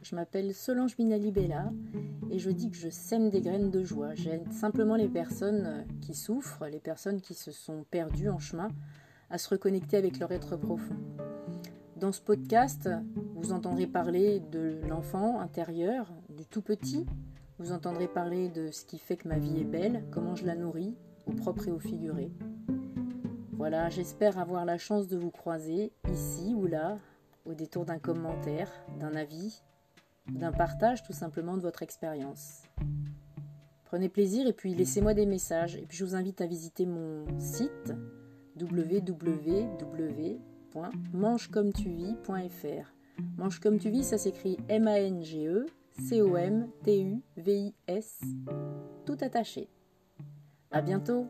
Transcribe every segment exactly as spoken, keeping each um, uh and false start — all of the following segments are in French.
je m'appelle Solange Binali-Bella et je dis que je sème des graines de joie. J'aide simplement les personnes qui souffrent, les personnes qui se sont perdues en chemin, à se reconnecter avec leur être profond. Dans ce podcast, vous entendrez parler de l'enfant intérieur, du tout petit. Vous entendrez parler de ce qui fait que ma vie est belle, comment je la nourris, au propre et au figuré. Voilà, j'espère avoir la chance de vous croiser, ici ou là, au détour d'un commentaire, d'un avis, d'un partage tout simplement de votre expérience. Prenez plaisir et puis laissez-moi des messages. Et puis je vous invite à visiter mon site w w w point mange comme tu vis point f r. Mange comme tu vis, ça s'écrit M A N G E C O M T U V I S, tout attaché. À bientôt.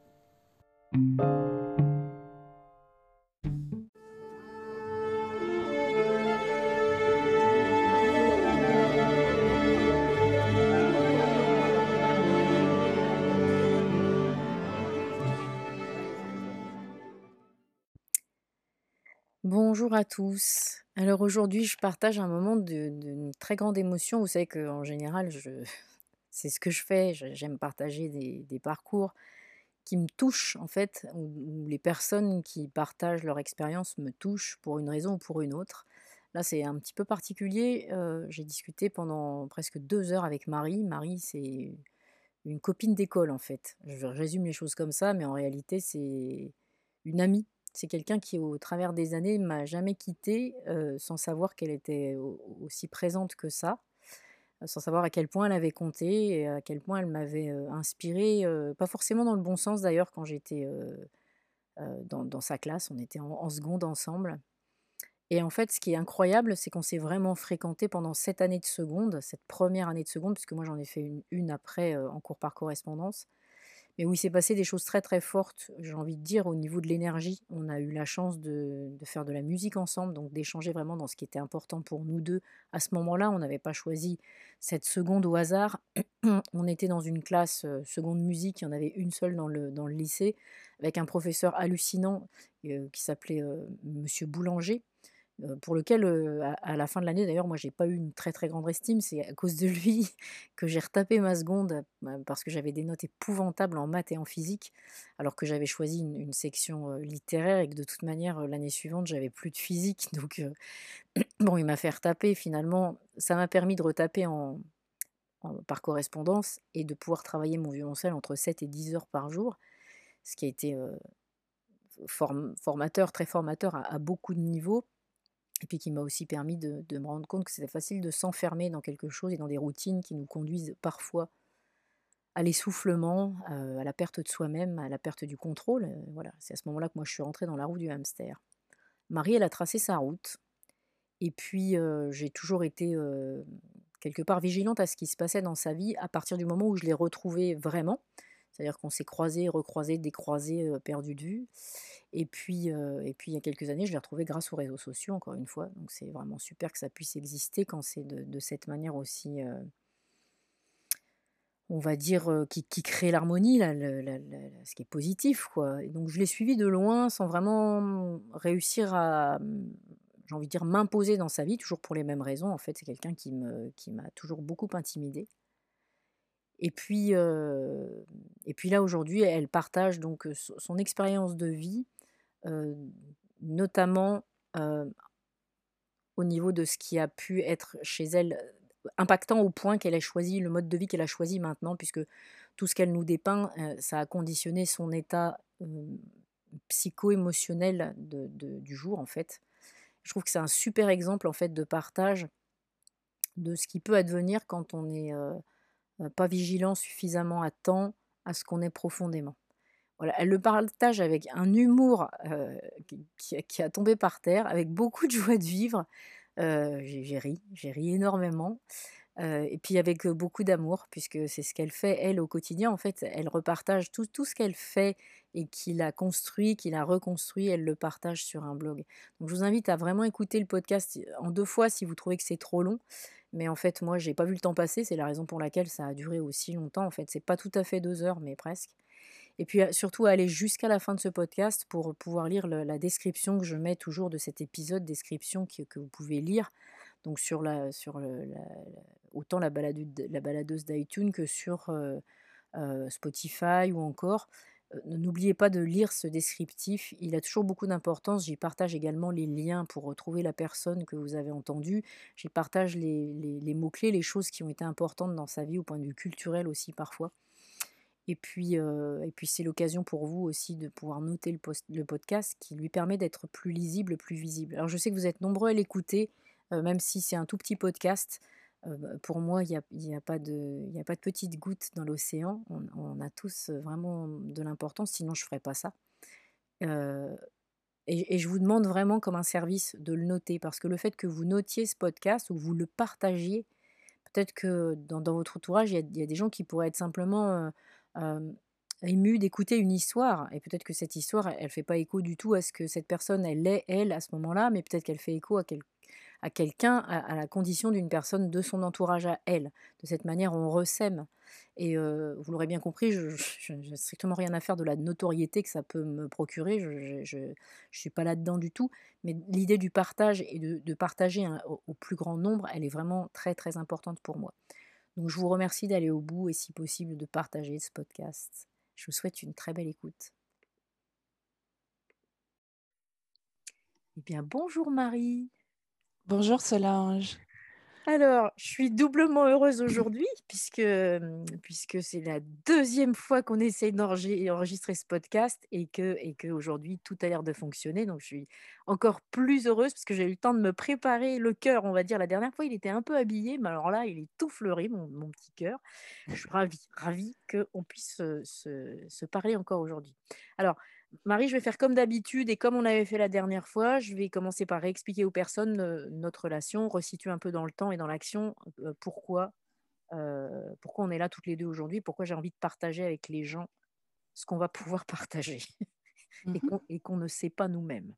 Bonjour à tous. Alors aujourd'hui, je partage un moment de, de très grande émotion. Vous savez qu'en général, je, c'est ce que je fais. Je- J'aime partager des, des parcours qui me touchent, en fait, où, où les personnes qui partagent leur expérience me touchent pour une raison ou pour une autre. Là, c'est un petit peu particulier. Euh, j'ai discuté pendant presque deux heures avec Marie. Marie, c'est une copine d'école, en fait. Je résume les choses comme ça, mais en réalité, c'est une amie. C'est quelqu'un qui, au travers des années, m'a jamais quittée, euh, sans savoir qu'elle était au- aussi présente que ça, euh, sans savoir à quel point elle avait compté et à quel point elle m'avait euh, inspirée, euh, pas forcément dans le bon sens d'ailleurs, quand j'étais euh, euh, dans, dans sa classe, on était en, en seconde ensemble. Et en fait, ce qui est incroyable, c'est qu'on s'est vraiment fréquenté pendant cette année de seconde, cette première année de seconde, puisque moi j'en ai fait une, une après euh, en cours par correspondance, mais où il s'est passé des choses très très fortes, j'ai envie de dire, au niveau de l'énergie. On a eu la chance de, de faire de la musique ensemble, donc d'échanger vraiment dans ce qui était important pour nous deux. À ce moment-là, on n'avait pas choisi cette seconde au hasard. On était dans une classe euh, seconde musique, il y en avait une seule dans le, dans le lycée, avec un professeur hallucinant euh, qui s'appelait euh, Monsieur Boulanger, heu, pour lequel, heu, à à la fin de l'année d'ailleurs, moi j'ai pas eu une très, très grande estime. C'est à cause de lui que j'ai retapé ma seconde, bah, parce que j'avais des notes épouvantables en maths et en physique, alors que j'avais choisi une une section, heu, littéraire et que de toute manière, heu, l'année suivante, j'avais plus de physique donc heu, bon, il m'a fait retaper finalement. Ça m'a permis de retaper en en par correspondance et de pouvoir travailler mon violoncelle entre sept et dix heures par jour, ce qui a été, heu, form formateur, très formateur à à beaucoup de niveaux. Et puis qui m'a aussi permis de de me rendre compte que c'était facile de s'enfermer dans quelque chose et dans des routines qui nous conduisent parfois à l'essoufflement, heu, à la perte de soi-même, à la perte du contrôle, heu, voilà. C'est à ce moment-là que moi je suis rentrée dans la roue du hamster. Marie, elle a tracé sa route et puis, heu, j'ai toujours été, heu, quelque part vigilante à ce qui se passait dans sa vie à partir du moment où je l'ai retrouvée vraiment. C'est-à-dire qu'on s'est croisés, recroisés, décroisés, heu, perdus de vue et puis, heu et puis il y a quelques années, je l'ai retrouvée grâce aux réseaux sociaux encore une fois, donc c'est vraiment super que ça puisse exister quand c'est de de cette manière aussi, heu, on va dire, heu, qui qui crée l'harmonie, là, le la la ce qui est positif, quoi. Et donc je l'ai suivi de loin sans vraiment réussir à, mmh, j'ai envie de dire m'imposer dans sa vie, toujours pour les mêmes raisons. En fait, c'est quelqu'un qui me qui m'a toujours beaucoup intimidée. Et puis, heu et puis là, aujourd'hui, elle partage donc, heu, son son expérience de vie, heu, notamment, heu, au niveau de ce qui a pu être chez elle, heu, impactant au point qu'elle ait choisi le mode de vie qu'elle a choisi maintenant, puisque tout ce qu'elle nous dépeint, heu, ça a conditionné son état, hem, psycho-émotionnel de de du jour, en fait. Je trouve que c'est un super exemple, en fait, de partage de ce qui peut advenir quand on est, heu heu, pas vigilant suffisamment à temps à ce qu'on est profondément. Voilà, elle le partage avec un humour, heu, qui qui a qui a tombé par terre, avec beaucoup de joie de vivre. Heu, j'ai j'ai ri, j'ai ri énormément, heu et puis avec, heu, beaucoup d'amour puisque c'est ce qu'elle fait elle au quotidien. En fait, elle repartage tout tout ce qu'elle fait et qu'il a construit, qu'il a reconstruit, elle le partage sur un blog. Donc je vous invite à vraiment écouter le podcast, en deux fois si vous trouvez que c'est trop long. Mais en fait, moi, j'ai pas vu le temps passer, c'est la raison pour laquelle ça a duré aussi longtemps. En fait, c'est pas tout à fait deux heures, mais presque. Et puis, heu, surtout aller jusqu'à la fin de ce podcast pour pouvoir lire le la description que je mets toujours de cet épisode, description que que vous pouvez lire donc sur la sur le la la autant la baladu la baladeuse d'iTunes que sur, heu heu, Spotify ou encore. Heu, n'oubliez pas de lire ce descriptif, il a toujours beaucoup d'importance. J'y partage également les liens pour retrouver la personne que vous avez entendue. J'y partage les les les mots-clés, les choses qui ont été importantes dans sa vie au point de vue culturel aussi parfois. Et puis, heu et puis c'est l'occasion pour vous aussi de pouvoir noter le post le podcast qui lui permet d'être plus lisible, plus visible. Alors je sais que vous êtes nombreux à l'écouter, heu, même si c'est un tout petit podcast, heu, bah, pour moi il y a il y a pas de il y a pas de petites gouttes dans l'océan. On on a tous, heu, vraiment de l'importance, sinon je ferais pas ça. Heu et et je vous demande vraiment comme un service de le noter parce que le fait que vous notiez ce podcast ou vous le partagiez, peut-être que dans dans votre entourage, il y a il y a des gens qui pourraient être simplement, heu, hem, émus d'écouter une histoire et peut-être que cette histoire, elle elle fait pas écho du tout à ce que cette personne elle est, elle, à ce moment-là, mais peut-être qu'elle fait écho à quel à quelqu'un, à à la condition d'une personne de son entourage à elle. De cette manière, on ressème et heu, vous l'aurez bien compris, je je n'ai strictement rien à faire de la notoriété que ça peut me procurer. Je je je je suis pas là-dedans du tout, mais l'idée du partage et de de partager un au au plus grand nombre, elle est vraiment très, très importante pour moi. Donc je vous remercie d'aller au bout et si possible de partager ce podcast. Je vous souhaite une très belle écoute. Eh bien, bonjour Marie. Bonjour Solange. Alors, je suis doublement heureuse aujourd'hui puisque, hem, puisque c'est la deuxième fois qu'on essaye d'enregé enregistrer ce podcast et que et qu'aujourd'hui tout a l'air de fonctionner. Donc je suis encore plus heureuse parce que j'ai eu le temps de me préparer le cœur, on va dire. La dernière fois, il était un peu habillé, mais alors là, il est tout fleuri, mon mon petit cœur. Je suis ravie, ravie qu'on puisse se se se parler encore aujourd'hui. Alors, Marie, je vais faire comme d'habitude et comme on avait fait la dernière fois, je vais commencer par réexpliquer aux personnes, heu, notre relation, resituer un peu dans le temps et dans l'action, heu, pourquoi, heu, pourquoi on est là toutes les deux aujourd'hui, pourquoi j'ai envie de partager avec les gens ce qu'on va pouvoir partager et Mmh. qu'on et qu'on ne sait pas nous-mêmes.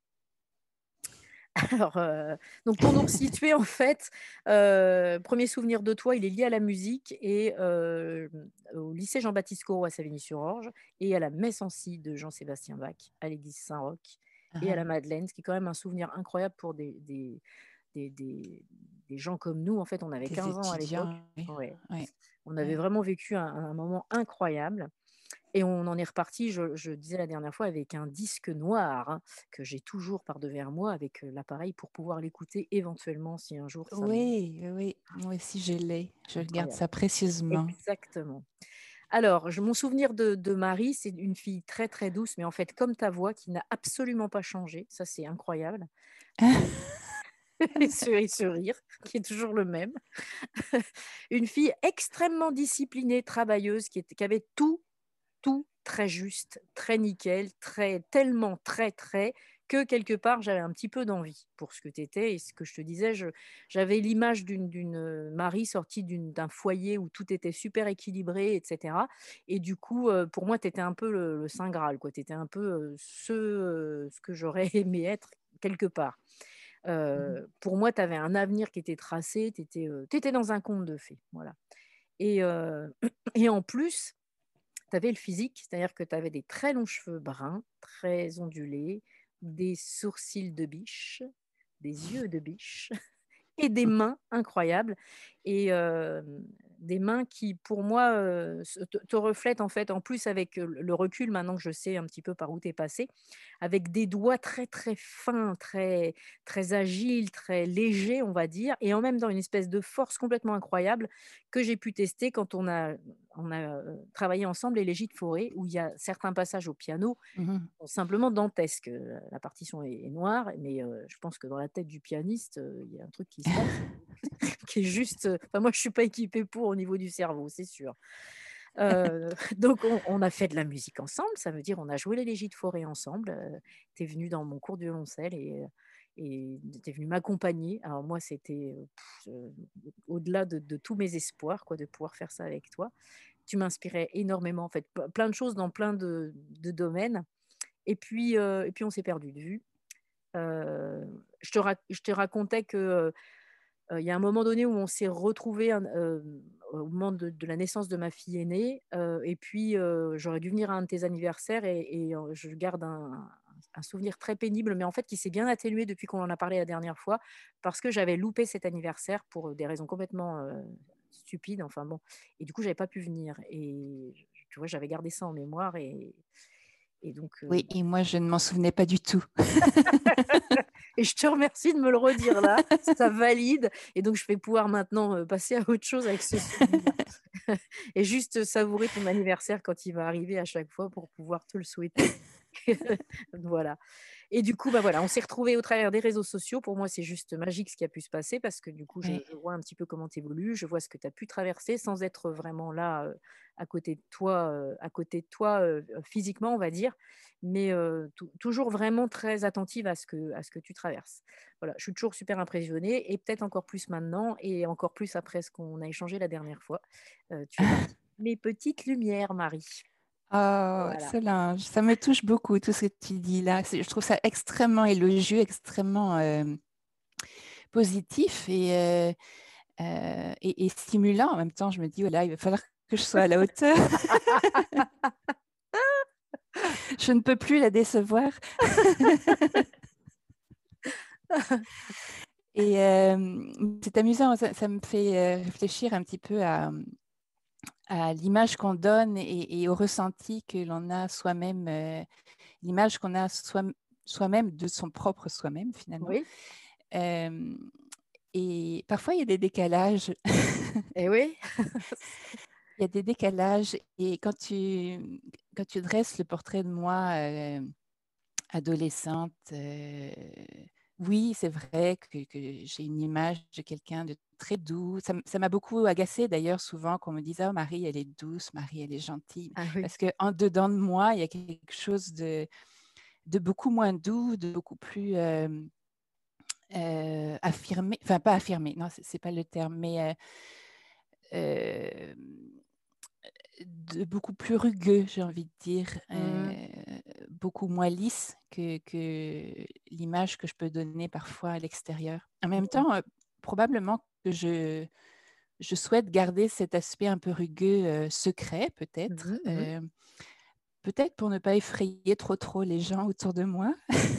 Alors, heu, donc pour nous resituer en fait, heu, premier souvenir de toi, il est lié à la musique et hem, au lycée Jean-Baptiste Corot à Savigny-sur-Orge et à la messe en si de Jean-Sébastien Bach à l'église Saint-Roch Ah et à la ah. Madeleine, ce qui est quand même un souvenir incroyable pour des des des des des gens comme nous. En fait, on avait Des quinze ans à étudiants, l'époque. oui. Ouais, Oui, on avait oui. vraiment vécu un un moment incroyable et on en est reparti, je je disais la dernière fois, avec un disque noir, hein, que j'ai toujours par devers moi avec, heu, l'appareil pour pouvoir l'écouter éventuellement si un jour ça me Oui, oui, oui, moi aussi je l'ai. Je garde incroyable. ça précieusement. Exactement. Alors, je mon souvenir de de Marie, c'est une fille très, très douce, mais en fait comme ta voix qui n'a absolument pas changé, ça c'est incroyable et et ce et ce rire qui est toujours le même. Une fille extrêmement disciplinée, travailleuse, qui était qui avait tout tout très juste, très nickel, très tellement très, très que quelque part j'avais un petit peu d'envie pour ce que tu étais et ce que je te disais, je j'avais l'image d'une d'une, heu, Marie sortie d'une d'un foyer où tout était super équilibré et cetera et du coup, heu, pour moi, tu étais un peu le le saint graal, quoi. Tu étais un peu, heu, ce, heu, ce que j'aurais aimé être quelque part. Mmh. Heu, pour moi, tu avais un avenir qui était tracé, tu étais, heu, tu étais dans un conte de fées, voilà et heu et en plus tu avais le physique, c'est-à-dire que tu avais des très longs cheveux bruns, très ondulés, des sourcils de biche, des yeux de biche et des mains incroyables et hem, des mains qui pour moi, heu, se te te reflètent en fait, en plus avec, heu, le recul maintenant que je sais un petit peu par où tu es passée, avec des doigts très, très fins, très très agiles, très légers on va dire et en même temps une espèce de force complètement incroyable que j'ai pu tester quand on a on a, heu, travaillé ensemble les Légits de forêt où il y a certains passages au piano Mmh. sont simplement dantesques. Heu, la partition est est noire mais heu, je pense que dans la tête du pianiste, heu, il y a un truc qui se passe qui est juste, heu, enfin moi je suis pas équipée pour au niveau du cerveau, c'est sûr. Heu, donc on on a fait de la musique ensemble, ça veut dire on a joué les Légits de forêt ensemble, heu, tu es venue dans mon cours de violoncelle et heu et tu es venue m'accompagner. Alors moi c'était, heu, heu, au-delà de de tous mes espoirs quoi, de pouvoir faire ça avec toi. Tu m'inspirais énormément en fait, p plein de choses dans plein de de domaines et puis, heu et puis on s'est perdu de vue. Heu, je te rac je te racontais que, heu heu, il y a un moment donné où on s'est retrouvés, un hem, au moment de de la naissance de ma fille aînée, heu et puis, heu, j'aurais dû venir à un de tes anniversaires et et heu, je garde un un souvenir très pénible, mais en fait qui s'est bien atténué depuis qu'on en a parlé la dernière fois, parce que j'avais loupé cet anniversaire pour, des raisons complètement, heu, stupides, enfin bon, et du coup j'avais pas pu venir, et j tu vois, j'avais gardé ça en mémoire, et et donc heu, Oui, et moi, je ne m'en souvenais pas du tout. et je te remercie de me le redire là, ça valide, et donc je vais pouvoir maintenant, heu, passer à autre chose avec ce souvenir et juste savourer ton anniversaire quand il va arriver à chaque fois pour pouvoir te le souhaiter. Voilà. Et du coup, bah, voilà, on s'est retrouvés au travers des réseaux sociaux. Pour moi, c'est juste magique ce qui a pu se passer, parce que du coup, je Ouais. je vois un petit peu comment tu évolues, je vois ce que tu as pu traverser sans être vraiment là, heu, à côté de toi, heu, à côté de toi, heu, physiquement, on va dire, mais heu, tou toujours vraiment très attentive à ce que à ce que tu traverses. Voilà, je suis toujours super impressionnée, et peut-être encore plus maintenant, et encore plus après ce qu'on a échangé la dernière fois. Heu, tu fais partie de mes petites lumières, Marie. Oh, Voilà. Solange, ça me touche beaucoup tout ce que tu dis là. C'est- Je trouve ça extrêmement élogieux, extrêmement euh, positif et, euh, euh, et, et stimulant. En même temps, je me dis, voilà, il va falloir que je sois à la hauteur. Je ne peux plus la décevoir. Et euh, c'est amusant, ça, ça me fait euh, réfléchir un petit peu à, à l'image qu'on donne et, et au ressenti que l'on a soi-même, euh, l'image qu'on a soi, soi-même de son propre soi-même finalement. Oui, Euh, et parfois, il y a des décalages. et oui. Il y a des décalages. Et quand tu, quand tu dresses le portrait de moi, euh, adolescente, euh, oui, c'est vrai que, que j'ai une image de quelqu'un de très doux. Ça, m- ça m'a beaucoup agacée d'ailleurs souvent qu'on me dise, oh, Marie, elle est douce, Marie, elle est gentille. Ah oui. Parce qu'en dedans de moi, il y a quelque chose de, de beaucoup moins doux, de beaucoup plus euh, euh, affirmé. Enfin, pas affirmé, non, c'est c'est pas le terme, mais euh, euh, de beaucoup plus rugueux, j'ai envie de dire, Mmh. euh, beaucoup moins lisse que, que l'image que je peux donner parfois à l'extérieur. En même Mmh. temps, euh, probablement que je, je souhaite garder cet aspect un peu rugueux, euh, secret peut-être, Mmh mh. Mmh. euh, peut-être pour ne pas effrayer trop trop les gens autour de moi.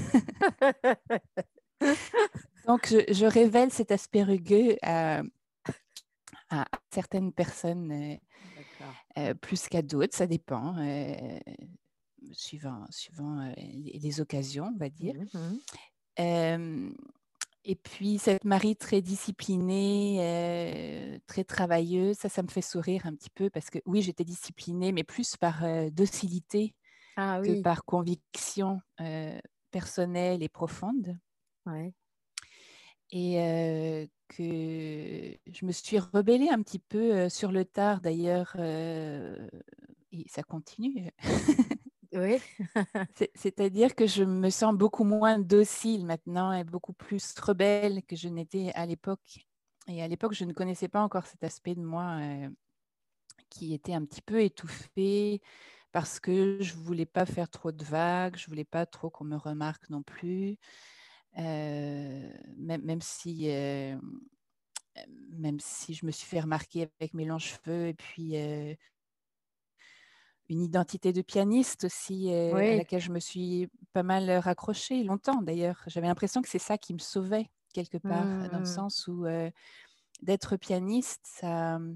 Donc, je, je révèle cet aspect rugueux à, à certaines personnes, euh, D'accord. euh, plus qu'à d'autres, ça dépend. Euh, suivant, suivant euh, les, les occasions, on va dire. Mmh mh. Euh, et puis, cette Marie très disciplinée, euh, très travailleuse, ça, ça me fait sourire un petit peu parce que oui, j'étais disciplinée, mais plus par euh, docilité Ah que oui, par conviction euh, personnelle et profonde. ouais. Et euh, que je me suis rebellée un petit peu euh, sur le tard d'ailleurs, euh, et ça continue. Oui. C'est- C'est-à-dire que je me sens beaucoup moins docile maintenant et beaucoup plus rebelle que je n'étais à l'époque. Et à l'époque, je ne connaissais pas encore cet aspect de moi euh, qui était un petit peu étouffé parce que je voulais pas faire trop de vagues, je voulais pas trop qu'on me remarque non plus. Euh, même, même si, euh, même si je me suis fait remarquer avec mes longs cheveux et puis euh, une identité de pianiste aussi euh, à Oui. laquelle je me suis pas mal raccrochée longtemps d'ailleurs. J'avais l'impression que c'est ça qui me sauvait quelque part, Mmh dans le mh. sens où euh, d'être pianiste, ça, euh,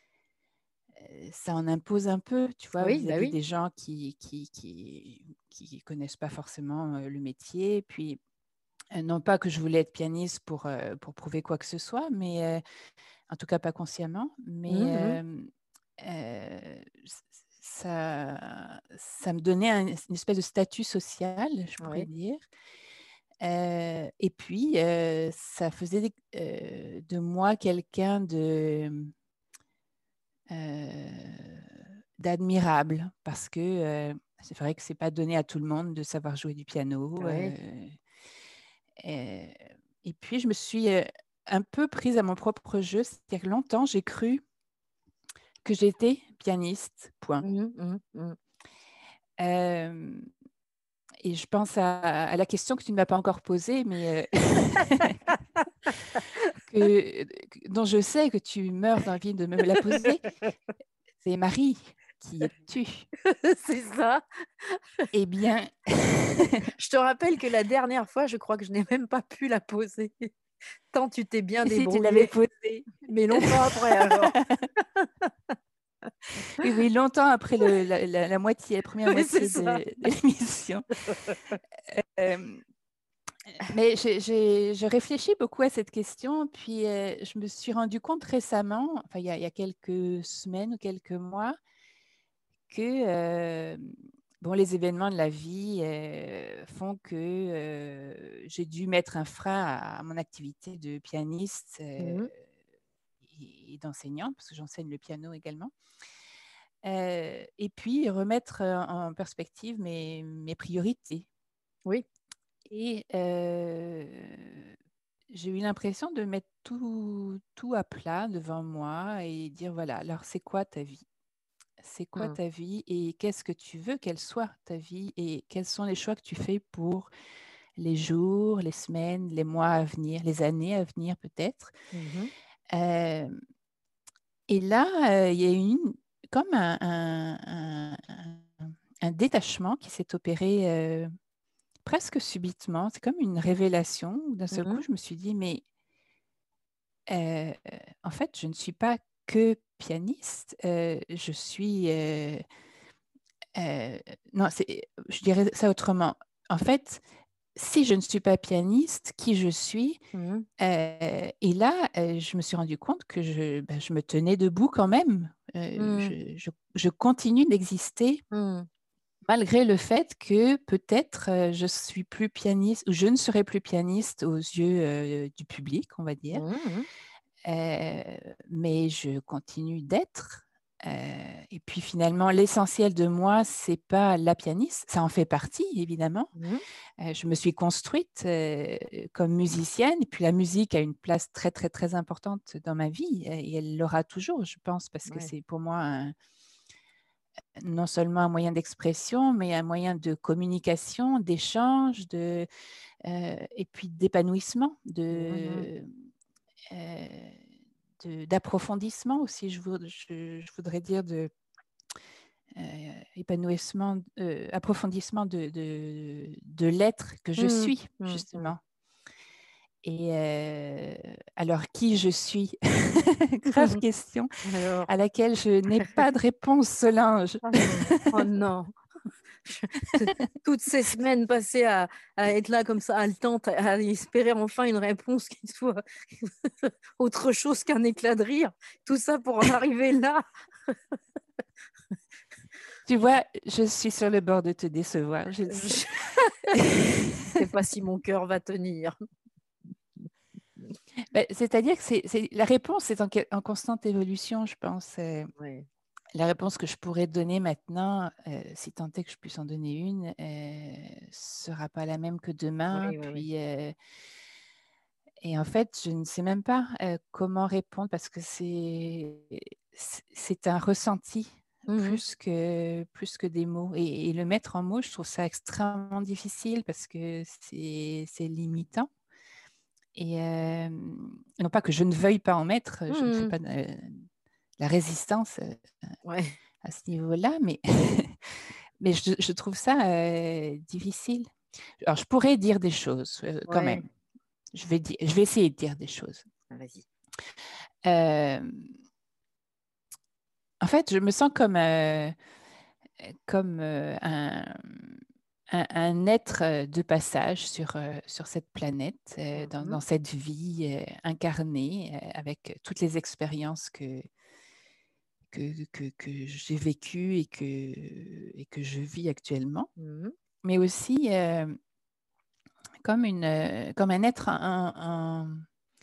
ça en impose un peu, tu vois, Oui, bah vis-à-vis oui. des gens qui qui, qui, qui connaissent pas forcément euh, le métier. Puis, euh, non pas que je voulais être pianiste pour, euh, pour prouver quoi que ce soit, mais euh, en tout cas pas consciemment, Mmh mh. mais euh, euh, ça, ça me donnait un- une espèce de statut social, je pourrais Ouais. dire. Euh, et puis, euh, ça faisait des- euh, de moi quelqu'un de euh, d'admirable, parce que euh, c'est vrai que c'est pas donné à tout le monde de savoir jouer du piano. Ouais. euh, euh, et puis, je me suis euh, un peu prise à mon propre jeu, c'est-à-dire que longtemps, j'ai cru que j'étais pianiste, point. Mmh mh. Mmh mh. Euh, et je pense à, à la question que tu ne m'as pas encore posée, mais euh, que, dont je sais que tu meurs d'envie de me la poser. C'est Marie, qui es-tu? C'est ça. Eh bien, Je te rappelle que la dernière fois, je crois que je n'ai même pas pu la poser, tant tu t'es bien Si, tu l'avais débrouillée, posée. mais longtemps après alors. Oui, oui, longtemps après le la la la moitié, la première Oui, c'est moitié de ça. de l'émission. Hem, mais j'ai j'ai je réfléchis beaucoup à cette question, puis, heu, je me suis rendu compte récemment, enfin il y a il y a quelques semaines ou quelques mois, que, hem, bon, les événements de la vie, heu, font que, heu, j'ai dû mettre un frein à à mon activité de pianiste, heu, Mmh mh. et et d'enseignante, parce que j'enseigne le piano également. Heu et puis remettre, heu, en perspective mes mes priorités Oui. et heu, j'ai eu l'impression de mettre tout tout à plat devant moi et dire: «Voilà, alors c'est quoi ta vie? C'est quoi Mmh. ta vie et qu'est-ce que tu veux qu'elle soit ta vie et quels sont les choix que tu fais pour les jours, les semaines, les mois à venir, les années à venir peut-être?» Mmh mh. Hem et là, heu, il y a eu une comme un un un un un détachement qui s'est opéré, heu, presque subitement. C'est comme une révélation où d'un Mmh seul coup, mh. je me suis dit: «Mais, heu, en fait, je ne suis pas que pianiste, heu, je suis, heu heu, non, c'est je dirais ça autrement. En fait, si je ne suis pas pianiste, qui je suis?» Mmh mh. Heu et là, heu, je me suis rendu compte que je, bah, je me tenais debout quand même. Heu, Mmh. je je je continue d'exister Mmh. malgré le fait que peut-être, heu, je suis plus pianiste ou je ne serai plus pianiste aux yeux, heu, du public, on va dire. Mmh mh. Heu, mais je continue d'être, heu et puis finalement l'essentiel de moi, c'est pas la pianiste, ça en fait partie évidemment. Mmh. Heu, je me suis construite, heu, comme musicienne et puis la musique a une place très, très, très importante dans ma vie, heu et elle l'aura toujours, je pense, parce que Ouais. c'est pour moi un non seulement un moyen d'expression, mais un moyen de communication, d'échange, de, heu et puis d'épanouissement, Mmh mh. de, heu, de d'approfondissement aussi, je voud je je voudrais dire de, heu, épanouissement, heu, approfondissement de de de l'être que je Mmh. suis, Mmh mh. justement. Et heu, alors qui je suis? Grave question Alors? à laquelle je n'ai pas de réponse, Solange. Oh non, oh non. Je t toutes ces semaines passées à à être là comme ça haletante, à espérer enfin une réponse qui soit autre chose qu'un éclat de rire, tout ça pour en arriver là. Tu vois, je suis sur le bord de te décevoir, je le sais. Je je sais pas si mon cœur va tenir. Beh, c'est-à-dire que c'est c'est la réponse est en quel en constante évolution, je pense, heu, Ouais. la réponse que je pourrais te donner maintenant, heu, si tant est que je puisse en donner une, heu, sera pas la même que demain, Oui, oui, oui. puis, heu et en fait, je ne sais même pas, heu, comment répondre parce que c'est c'est c'est un ressenti Mmh mh. plus que plus que des mots et et le mettre en mots, je trouve ça extrêmement difficile parce que c'est c'est limitant et hem, non pas que je ne veuille pas en mettre, je ne fais Mmh. pas de la résistance, heu, Ouais. à ce niveau-là, mais mais je je trouve ça, heu, difficile. Alors je pourrais dire des choses, heu, quand Ouais. même. Je vais di je vais essayer de dire des choses. Ah vas-y. Hem, en fait, je me sens comme, heu, comme, heu, un un un être, heu, de passage sur, heu, sur cette planète, heu, Mmh dans mh. dans cette vie, heu, incarnée, heu, avec toutes les expériences que que que que j'ai vécues et que et que je vis actuellement. Mmh mh. Mais aussi, hem, comme une, heu, comme un être en en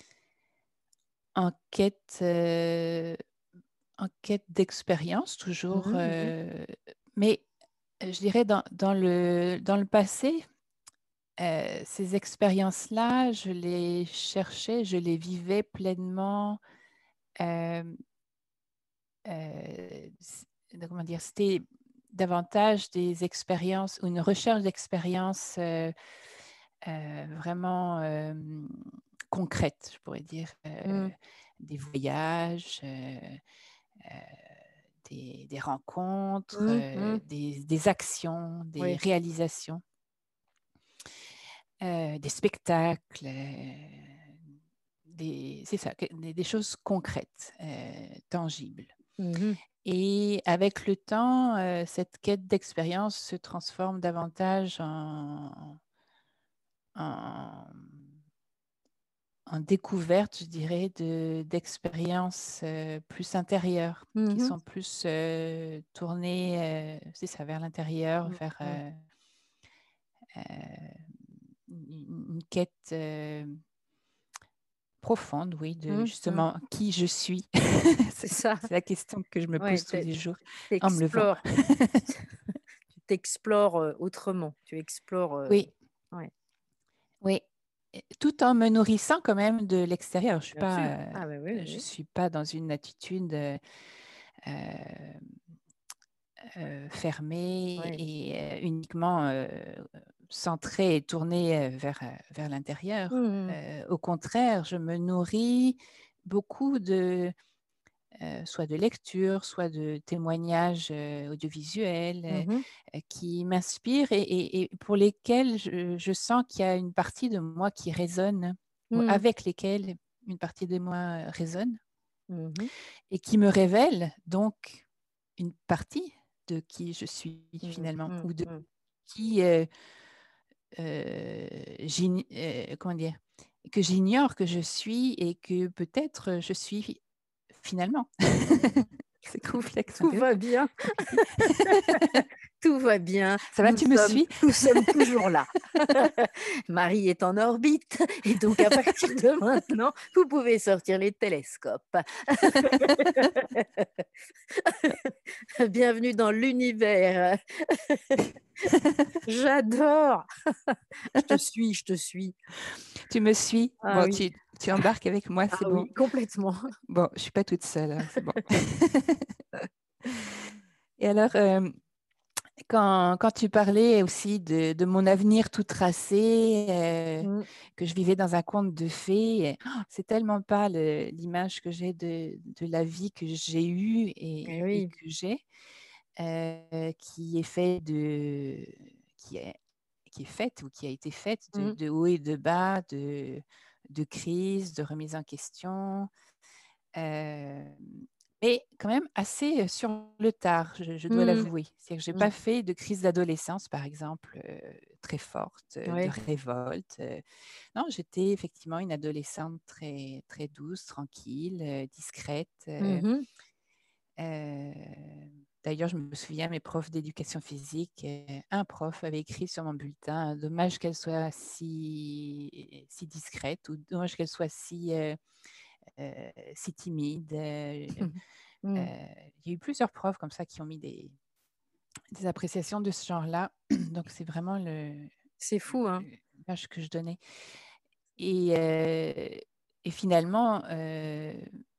en quête, heu, en quête d'expérience Mmh toujours, mh. Mmh. heu, mais je dirais dans dans le dans le passé, heu, ces expériences-là, je les cherchais, je les vivais pleinement, hem, heu, c comment dire? C'était davantage des expériences ou une recherche d'expériences, heu heu, vraiment, hem, concrètes, je pourrais dire, heu, Mmh. des voyages, heu heu, des des rencontres, Mmh heu, mh. des des actions, des Oui. réalisations euh, des spectacles, euh, des, c'est ça, que- des, des choses concrètes, euh, tangibles. Mmh. Et avec le temps, euh, cette quête d'expérience se transforme davantage en, en, en découverte, je dirais, de, d'expériences euh, plus intérieures, qui Mmh. sont plus euh, tournées, euh, c'est ça, vers l'intérieur, Mmh vers mh. euh, euh, une, une quête euh, profonde, oui, de Mmh mh. justement qui je suis. C'est c'est, ça. c'est la question que je me Ouais, pose tu tous les jours tu en me levant. explores tu t'explores, heu, autrement. Tu explores, heu, Oui, ouais, oui. Et tout en me nourrissant quand même de l'extérieur. Je suis bien sûr. pas, euh, Ah bah, oui, oui, je oui. suis pas dans une attitude euh, euh, euh, fermée Ouais. et euh, uniquement euh, centrée et tournée euh, vers, euh, vers l'intérieur. Mmh mh. Euh, au contraire, je me nourris beaucoup de euh, soit de lecture, soit de témoignages euh, audiovisuels euh, Mmh. euh, qui m'inspirent et, et- et pour lesquels je, je sens qu'il y a une partie de moi qui résonne, ou Mmh. avec lesquels une partie de moi résonne Mmh. et qui me révèlent donc une partie de qui je suis Mmh. finalement, Mmh. ou de Mmh. qui, euh, euh, j'ign- euh, comment dire, que j'ignore que je suis et que peut-être je suis finalement. Mmh. C'est Tout complexe un tout peu, va bien, compliqué. tout va bien. Ça va, Nous tu me sommes suis? nous sommes toujours là. Marie est en orbite et donc à partir de maintenant, vous pouvez sortir les télescopes. Bienvenue dans l'univers. J'adore. Je te suis, je te suis. Tu me suis? Ah Bon, oui, tu, tu embarques avec moi, ah c'est bon. oui, complètement. Bon, je suis pas toute seule, hein, c'est bon. Et alors, euh, quand, quand tu parlais aussi de, de mon avenir tout tracé, euh, Mmh. que je vivais dans un conte de fées, euh, oh, c'est tellement pas le- l'image que j'ai de, de la vie que j'ai eue et, Eh et oui. que j'ai, euh, qui est fait de, qui est, qui est faite ou qui a été faite de, Mmh. de haut et de bas, de, de crise, de remise en question, euh, mais quand même assez sur le tard, je, je dois Mmh. l'avouer. C'est-à-dire que je n'ai pas Mmh. fait de crise d'adolescence, par exemple, euh, très forte, euh, de Ouais. révolte. euh. Non, j'étais effectivement une adolescente très, très douce, tranquille, euh, discrète. euh, Mmh. euh, D'ailleurs, je me souviens, mes profs d'éducation physique, euh, un prof avait écrit sur mon bulletin, dommage qu'elle soit si, si discrète ou dommage qu'elle soit si, euh, euh, si timide. Euh, Mmh. euh, il y a eu plusieurs profs comme ça qui ont mis des, des appréciations de ce genre-là. Donc, c'est vraiment le, C'est fou, hein? l'image que je donnais. Et, euh, et finalement, euh,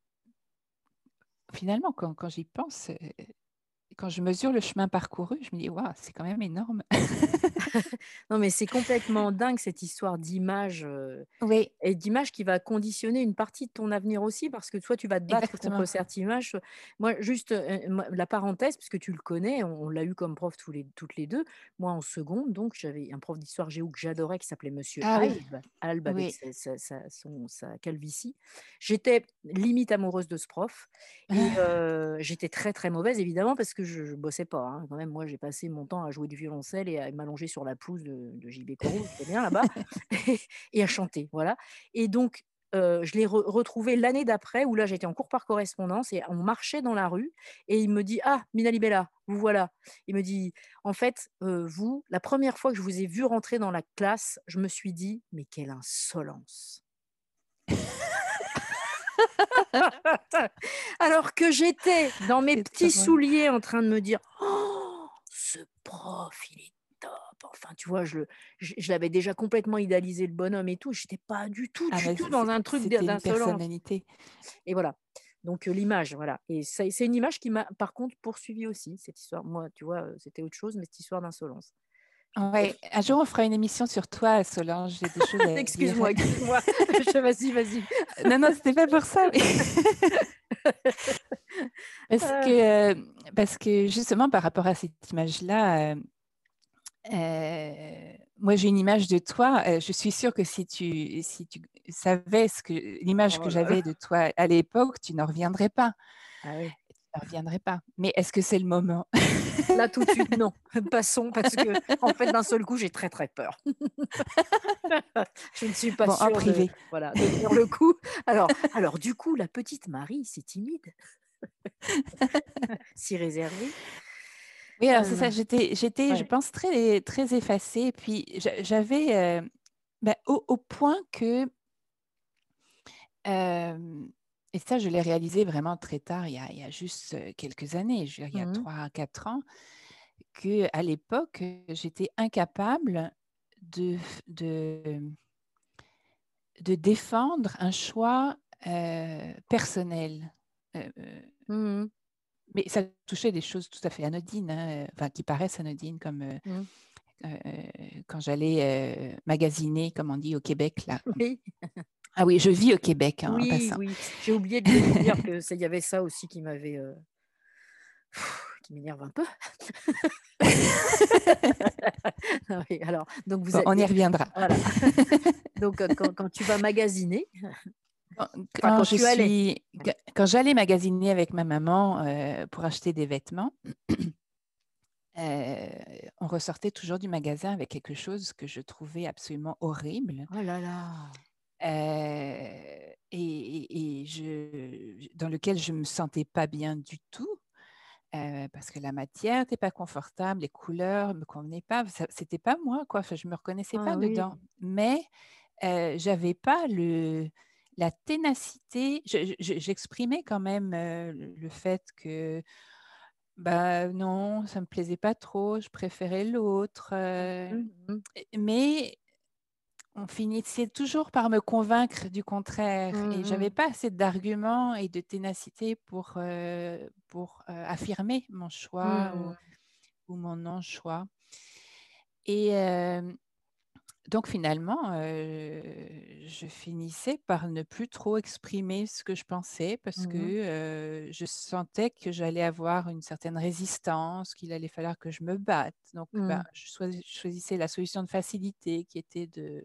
finalement, quand, quand j'y pense, euh, quand je mesure le chemin parcouru, je me dis, waouh, c'est quand même énorme. Non, mais c'est complètement dingue cette histoire d'image, heu Oui, et d'image qui va conditionner une partie de ton avenir aussi parce que toi, tu vas te battre contre exactement. cette image. Moi, juste, heu, moi la parenthèse, puisque tu le connais, on on l'a eu comme prof tous les toutes les deux. Moi, en seconde, donc j'avais un prof d'histoire géo que j'adorais qui s'appelait monsieur Ah oui, Albe, Albe avec oui. sa sa sa son sa calvitie. J'étais limite amoureuse de ce prof et heu, j'étais très, très mauvaise évidemment parce que je je bossais pas, hein. Quand même, moi, j'ai passé mon temps à jouer du violoncelle et à m'allonger sur la pelouse de de J B Corot, j'étais bien là-bas et à chanter, voilà. Et donc, heu, je l'ai re retrouvé l'année d'après où là, j'étais en cours par correspondance et on marchait dans la rue et il me dit: «Ah, Mina Libella, vous voilà». Il me dit: «En fait, heu, vous, la première fois que je vous ai vu rentrer dans la classe, je me suis dit: "Mais quelle insolence!"» Alors que j'étais dans mes C'est petits drôle. souliers en train de me dire: «Oh, ce prof, il est top!» Enfin, tu vois, je le je je l'avais déjà complètement idéalisé le bonhomme et tout. J'étais pas du tout, Ah, du mais tout c'est- dans c'est- un truc d'in c'était une d'insolence. personnalité. Et voilà. Donc heu, l'image, voilà et c'est c'est une image qui m'a par contre poursuivie aussi, cette histoire. Moi, tu vois, heu, c'était autre chose, mais cette histoire d'insolence. J'étais très Ouais, un jour, on fera une émission sur toi, Solange. J'ai des choses à dire. excuse-moi, excuse-moi. Je vas-y, vas-y. Non, non, c'était pas pour ça. mais- Parce Ah. que, parce que justement, par rapport à cette image-là, euh, euh, moi, j'ai une image de toi, heu, je suis sûre que si tu si tu savais ce que l'image Oh que là là. j'avais de toi à l'époque, tu n'en reviendrais pas. Ah oui. Tu n'en reviendrais pas. Mais est-ce que c'est le moment? Là, tout de suite, non. Passons parce que en fait, d'un seul coup, j'ai très, très peur. Je ne suis pas Bon, en sûre de privé. voilà, de faire le coup. Alors alors du coup, la petite Marie, c'est timide, si réservée. Oui, alors c'est ça, Heu, j'étais j'étais, je ouais. pense, très très effacée. Puis j'a j'avais, heu, bah, au au point que, hem et ça, je l'ai réalisé vraiment très tard, il y a il y a juste, heu, quelques années, je veux dire il y a Mmh mh. trois quatre ans, qu'à l'époque, heu, j'étais incapable de f de de défendre un choix, heu, personnel. Heu heu, Mmh mh. mais ça touchait des choses tout à fait anodines, hein, heu, enfin qui paraissent anodines comme, heu Mmh. heu heu, quand j'allais, heu, magasiner, comme on dit au Québec là. Oui. Ah oui, je vis au Québec, hein, en Oui, passant. oui, j'ai oublié de le dire que ça il y avait ça aussi qui m'avait, heu, qui m'énerve un peu. Ah oui, alors donc vous Bon, on y allez reviendra. voilà, donc heu, quand quand tu vas magasiner, Quand enfin quand quand je tu allais, suis ouais. quand quand j'allais magasiner avec ma maman, heu, pour acheter des vêtements, heu, on ressortait toujours du magasin avec quelque chose que je trouvais absolument horrible, Oh là là! heu et et et je dans lequel je me sentais pas bien du tout, heu, parce que la matière n'était pas confortable, les couleurs me convenaient pas, ça c'était pas moi, quoi, enfin, je me reconnaissais Ah pas oui. dedans. Mais Heu, j'avais pas le la ténacité, je je j'exprimais quand même, heu, le le fait que, bah, non, ça me plaisait pas trop, je préférais l'autre, heu, Mmh mh. et mais on finissait toujours par me convaincre du contraire et Mmh j'avais mh. pas assez d'arguments et de ténacité pour, heu, pour, heu, affirmer mon choix ou Mmh. ou mon non-choix et hem donc finalement, heu, je finissais par ne plus trop exprimer ce que je pensais parce que, Mmh mh. heu, je sentais que j'allais avoir une certaine résistance, qu'il allait falloir que je me batte. Donc bah, Mmh. je choisis je choisissais la solution de facilité qui était de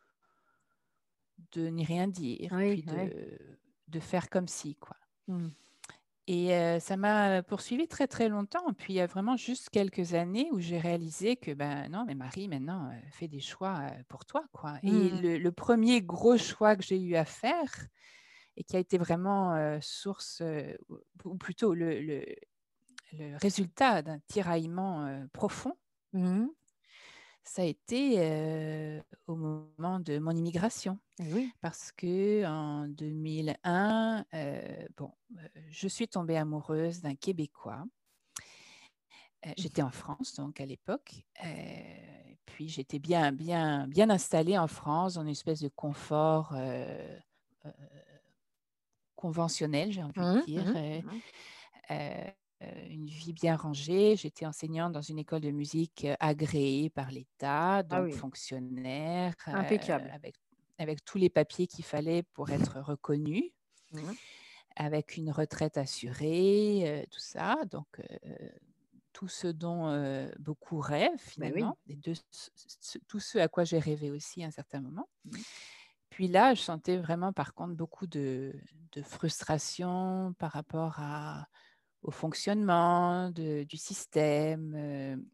de n'y rien dire, Oui, puis ouais. de de faire comme si, quoi. Mmh. Et heu, ça m'a poursuivie très, très longtemps. Puis il y a vraiment juste quelques années où j'ai réalisé que, ben, non, mais Marie, maintenant, heu, fais des choix, heu, pour toi, quoi. Et Mmh mh. le le premier gros choix que j'ai eu à faire et qui a été vraiment, heu, source, heu, ou ou plutôt le le le résultat d'un tiraillement, heu, profond, Mmh mh. ça a été, heu, au moment de mon immigration. Et oui. Parce qu'en deux mille un, heu, bon, heu, je suis tombée amoureuse d'un Québécois. Heu, j'étais en France donc à l'époque, heu, puis j'étais bien bien bien installée en France dans une espèce de confort, heu heu, conventionnel, j'ai envie de Mmh mh. dire, Mmh heu mh. Mmh. heu heu, une vie bien rangée. J'étais enseignante dans une école de musique, heu, agréée par l'État, Ah donc oui, fonctionnaire, heu, impeccable. avec avec tous les papiers qu'il fallait pour être reconnue, Mmh mh. avec une retraite assurée, heu, tout ça donc heu tout ce dont, heu, beaucoup rêvent Beh oui. finalement et de ce ce tout ce à quoi j'ai rêvé aussi à un certain moment. Mmh. Puis là, je sentais vraiment par contre beaucoup de de frustration par rapport à au fonctionnement de du système, heu,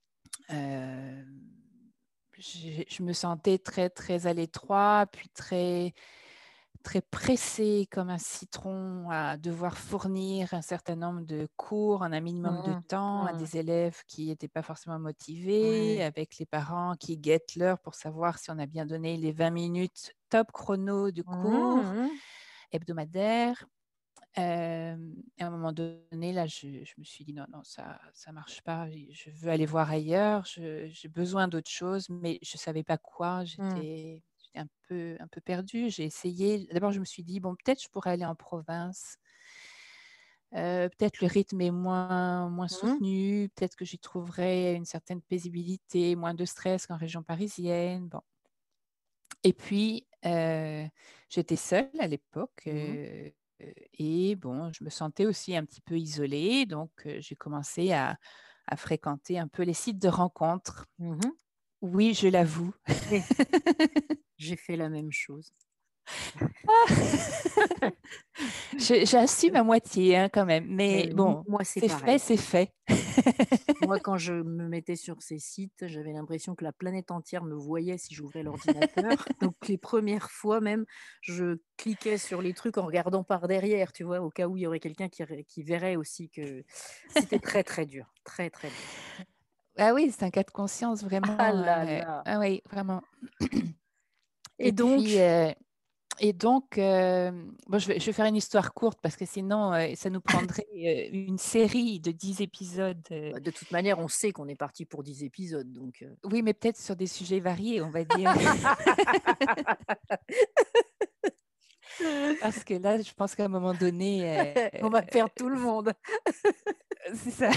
hem, j'ai je me sentais très, très à l'étroit, puis très très pressée comme un citron à devoir fournir un certain nombre de cours en un minimum de Mmh mh. temps à Mmh. des élèves qui n'étaient pas forcément motivés, Ouais. avec les parents qui guettent l'heure pour savoir si on a bien donné les vingt minutes top chrono du Mmh cours mh. hebdomadaire. Hem, et à un moment donné, là, je je me suis dit: «Non, non, ça ça marche pas, je veux aller voir ailleurs, je j'ai besoin d'autre chose», mais je savais pas quoi. Mmh. J'étais j'étais un peu un peu perdue. J'ai essayé d'abord, je me suis dit: «Bon, peut-être je pourrais aller en province, heu, peut-être le rythme est moins moins Mmh. soutenu, peut-être que j'y trouverai une certaine paisibilité, moins de stress qu'en région parisienne». Bon et puis, heu, j'étais seule à l'époque, Mmh. heu heu et bon, je me sentais aussi un petit peu isolée donc heu, j'ai commencé à à fréquenter un peu les sites de rencontres. Mmh mh. Oui, je l'avoue. Oui, j'ai fait la même chose. Je j'assume à moitié, hein, quand même, Mais mais m bon, moi, c'est c'est fait, pareil. c'est fait. Moi, quand je me mettais sur ces sites, j'avais l'impression que la planète entière me voyait si j'ouvrais l'ordinateur. Donc les premières fois même, je cliquais sur les trucs en regardant par derrière, tu vois? Au cas où il y aurait quelqu'un qui ré qui verrait aussi que c'était très, très dur, très, très dur. Ah oui, c'est un cas de conscience Ah vraiment, là heu, là! ah oui, vraiment. Et Et puis, donc? heu et donc, hem, bon, je vais je vais faire une histoire courte parce que sinon, heu, ça nous prendrait, heu, une série de dix épisodes, heu, Bah, de toute manière, on sait qu'on est parti pour dix épisodes, donc heu oui, mais peut-être sur des sujets variés, on va dire. Parce que là, je pense qu'à un moment donné, heu, On va perdre tout le monde. c'est ça.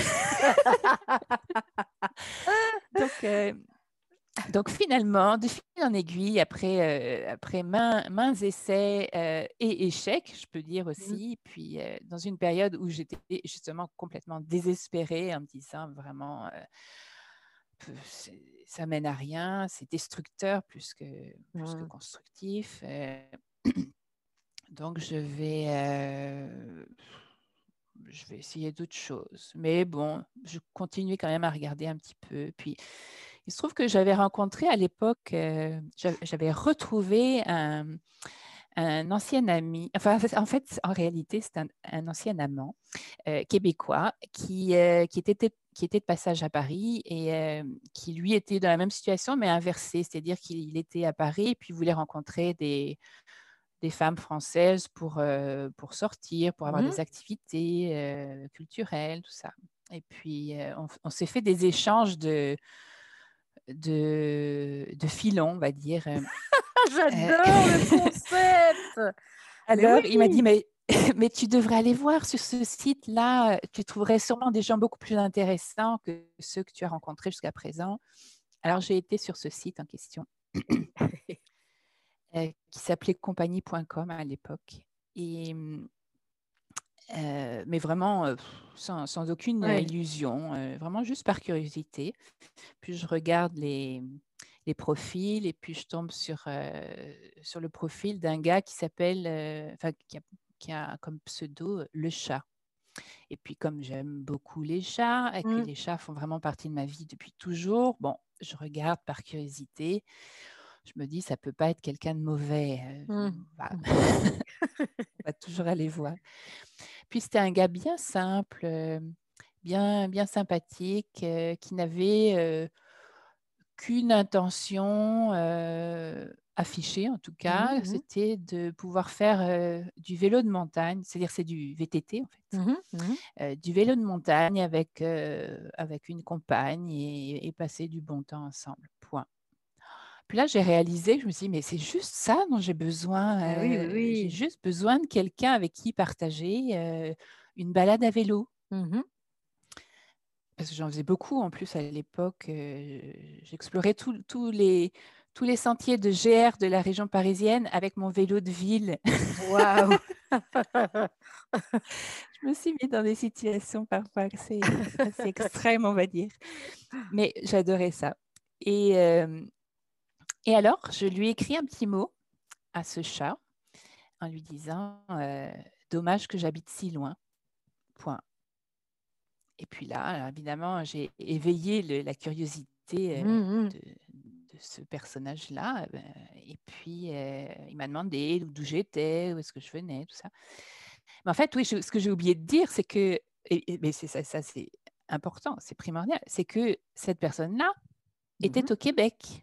Donc, heu Donc finalement, de fil en aiguille, après, heu, après maint maints essais, heu et échecs, je peux dire Mmh. aussi, puis, heu, dans une période où j'étais justement complètement désespérée en me disant vraiment, heu: «Peu c'est ça mène à rien, c'est destructeur plus que plus que Mmh. constructif», heu, donc je vais, heu, je vais essayer d'autres choses. Mais bon, je continuais quand même à regarder un petit peu, puis il se trouve que j'avais rencontré à l'époque, heu, j'av j'avais retrouvé un un ancien ami, enfin, en fait, en réalité, c'est un un ancien amant, heu, québécois qui, heu, qui était qui était de passage à Paris et hem, qui lui était dans la même situation, mais inversée. C'est-à-dire qu'il il était à Paris et puis il voulait rencontrer des des femmes françaises pour, heu, pour sortir, pour avoir Mmh. des activités, heu, culturelles, tout ça. Et puis, heu, on on s'est fait des échanges de de de filons, on va dire, hem, heu, J'adore le concept! Mais alors il m'a dit: oui! «Mais mais tu devrais aller voir sur ce site-là, heu, tu trouverais sûrement des gens beaucoup plus intéressants que ceux que tu as rencontrés jusqu'à présent». Alors j'ai été sur ce site en question, heu, qui s'appelait compagnie point com à l'époque et mmh, heu, mais vraiment, heu, sans sans aucune, heu, Ouais. illusion, heu, vraiment juste par curiosité. Puis je regarde les les profils et puis je tombe sur, heu, sur le profil d'un gars qui s'appelle, heu, enfin qui a qui a comme pseudo, heu, Le Chat. Et puis comme j'aime beaucoup les chats et que Mmh. les chats font vraiment partie de ma vie depuis toujours, bon, je regarde par curiosité. Je me dis: «Ça peut pas être quelqu'un de mauvais, heu, Mmh. on va Mmh. on va toujours aller voir». Puis c'était un gars bien simple, hem, bien bien sympathique, heu, qui n'avait, heu qu'une intention, heu, affichée en tout Mmh cas, mh. c'était de pouvoir faire, heu, du vélo de montagne, c'est-à-dire c'est du V T T en fait, Mmh mh. Mmh. heu, du vélo de montagne avec, heu, avec une compagne et et passer du bon temps ensemble, point. Puis là, j'ai réalisé, je me suis dit: «Mais c'est juste ça dont j'ai besoin, Ah oui, oui, heu, j'ai oui. juste besoin de quelqu'un avec qui partager, heu, une balade à vélo». Mmh mh. Parce que j'en faisais beaucoup en plus à l'époque, heu, j'explorais tous tous les tous les sentiers de G R de la région parisienne avec mon vélo de ville. Waouh! Je me suis mis dans des situations parfois assez assez extrêmes, on va dire, mais j'adorais ça et hem et alors je lui ai écrit un petit mot à ce chat en lui disant, heu: «Dommage que j'habite si loin, point». Et puis là, alors évidemment, j'ai éveillé le la curiosité, heu, Mmh mh. de de ce personnage-là, heu, et puis, heu, il m'a demandé d'où j'étais, où est-ce que je venais, tout ça. Mais en fait, oui, je ce que j'ai oublié de dire, c'est que et et mais c'est ça ça c'est important, c'est primordial, c'est que cette personne-là Mmh mh. était au Québec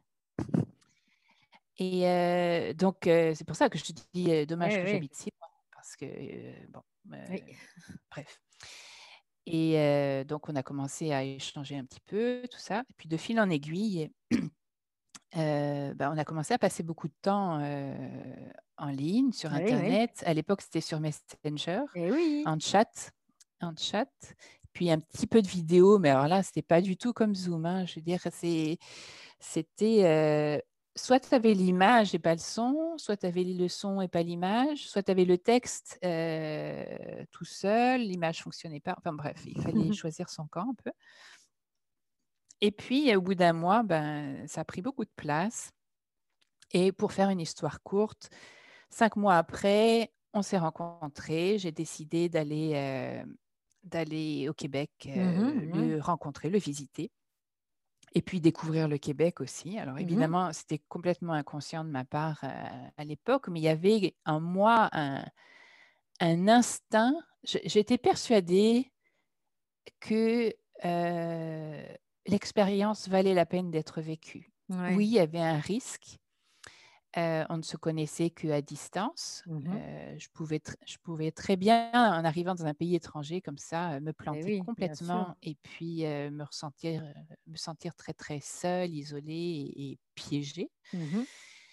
et heu, donc heu, c'est pour ça que je te dis, heu: «Dommage Oui, que oui. j'habite ici», parce que, heu, bon, heu, Oui. bref. Et heu, donc on a commencé à échanger un petit peu, tout ça et puis de fil en aiguille, heu, bah, on a commencé à passer beaucoup de temps, heu, en ligne, sur Oui, oui. internet. À l'époque, c'était sur Messenger, Et oui. en chat en chat, puis un petit peu de vidéo, mais alors là, c'était pas du tout comme Zoom, hein. Je veux dire, c'est c'était, heu, soit tu avais l'image et pas le son, soit tu avais le son et pas l'image, soit tu avais le texte, heu, tout seul, l'image fonctionnait pas. Enfin bref, il fallait choisir son camp un peu Et puis, au bout d'un mois, ben, ça a pris beaucoup de place et pour faire une histoire courte, cinq mois après, on s'est rencontrés. J'ai décidé d'aller, heu, d'aller au Québec, Mmh heu, mh, ouais. le rencontrer, le visiter et puis découvrir le Québec aussi. Alors Mmh mh. évidemment, c'était complètement inconscient de ma part, heu, à l'époque, mais il y avait en moi un un instinct. Je j'étais persuadée que, heu, l'expérience valait la peine d'être vécue. Ouais. Oui, il y avait un risque, heu, on ne se connaissait qu'à distance. Mmh mh. Heu, je pouvais tr je pouvais très bien, en arrivant dans un pays étranger comme ça, heu, me Et planter oui, bien sûr. complètement et puis, heu, me ressentir, heu, me sentir très, très seule, isolée et et piégée. Mmh mh.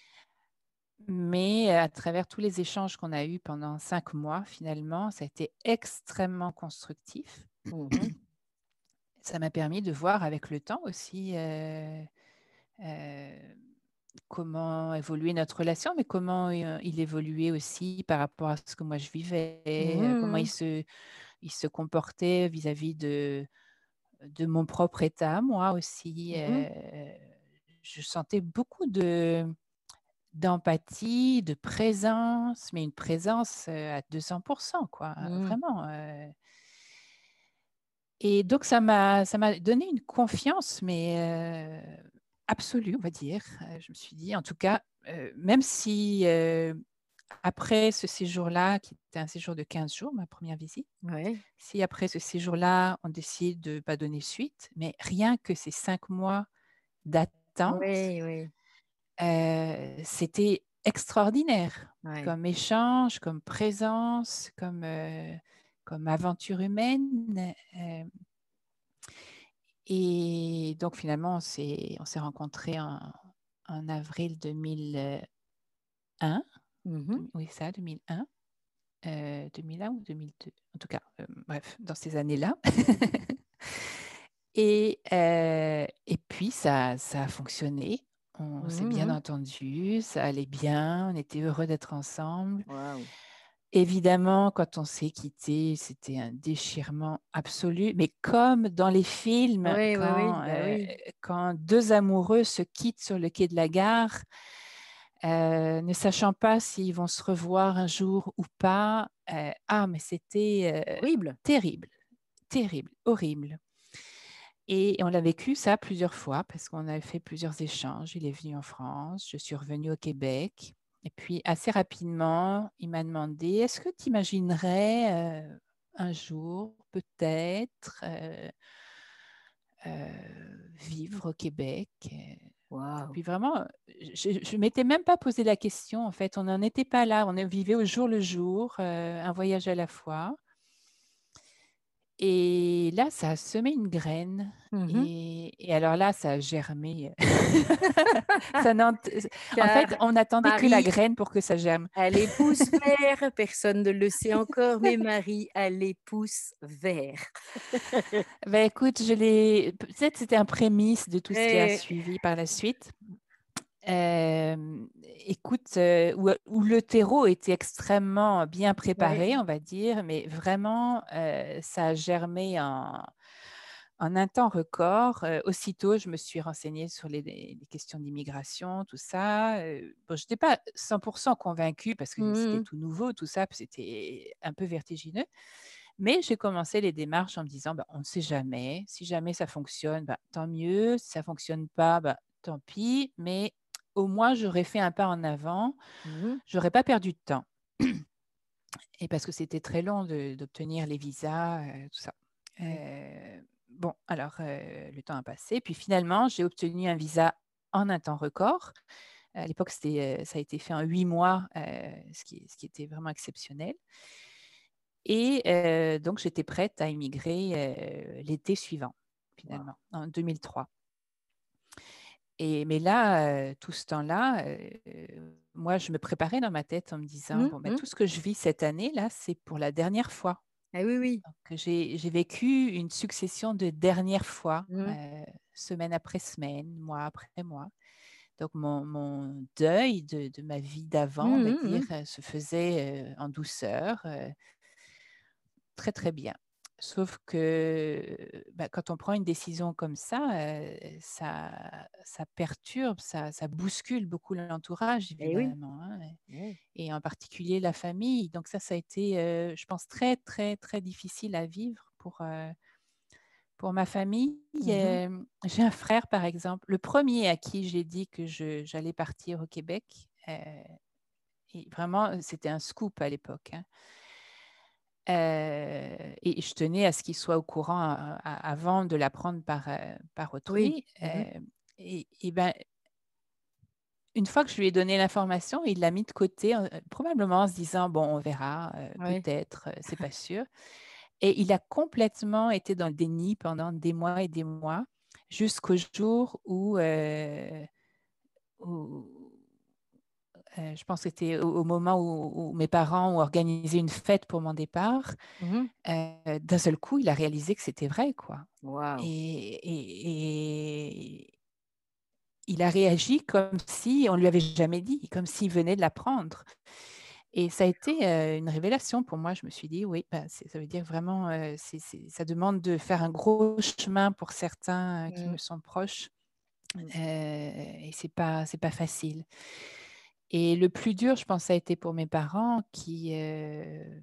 Mais à travers tous les échanges qu'on a eus pendant cinq mois, finalement, ça a été extrêmement constructif. Mmh mh. Ça m'a permis de voir avec le temps aussi, heu heu, comment évoluait notre relation, mais comment, heu, il évoluait aussi par rapport à ce que moi je vivais, Mmh heu, comment il mh. se il se comportait vis-à-vis de de mon propre état, moi aussi, Mmh mh. heu, je sentais beaucoup de d'empathie, de présence, mais une présence, heu, à deux cents quoi, Mmh. vraiment, heu et donc ça m'a ça m'a donné une confiance, mais heu, absolue, on va dire. Heu, je me suis dit en tout cas, heu, même si, heu, après ce séjour-là, qui était un séjour de quinze jours, ma première visite, Ouais. si après ce séjour-là, on décide de pas donner suite, mais rien que ces cinq mois d'attente, Oui, oui. heu, c'était extraordinaire Ouais. comme échange, comme présence, comme, heu, comme aventure humaine, hem et donc finalement, on s'est on s'est rencontrés en en avril deux mille un. Mmh mh. Deux oui, ça, deux mille un, heu, deux mille un ou deux mille deux? En tout cas, hem, bref, dans ces années-là et heu et puis ça ça a fonctionné. On Mmh s'est bien mh. entendus, ça allait bien, on était heureux d'être ensemble. Waouh! Évidemment, quand on s'est quittés, c'était un déchirement absolu, mais comme dans les films, Oui, oui, oui, quand, bah heu, oui. quand deux amoureux se quittent sur le quai de la gare, heu, ne sachant pas s'ils vont se revoir un jour ou pas, heu, ah mais c'était, heu, Horrible. terrible, terrible, horrible et on l'a vécu ça plusieurs fois parce qu'on a fait plusieurs échanges. Il est venu en France, je suis revenue au Québec et puis assez rapidement, il m'a demandé: «Est-ce que tu imaginerais, heu, un jour peut-être, heu heu, vivre au Québec?» heu et Waouh! puis vraiment, je je m'étais même pas posé la question en fait, on n'en était pas là, on vivait au jour le jour, heu, un voyage à la fois. Et là, ça a semé une graine Mmh mh. et et alors là, ça a germé. Ça n'ent en Car fait, on n'attendait que la Marie graine pour que ça germe. a les pouces verts, personne ne le sait encore, mais Marie a les pouces verts. Bah, écoute, je l'ai peut-être c'était un prémisse de tout ce qui a Et suivi par la suite. Hem, écoute, heu, où où le terreau était extrêmement bien ouais. préparé, on va dire, mais vraiment, heu, ça a germé en en un temps record. Heu, aussitôt, je me suis renseignée sur les les les questions d'immigration, tout ça, heu, bon, j'étais pas cent pour cent convaincue parce que Mmh c'était mh. tout nouveau, tout ça, puis c'était un peu vertigineux, mais j'ai commencé les démarches en me disant: «Bah, on ne sait jamais, si jamais ça fonctionne, bah, tant mieux, si ça fonctionne pas, bah, tant pis, mais au moins j'aurais fait un pas en avant, Mmh mh. j'aurais pas perdu de temps» et parce que c'était très long de d'obtenir les visas, heu, tout ça. Oui. Heu, bon, alors, heu, le temps a passé, puis finalement, j'ai obtenu un visa en un temps record. À l'époque, c'était, heu, ça a été fait en huit mois, heu, ce qui ce qui était vraiment exceptionnel et heu, donc j'étais prête à immigrer, heu, l'été suivant, Waouh! finalement, en deux mille trois et mais là, heu, tout ce temps-là, heu, moi, je me préparais dans ma tête en me disant: Mmh «Bon, bah, mh. tout ce que je vis cette année-là, c'est pour la dernière fois». Ah oui, oui. Que j'ai j'ai vécu une succession de dernières fois, Mmh. heu, semaine après semaine, mois après mois. Donc mon mon deuil de de ma vie d'avant, on Mmh va mh, dire, mmh. heu, se faisait, heu, en douceur, heu, très, très bien. Sauf que, bah, quand on prend une décision comme ça, heu, ça ça perturbe, ça ça bouscule beaucoup l'entourage Eh oui, évidemment, hein, oui. et en particulier la famille. Donc ça, ça a été, heu, je pense très, très, très difficile à vivre pour, heu, pour ma famille. Mmh. Hem, j'ai un frère, par exemple, le premier à qui j'ai dit que je j'allais partir au Québec, heu et vraiment, c'était un scoop à l'époque, hein. Heu et je tenais à ce qu'il soit au courant a a avant de l'apprendre par, heu, par Oui. autrui, Mmh. hem et et ben, une fois que je lui ai donné l'information, il l'a mis de côté, heu, probablement en se disant: «Bon, on verra, heu, Ouais. peut-être, heu, c'est pas sûr», et il a complètement été dans le déni pendant des mois et des mois, jusqu'au jour où, heu, où Heu, je pense que c'était au au moment où où mes parents ont organisé une fête pour mon départ. Mmh. Heu, d'un seul coup, il a réalisé que c'était vrai, quoi, Waouh! et et et il a réagi comme si on ne lui avait jamais dit, comme s'il venait de l'apprendre, et ça a été, heu, une révélation pour moi. Je me suis dit: «Oui, bah, c'est ça veut dire vraiment, heu, c'est c'est ça demande de faire un gros chemin pour certains, heu, qui Mmh. me sont proches, Mmh. heu et c'est pas c'est pas facile». Et le plus dur, je pense, ça a été pour mes parents qui, heu,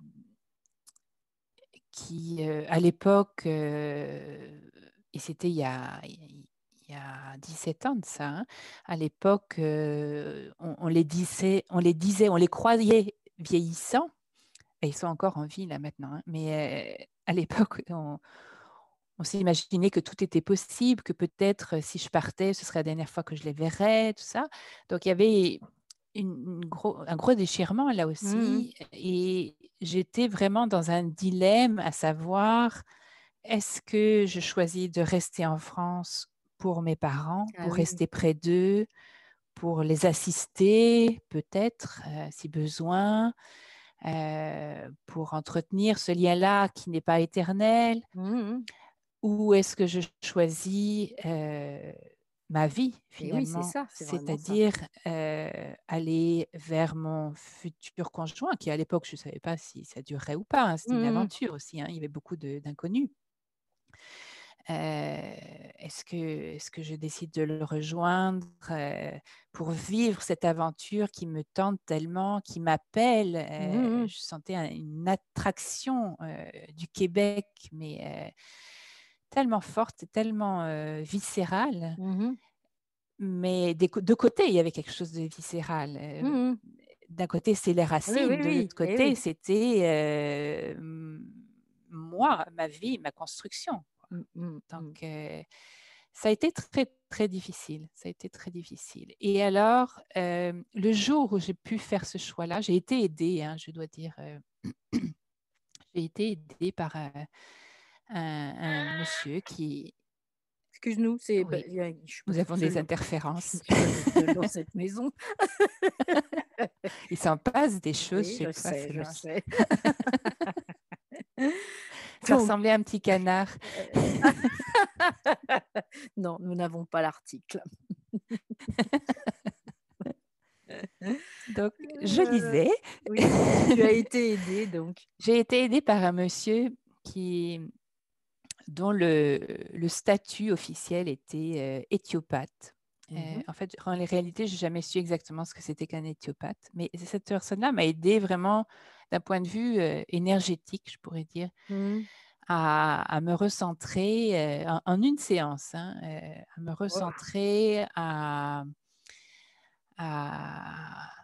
qui, heu, à l'époque, heu et c'était il y a il y a dix-sept ans de ça, hein. À l'époque, heu, on on les disait on les disait, on les croyait vieillissants, et ils sont encore en vie là maintenant, hein, mais, heu, à l'époque, on on s'imaginait que tout était possible, que peut-être, heu, si je partais, ce serait la dernière fois que je les verrais, tout ça. Donc il y avait une une gros un gros déchirement là Mmh mh. aussi, et j'étais vraiment dans un dilemme, à savoir: est-ce que je choisis de rester en France pour mes parents, Ah pour oui. rester près d'eux, pour les assister peut-être, heu, si besoin, heu, pour entretenir ce lien-là qui n'est pas éternel? Mmh mh. Ou est-ce que je choisis, heu, ma vie Et oui, c'est finalement? ça, c'est vraiment ça. C'est-à-dire, heu, aller vers mon futur conjoint qui à l'époque je ne savais pas si ça durerait ou pas, hein, c'était une Mmh mh. aventure aussi, hein, il y avait beaucoup de d'inconnus. Heu, est-ce que est-ce que je décide de le rejoindre, heu, pour vivre cette aventure qui me tente tellement, qui m'appelle? Mmh Heu, mh. je sentais un une attraction, heu, du Québec, mais, heu, tellement forte et tellement, heu, viscérale. Mmh mh. Mais des co deux côtés, il y avait quelque chose de viscéral. Mmh Heu, mh. d'un côté, c'est les Oui, oui, racines, de oui. l'autre Eh côté, oui. c'était, heu, mmh, moi, ma vie, ma construction. Mmh mh. Donc, Mmh. heu, ça a été très, très difficile, ça a été très difficile, et alors, hem, le jour où j'ai pu faire ce choix-là, j'ai été aidée, hein, je dois dire, heu, j'ai été aidée par, heu, un un monsieur qui Excuse-nous, c'est bah, oui, il y a je suis pas nous toute avons des seule dans je ne interférences. suis pas toute seule dans cette maison. Il s'en passe des choses Oui, chez je toi, sais, c'est je vrai. sais. Ça Donc, ressemblait à un petit canard. heu, non, nous n'avons pas l'article. Donc je Heu, lisais. oui, tu as été aidée donc. J'ai été aidée par un monsieur qui dont le le statut officiel était, heu, éthiopathe. Mmh Heu, mh. en fait, en réalité, j'ai jamais su exactement ce que c'était qu'un éthiopathe, mais cette personne-là m'a aidée vraiment d'un point de vue, heu, énergétique, je pourrais dire, Mmh. à à me recentrer, heu, en en une séance, hein, heu, à me Oh. recentrer, à à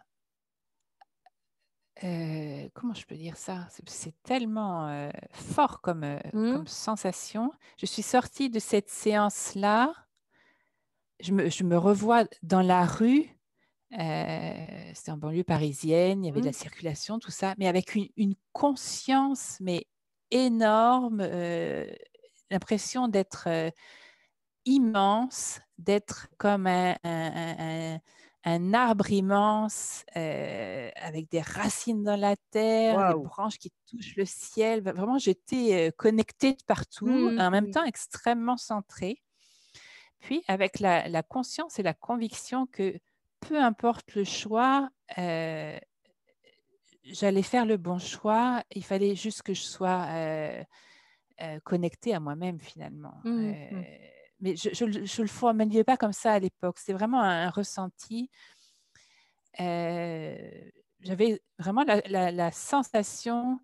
Heu, comment je peux dire ça? C'est c'est tellement, heu, fort comme, heu, Mmh. comme sensation. Je suis sortie de cette séance-là, je me je me revois dans la rue, heu, c'était en banlieue parisienne, il y avait de la Mmh. circulation, tout ça, mais avec une une conscience, mais énorme, heu, l'impression d'être, heu, immense, d'être comme un un un un un arbre immense, heu, avec des racines dans la terre, des Waouh! branches qui touchent le ciel. Va Vraiment, j'étais, heu, connectée de partout, Mmh en même temps mh. extrêmement centrée. Puis avec la la conscience et la conviction que peu importe le choix, heu, j'allais faire le bon choix. Il fallait juste que je sois, heu euh, connectée à moi-même finalement. Mmh Euh, mh. mais je je le je le formulais pas comme ça à l'époque. C'est vraiment un un ressenti. Heu, J'avais vraiment la la la sensation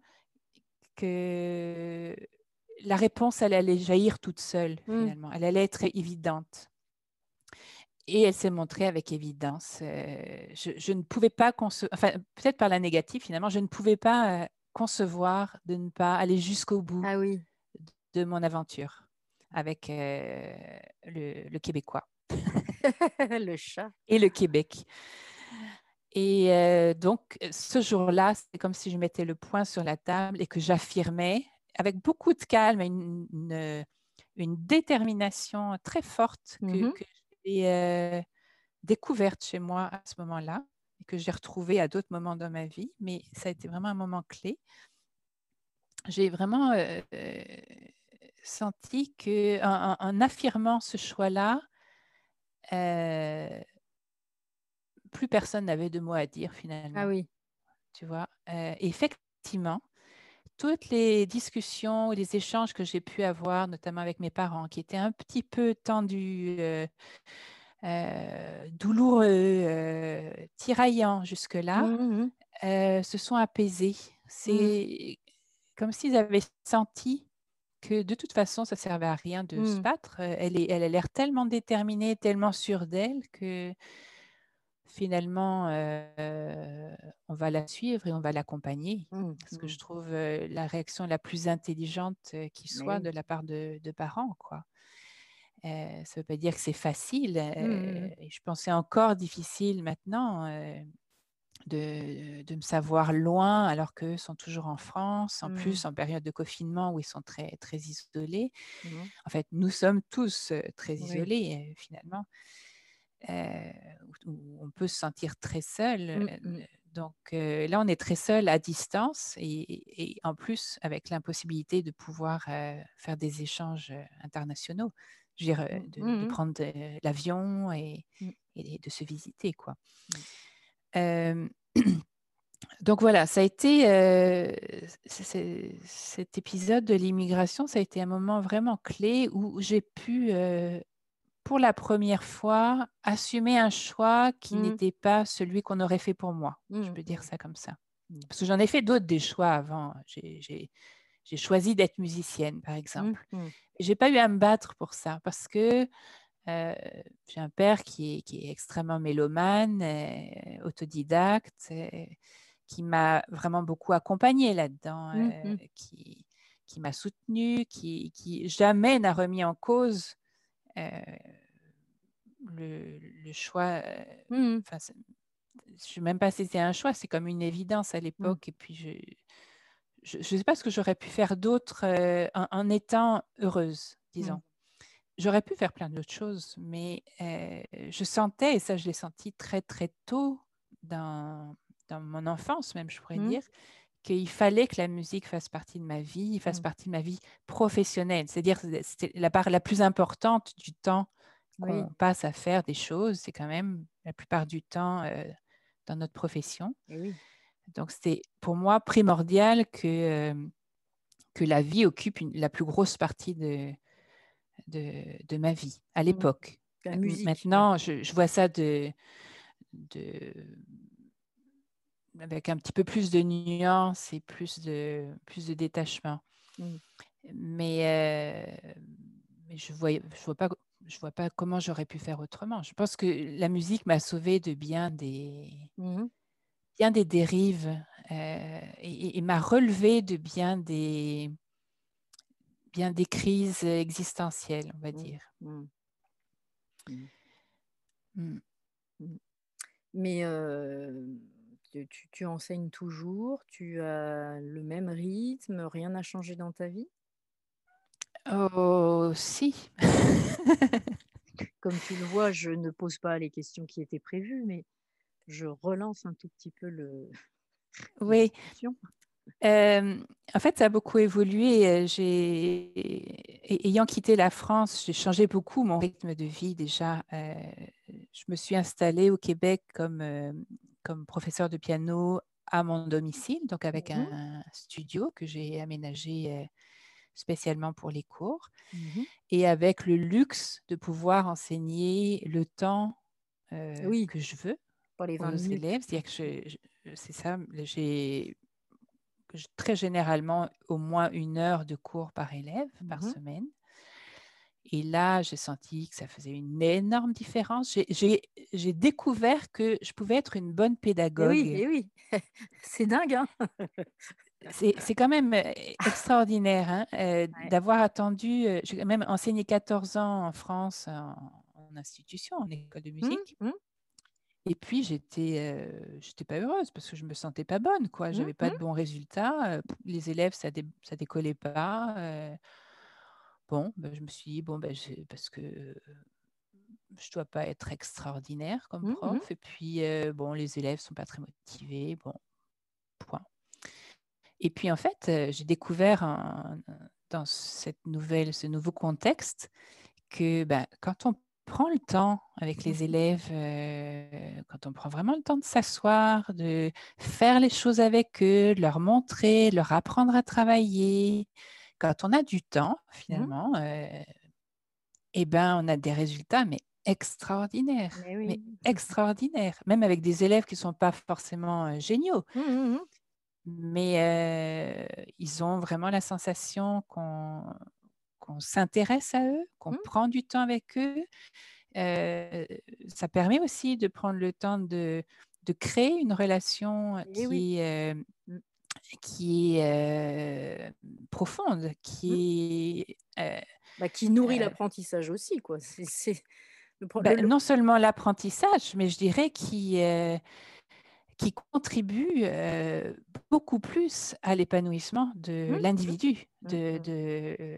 que la réponse, elle allait jaillir toute seule Mmh. finalement. Elle allait être évidente et elle s'est montrée avec évidence. Heu, je je ne pouvais pas conce enfin, peut-être par la négative finalement, je ne pouvais pas, heu, concevoir de ne pas aller jusqu'au bout Ah oui, de mon aventure avec, heu, le le Québécois le chat. et le Québec. Et heu, donc ce jour-là, c'est comme si je mettais le poing sur la table et que j'affirmais avec beaucoup de calme et une une, une détermination très forte Mmh que mh. que j'ai, heu, découverte chez moi à ce moment-là et que j'ai retrouvée à d'autres moments dans ma vie, mais ça a été vraiment un moment clé. J'ai vraiment, heu, senti qu'en en en affirmant ce choix-là, heu, plus personne n'avait de mots à dire Ah finalement, oui. tu vois? Heu, effectivement, toutes les discussions, les échanges que j'ai pu avoir, notamment avec mes parents, qui étaient un petit peu tendus, heu heu, douloureux, heu, tiraillants jusque-là, Mmh mh. heu, se sont apaisés. Mmh. C'est comme s'ils avaient senti que de toute façon, ça servait à rien de se Mmh. battre. Heu, elle est elle a l'air tellement déterminée, tellement sûre d'elle que finalement, heu, on va la suivre et on va l'accompagner. Mmh. Ce que Mmh. je trouve, heu, la réaction la plus intelligente, heu, qui Mais soit oui. de la part de de parents, quoi. Heu, ça ne veut pas dire que c'est facile, heu Mmh mh mh. et je pense que c'est encore difficile maintenant, heu, de de me savoir loin alors qu'eux sont toujours en France, en Mmh. plus en période de confinement où ils sont très, très isolés. Mmh. En fait, nous sommes tous, heu, très Oui. isolés, heu, finalement. Heu, où où on peut se sentir très seul, heu, Mmh mh. donc heu, là, on est très seul à distance et et en plus avec l'impossibilité de pouvoir, heu, faire des échanges, heu, internationaux. Je veux dire, heu, Mmh. de Mmh de mh. prendre, heu, l'avion et Mmh. et de se visiter, quoi. Mmh. Hem, donc voilà, ça a été, heu, c c'est cet épisode de l'immigration, ça a été un moment vraiment clé où j'ai pu, heu pour la première fois, assumer un choix qui Mmh. n'était pas celui qu'on aurait fait pour moi. Je Mmh peux dire mh. ça comme ça. Mmh. Parce que j'en ai fait d'autres des choix avant. J'ai j'ai j'ai choisi d'être musicienne, par Mmh exemple. mh. J'ai pas eu à me battre pour ça parce que, heu, j'ai un père qui est qui est extrêmement mélomane, heu, autodidacte, heu, qui m'a vraiment beaucoup accompagnée là-dedans, Mmh heu, mh. qui qui m'a soutenue, qui qui jamais n'a remis en cause, heu le le choix, heu, Mmh mh. enfin, c'est je sais même pas si c'est un choix, c'est comme une évidence à Mmh. l'époque et puis je je je sais pas ce que j'aurais pu faire d'autre, heu, en en étant heureuse, Mmh. disons. J'aurais pu faire plein d'autres choses, mais heu, je sentais et ça je l'ai senti très, très tôt dans dans mon enfance même, je pourrais Mmh. dire, qu'il fallait que la musique fasse partie de ma vie, fasse Mmh. partie de ma vie professionnelle. C'est-à-dire que c'était la part la plus importante du temps Oui. qu'on passe à faire des choses, c'est quand même la plupart du temps, heu, dans notre profession. Et oui. Donc c'était pour moi primordial que, hem, que la vie occupe une la plus grosse partie de de de ma vie, à Mmh. l'époque. La Heu, musique, oui. maintenant, je je vois ça de de avec un petit peu plus de nuances et plus de plus de détachement. Mmh. Mais, heu, mais je voyais je vois pas je vois pas comment j'aurais pu faire autrement. Je pense que la musique m'a sauvée de bien des Mmh mh. bien des dérives, heu, et et et m'a relevée de bien des bien des crises existentielles, on va Mmh. dire. Mmh. Mmh. Mmh. Mmh. Mais hem, tu tu tu enseignes toujours? Tu as le même rythme? Rien n'a changé dans ta vie? Oh si! Comme tu le vois, je ne pose pas les questions qui étaient prévues, mais je relance un tout petit peu le la Oui. discussion. Hem, En fait, ça a beaucoup évolué, heu, j'ai ay ayant quitté la France, j'ai changé beaucoup mon rythme de vie déjà, heu, je me suis installée au Québec comme, hem, comme professeure de piano à mon domicile, donc avec Mmh mh. un studio que j'ai aménagé, heu, spécialement pour les cours Mmh. et avec le luxe de pouvoir enseigner le temps, heu, Oui, que je veux pas les vingt aux minutes. élèves. C'est-à-dire que je je c'est ça, j'ai j très généralement au moins une heure de cours par élève par Mmh. semaine et là, j'ai senti que ça faisait une énorme différence. J'ai j'ai j'ai découvert que je pouvais être une bonne Et oui, pédagogue. et oui, c'est dingue, hein? C'est c'est quand même, heu, extraordinaire, hein, heu, Ouais. d'avoir attendu, heu, j'ai même enseigné quatorze ans en France en en institution, en école de Mmh, musique mmh, et puis j'étais, heu, j'étais pas heureuse parce que je me sentais pas bonne, quoi. mmh, J'avais pas de mmh, bons résultats, heu, les élèves ça dé ça décollait pas, heu, bon, bah, je me suis dit: «Bon, bah, j'ai parce que, heu, je dois pas être extraordinaire comme mmh, mmh. prof et puis, heu, bon, les élèves sont pas très motivés, bon, point». Et puis en fait, heu, j'ai découvert un dans cette nouvelle ce nouveau contexte que, bah, quand on prend le temps avec les élèves, heu, quand on prend vraiment le temps de s'asseoir, de faire les choses avec eux, de leur montrer, de leur apprendre à travailler, quand on a du temps Mmh. finalement, heu et ben, on a des résultats mais extraordinaires, Mais mais oui. extraordinaires, même avec des élèves qui ne sont pas forcément, heu, géniaux. Mmh mh, mmh. Mais heu, ils ont vraiment la sensation qu'on qu'on s'intéresse à eux, qu'on Mmh. prend du temps avec eux. Heu, Ça permet aussi de prendre le temps de de créer une relation Et oui. qui est, heu, Mmh, qui est, heu, profonde, mmh. qui est, heu Bah, qui nourrit heu, l'apprentissage aussi, quoi. C'est c'est le pro bah, le le non seulement l'apprentissage, mais je dirais qui, heu, qui contribue, heu, beaucoup plus à l'épanouissement de mmh, mmh, l'individu, mmh, de mmh, de, heu,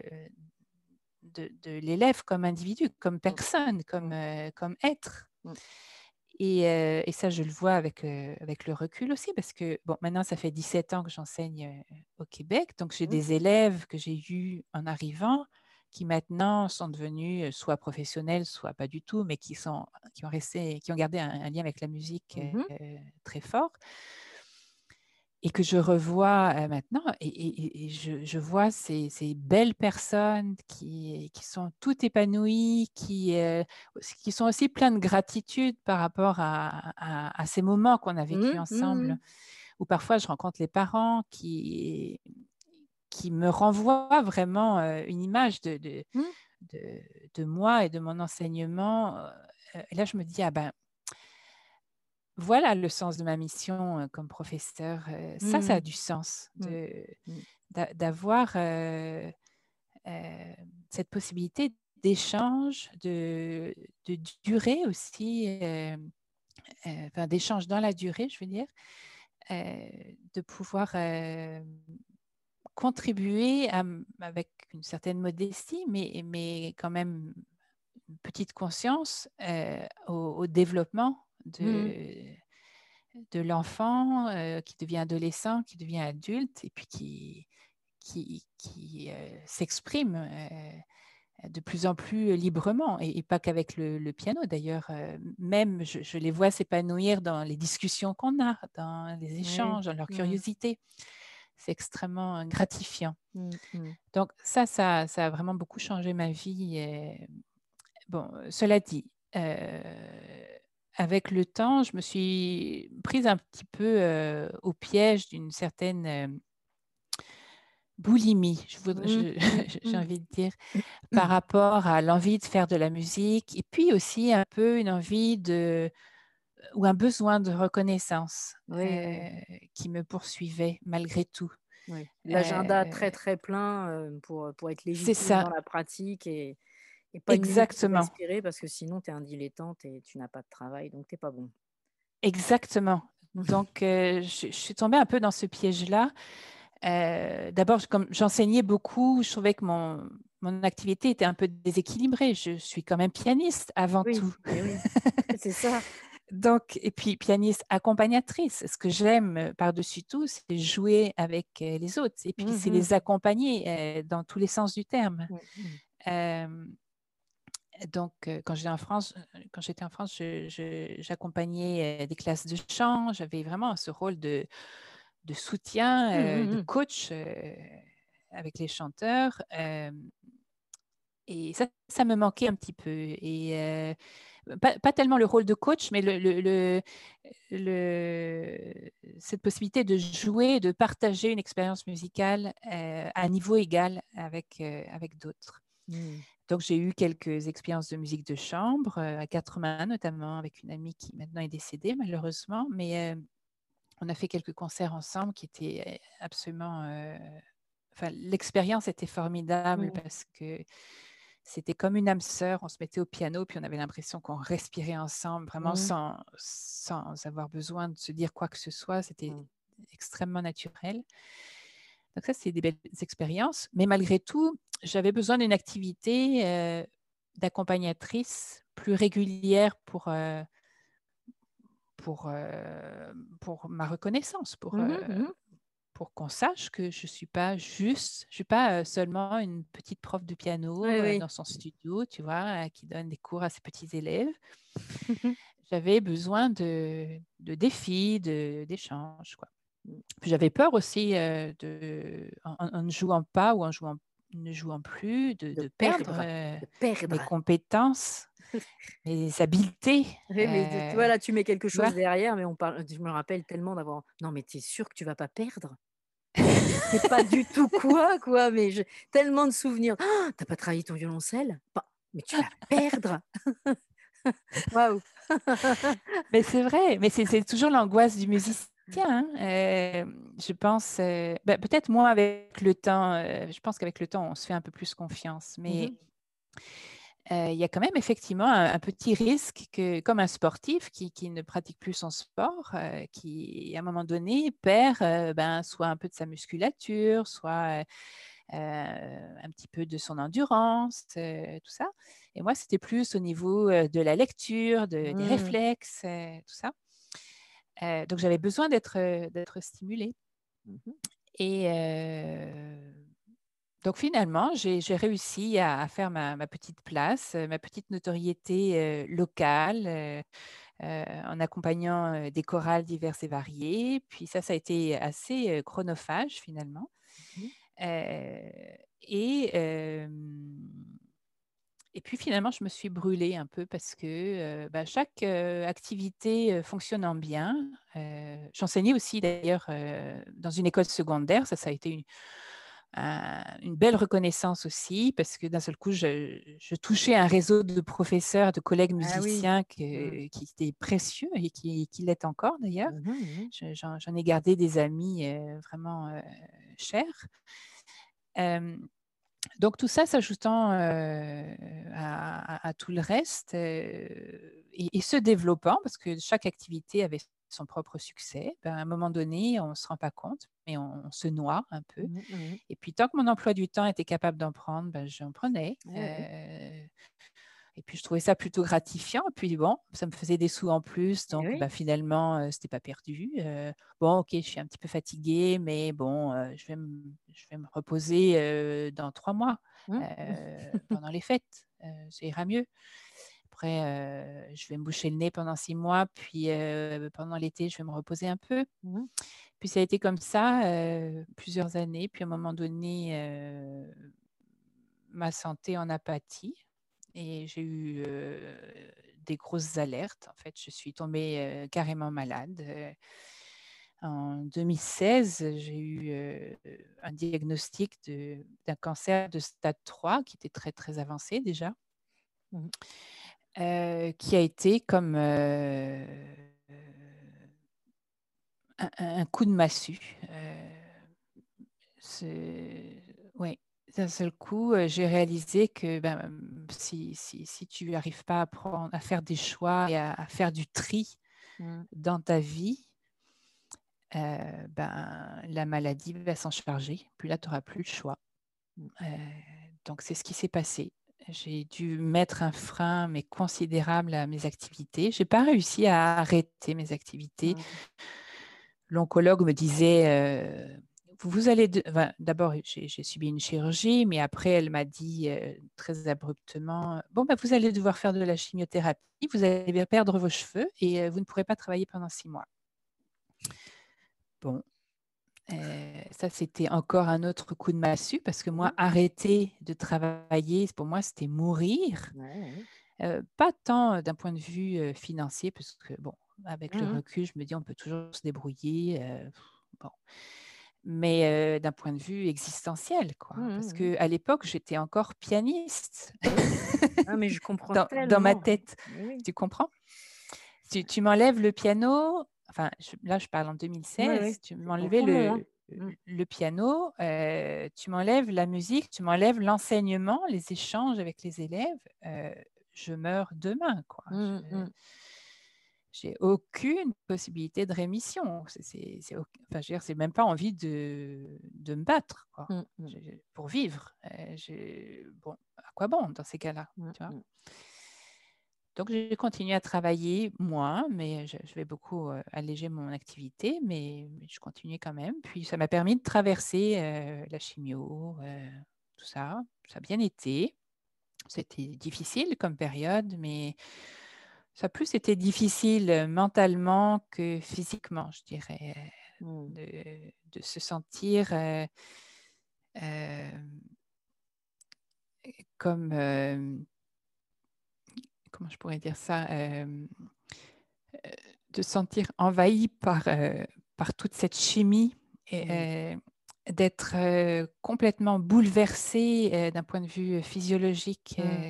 de de l'élève comme individu, comme mmh, personne, comme, mmh, heu, comme être mmh, et heu et ça je le vois avec, heu, avec le recul aussi parce que bon maintenant ça fait dix-sept ans que j'enseigne, heu, au Québec, donc j'ai mmh, des élèves que j'ai eus en arrivant qui maintenant sont devenus, heu, soit professionnels, soit pas du tout, mais qui sont qui ont resté qui ont gardé un un lien avec la musique, mmh mh. heu, très fort et que je revois, heu, maintenant et et et et je je vois ces ces belles personnes qui qui sont toutes épanouies, qui, heu, aussi qui sont aussi plein de gratitude par rapport à à à ces moments qu'on a vécus Mmh, mmh ensemble. Ou parfois je rencontre les parents qui qui me renvoient vraiment, heu, une image de de mmh. de de moi et de mon enseignement, heu, et là je me dis: «Ah ben, voilà le sens de ma mission, heu, comme professeur, heu, ça, ça a Mmh. du sens Mmh. de Mmh. d'a d'avoir, heu, heu, cette possibilité d'échange, de de durée aussi, hem, heu, enfin d'échange dans la durée, je veux dire, heu, de pouvoir, hem, contribuer à m avec une certaine modestie, mais mais quand même une petite conscience, heu, au au développement Mmh. de de l'enfant, heu, qui devient adolescent, qui devient adulte et puis qui qui qui, heu, s'exprime, heu, de plus en plus librement et et pas qu'avec le le piano d'ailleurs, heu, même je je les vois s'épanouir dans les discussions qu'on a, dans les Oui. échanges, dans leur Mmh. curiosité. C'est extrêmement gratifiant. Mmh mh. Donc ça, ça ça a vraiment beaucoup changé ma vie et bon, cela dit, heu, avec le temps, je me suis prise un petit peu, heu, au piège d'une certaine, hem, boulimie, je voudrais Mmh. je Mmh. j'ai Mmh. envie de dire, par rapport à l'envie de faire de la musique et puis aussi un peu une envie de ou un besoin de reconnaissance, Oui, oui, heu, qui me poursuivait malgré tout. oui. L'agenda très, Heu, très plein, heu, pour, pour être c'est légitime ça, dans la pratique et et pas une minute pour exactement, respirer parce que sinon tu es un dilettante et tu n'as pas de travail, donc tu es pas bon. exactement. Donc heu, je je suis tombée un peu dans ce piège-là. Heu, d'abord, j comme j'enseignais beaucoup, je trouvais que mon mon activité était un peu déséquilibrée. Je suis quand même pianiste avant Oui, tout. et oui, c'est ça. Donc et puis pianiste accompagnatrice. Ce que j'aime, heu, par-dessus tout, c'est jouer avec, heu, les autres et puis Mmh c'est mh. les accompagner, heu, dans tous les sens du terme. Mmh mh. Hem, donc heu, quand j'étais en France, heu, quand j'étais en France, je je j'accompagnais, heu, des classes de chant. J'avais vraiment ce rôle de de Mmh soutien, heu, mh de mh. coach, heu avec les chanteurs. Euh, et ça, ça me manquait un petit peu. Et euh, pas, pas tellement le rôle de coach, mais le, le, le, le- cette possibilité de jouer, de partager une expérience musicale euh, à un niveau égal avec, euh, avec d'autres. Mmh. Donc, j'ai eu quelques expériences de musique de chambre, euh, à quatre mains notamment, avec une amie qui maintenant est décédée malheureusement, mais euh, on a fait quelques concerts ensemble qui étaient absolument... euh, Enfin, l'expérience était formidable Mmh. parce que c'était comme une âme sœur. On se mettait au piano, puis on avait l'impression qu'on respirait ensemble, vraiment Mmh. sans, sans avoir besoin de se dire quoi que ce soit. C'était Mmh. extrêmement naturel. Donc ça, c'est des belles expériences. Mais malgré tout, j'avais besoin d'une activité euh, d'accompagnatrice plus régulière pour, euh, pour, euh, pour ma reconnaissance, pour, Mmh euh, mh. Mmh. pour qu'on sache que je ne suis pas juste, je ne suis pas euh, seulement une petite prof de piano Oui, euh, oui. dans son studio, tu vois, euh, qui donne des cours à ses petits élèves. J'avais besoin de, de défis, de, d'échanges, quoi. Mmh. Puis j'avais peur aussi, euh, de, en, en ne jouant pas ou en jouant, ne jouant plus, de, De de perdre perdre, euh, de mes perdre. compétences, mes habiletés. Oui, mais tu tu euh, vois, là, tu mets quelque tu vois. chose derrière, mais on parle je me rappelle tellement d'avoir: «Non, mais tu es sûre que tu vas pas perdre?» Je sais pas du tout quoi, quoi, mais je tellement de souvenirs. «Ah, tu as pas travaillé ton violoncelle? Pas mais tu vas perdre!» Waouh! Mais c'est vrai, mais c'est c'est toujours l'angoisse du musicien, hein. Euh, je pense, euh, ben, peut-être moins avec le temps, euh, je pense qu'avec le temps, on se fait un peu plus confiance, Mmh mais mh. euh, il y a quand même effectivement un, un petit risque que, comme un sportif qui, qui ne pratique plus son sport, euh, qui à un moment donné perd euh, ben, soit un peu de sa musculature, soit euh, euh, un petit peu de son endurance, euh, tout ça. Et moi, c'était plus au niveau euh, de la lecture, de- des Mmh. réflexes, euh, tout ça. Euh, donc, j'avais besoin d'être euh, d'être stimulée. Mmh mh. Et euh, donc, finalement, j'ai j'ai réussi à, à faire ma, ma petite place, euh, ma petite notoriété euh, locale, euh, euh, en accompagnant euh, des chorales diverses et variées. Puis ça, ça a été assez euh, chronophage, finalement. Mmh. Euh, et, euh, et puis finalement, je me suis brûlée un peu parce que euh, bah, chaque euh, activité euh, fonctionnant bien, euh, j'enseignais aussi d'ailleurs euh, dans une école secondaire, ça, ça a été une, un- une belle reconnaissance aussi parce que d'un seul coup, je, je touchais un réseau de professeurs, de collègues Ah oui. musiciens Mmh. que- qui étaient précieux et qui, qui l'est encore d'ailleurs. Mmh mh. Mmh. Je- J'en, j'en ai gardé des amis euh, vraiment euh, chers. Euh, donc tout ça s'ajoutant euh, à, à- à tout le reste euh, et, et se développant, parce que chaque activité avait son propre succès, ben, à un moment donné, on ne se rend pas compte, mais on, on se noie un peu. Mmh. Mmh. Et puis tant que mon emploi du temps était capable d'en prendre, ben, j'en prenais. Ouais, ouais. Euh, et puis je trouvais ça plutôt gratifiant. Et puis bon, ça me faisait des sous en plus, Eh donc oui. ben, finalement, euh, c'était pas perdu. Euh, bon, ok, je suis un petit peu fatiguée, mais bon, euh, je vais me, je vais me reposer euh, dans trois mois Mmh. euh, pendant les fêtes. Euh, ça ira mieux. Après, euh, je vais me boucher le nez pendant six mois, puis euh, pendant l'été, je vais me reposer un peu. Mmh. Puis ça a été comme ça euh, plusieurs années. Puis à un moment donné, euh, ma santé en a pâti et j'ai eu euh, des grosses alertes. En fait, je suis tombée euh, carrément malade. Euh, en deux mille seize, j'ai eu euh, un diagnostic de- d'un cancer de stade trois qui était très, très avancé déjà, Mmh. euh, qui a été comme euh, un, un coup de massue. Euh, c'est- ouais. D'un seul coup, euh, j'ai réalisé que ben, si, si, si tu n'arrives pas à, prendre, à faire des choix et à, à faire du tri Mmh. dans ta vie, euh, ben, la maladie va s'en charger. Puis là, tu n'auras plus le choix. Mmh. Euh, donc, c'est ce qui s'est passé. J'ai dû mettre un frein, mais considérable, à mes activités. Je n'ai pas réussi à arrêter mes activités. Mmh. L'oncologue me disait, euh, vous allez, de... enfin, d'abord, j'ai, j'ai subi une chirurgie, mais après, elle m'a dit euh, très abruptement, bon, ben, vous allez devoir faire de la chimiothérapie, vous allez perdre vos cheveux et euh, vous ne pourrez pas travailler pendant six mois. Bon, Heu, ça, c'était encore un autre coup de massue parce que moi, Mmh. arrêter de travailler, pour moi, c'était mourir. Ouais, ouais. Heu, pas tant, heu, d'un point de vue, heu, financier parce que bon, avec le Mmh mh. recul, je me dis: «On peut toujours se débrouiller», heu, bon. Mais, heu, d'un point de vue existentiel, quoi. Mmh Parce mh, mmh. qu'à l'époque, j'étais encore pianiste Eh oui. Ah mais je comprends dans dans ma tellement. tête. Mais oui. Tu comprends? Tu tu m'enlèves le piano, enfin, je là, je parle en Oui, deux mille seize, oui, tu c'est m'enlevais encore long, hein. le Mmh. le piano, heu, tu m'enlèves la musique, tu m'enlèves l'enseignement, les échanges avec les élèves, heu, je meurs demain, quoi. Je Mmh mh, mmh. j'ai aucune possibilité de rémission. C'est c'est c'est auc enfin, je veux dire, c'est même pas envie de de me battre, quoi. Mmh mh. J'ai pour vivre, heu, j'ai bon, à quoi bon dans ces cas-là, Mmh tu vois? mh. Donc j'ai continué à travailler moins, mais je je vais beaucoup, heu, alléger mon activité, mais mais je continuais quand même. Puis ça m'a permis de traverser, heu, la chimio, heu, tout ça. Ça a bien été. C'était difficile comme période, mais ça a plus été difficile, heu, mentalement que physiquement, je dirais, Mmh. de de se sentir, heu, hem, comme, hem, comment je pourrais dire ça? Hem Heu, de se sentir envahi par, heu, par toute cette chimie Mmh. et heu, d'être, heu, complètement bouleversée, heu, d'un point de vue physiologique, Mmh. heu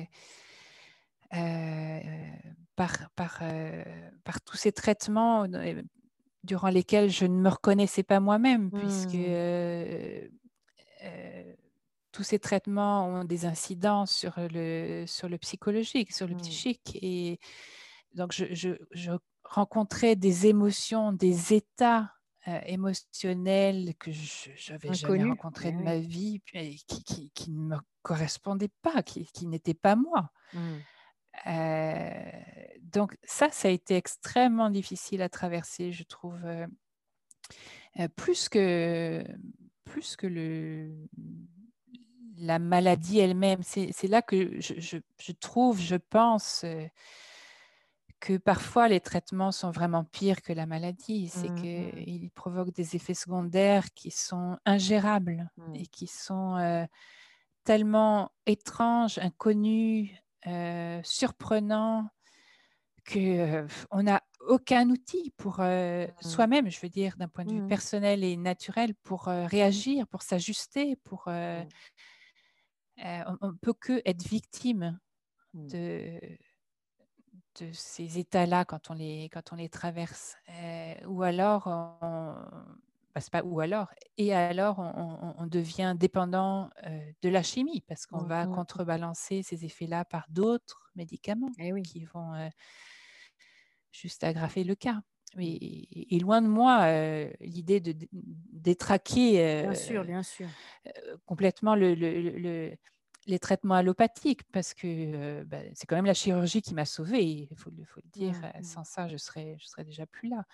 heu, par par, heu, par tous ces traitements d durant lesquels je ne me reconnaissais pas moi-même puisque, Mmh. heu heu, tous ces traitements ont des incidences sur le sur le psychologique, sur le Mmh. psychique et donc je je je rencontrais des émotions, des états, heu, émotionnels que je n'avais jamais Inconnu? rencontrés Eh de oui. ma vie et qui qui qui ne me correspondaient pas, qui qui n'étaient pas moi. Mmh. Heu, donc ça, ça a été extrêmement difficile à traverser, je trouve, heu heu, plus que plus que le la maladie elle-même. C'est c'est là que je je je trouve, je pense, heu que parfois les traitements sont vraiment pires que la maladie. C'est Mmh mh. qu'ils provoquent des effets secondaires qui sont ingérables Mmh. et qui sont, heu, tellement étranges, inconnus, heu, surprenants que, heu, on n'a aucun outil pour, heu, Mmh. soi-même, je veux dire, d'un point de vue Mmh. personnel et naturel pour, heu, réagir, pour s'ajuster, pour, heu Mmh. heu, on ne peut qu'être victime Mmh. de de ces états-là quand on les quand on les traverse, heu, ou alors on bah, c'est pas ou alors et alors on on on devient dépendant, heu, de la chimie parce qu'on Mmh va mh. contrebalancer ces effets-là par d'autres médicaments Eh oui. qui vont, heu, juste aggraver le cas. Mmh. Et et loin de moi, heu, l'idée de dé détraquer, Bien sûr, heu bien sûr. heu, complètement le le le le les traitements allopathiques parce que, heu, bah, c'est quand même la chirurgie qui m'a sauvée, il faut le faut le dire, Mmh. heu, Mmh. sans ça, je serais je serais déjà plus là.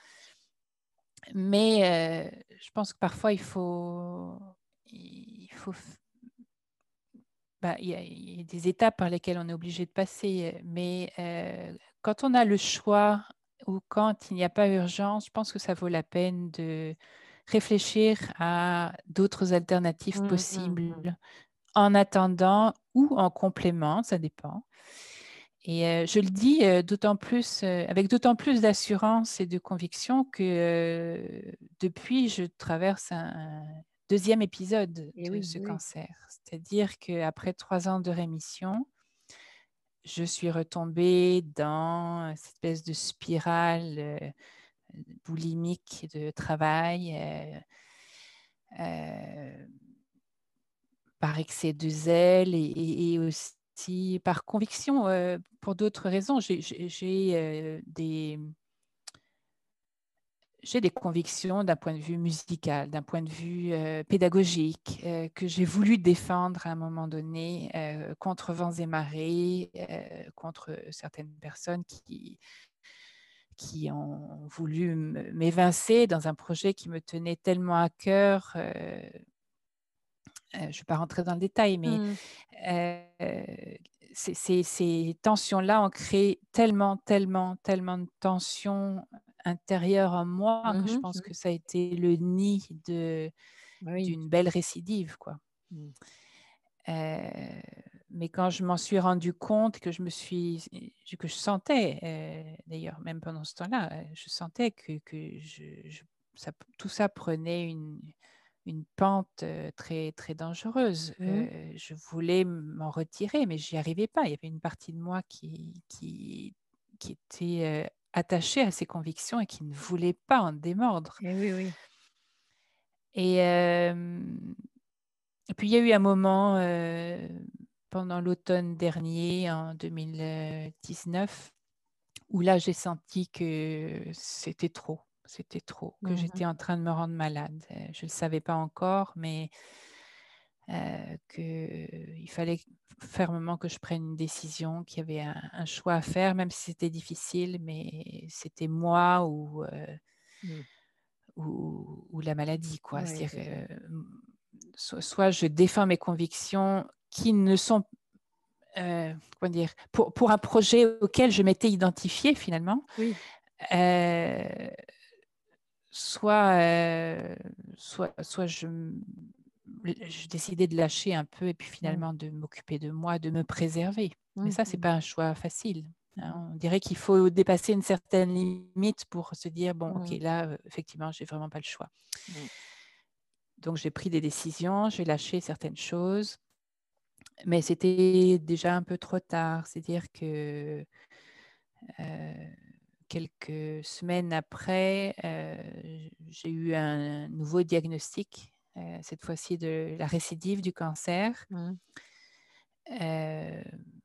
Mais, heu, je pense que parfois il faut il faut f bah, il y a il y a des étapes par lesquelles on est obligé de passer, heu, mais, heu, quand on a le choix ou quand il n'y a pas urgence, je pense que ça vaut la peine de réfléchir à d'autres alternatives Mmh mh. Mmh. possibles en attendant ou en complément, ça dépend. Et heu, je le dis, heu, d'autant plus, heu, avec d'autant plus d'assurance et de conviction que, heu, depuis, je traverse un un deuxième épisode Eh de oui, ce oui, oui. cancer. C'est-à-dire qu'après trois ans de rémission, je suis retombée dans cette espèce de spirale, heu, boulimique de travail, heu heu par excès de zèle et et et aussi par conviction, heu, pour d'autres raisons. J'ai j'ai j'ai, heu, des j'ai des convictions d'un point de vue musical, d'un point de vue, heu, pédagogique, heu, que j'ai voulu défendre à un moment donné, heu, contre vents et marées, heu, contre certaines personnes qui qui ont voulu me m'évincer dans un projet qui me tenait tellement à cœur, heu heu, je ne vais pas rentrer dans le détail, mais Mmh. Heu, ces ces ces tensions-là ont créé tellement, tellement, tellement de tensions intérieur en moi que Mmh je mh. pense Mmh. que ça a été le nid de Oui. d'une belle récidive, quoi. Mmh. Heu, mais quand je m'en suis rendu compte, que je me suis que je sentais, heu, d'ailleurs même pendant ce temps-là, heu, je sentais que que je je ça tout ça prenait une une pente, heu, très, très dangereuse. Mmh. Heu, je voulais m'en retirer, mais j'y arrivais pas. Il y avait une partie de moi qui qui qui était, heu, attachée à ses convictions et qui ne voulait pas en démordre. Et oui, oui. Et hem et puis il y a eu un moment, heu, pendant l'automne dernier, en deux mille dix-neuf, où là j'ai senti que c'était trop, c'était trop, que Mmh mh. j'étais en train de me rendre malade. Heu, je ne le savais pas encore, mais heu, qu'il fallait fermement que je prenne une décision, qu'il y avait un un choix à faire, même si c'était difficile, mais c'était moi ou heu, Mmh. ou ou la maladie, quoi. Ouais, C'est-à-dire, c'est ça. heu, mmh, soit soit je défends mes convictions qui ne sont, heu, comment dire? Pour pour un projet auquel je m'étais identifiée finalement, Oui. heu, soit, heu, soit soit je m je décidais de lâcher un peu et puis Mmh. finalement de m'occuper de moi, de me préserver. Mais Mmh ça, c'est mh. pas un choix facile, Mmh. hein. On dirait qu'il faut dépasser une certaine limite pour se dire: «Bon, OK, Mmh. là, heu, effectivement, j'ai vraiment pas le choix». Mmh. Donc j'ai pris des décisions, j'ai lâché certaines choses, mais c'était déjà un peu trop tard. C'est-à-dire que, heu, quelques semaines après, heu, j'ai eu un nouveau diagnostic, heu, cette fois-ci de la récidive du cancer. Mmh. Hem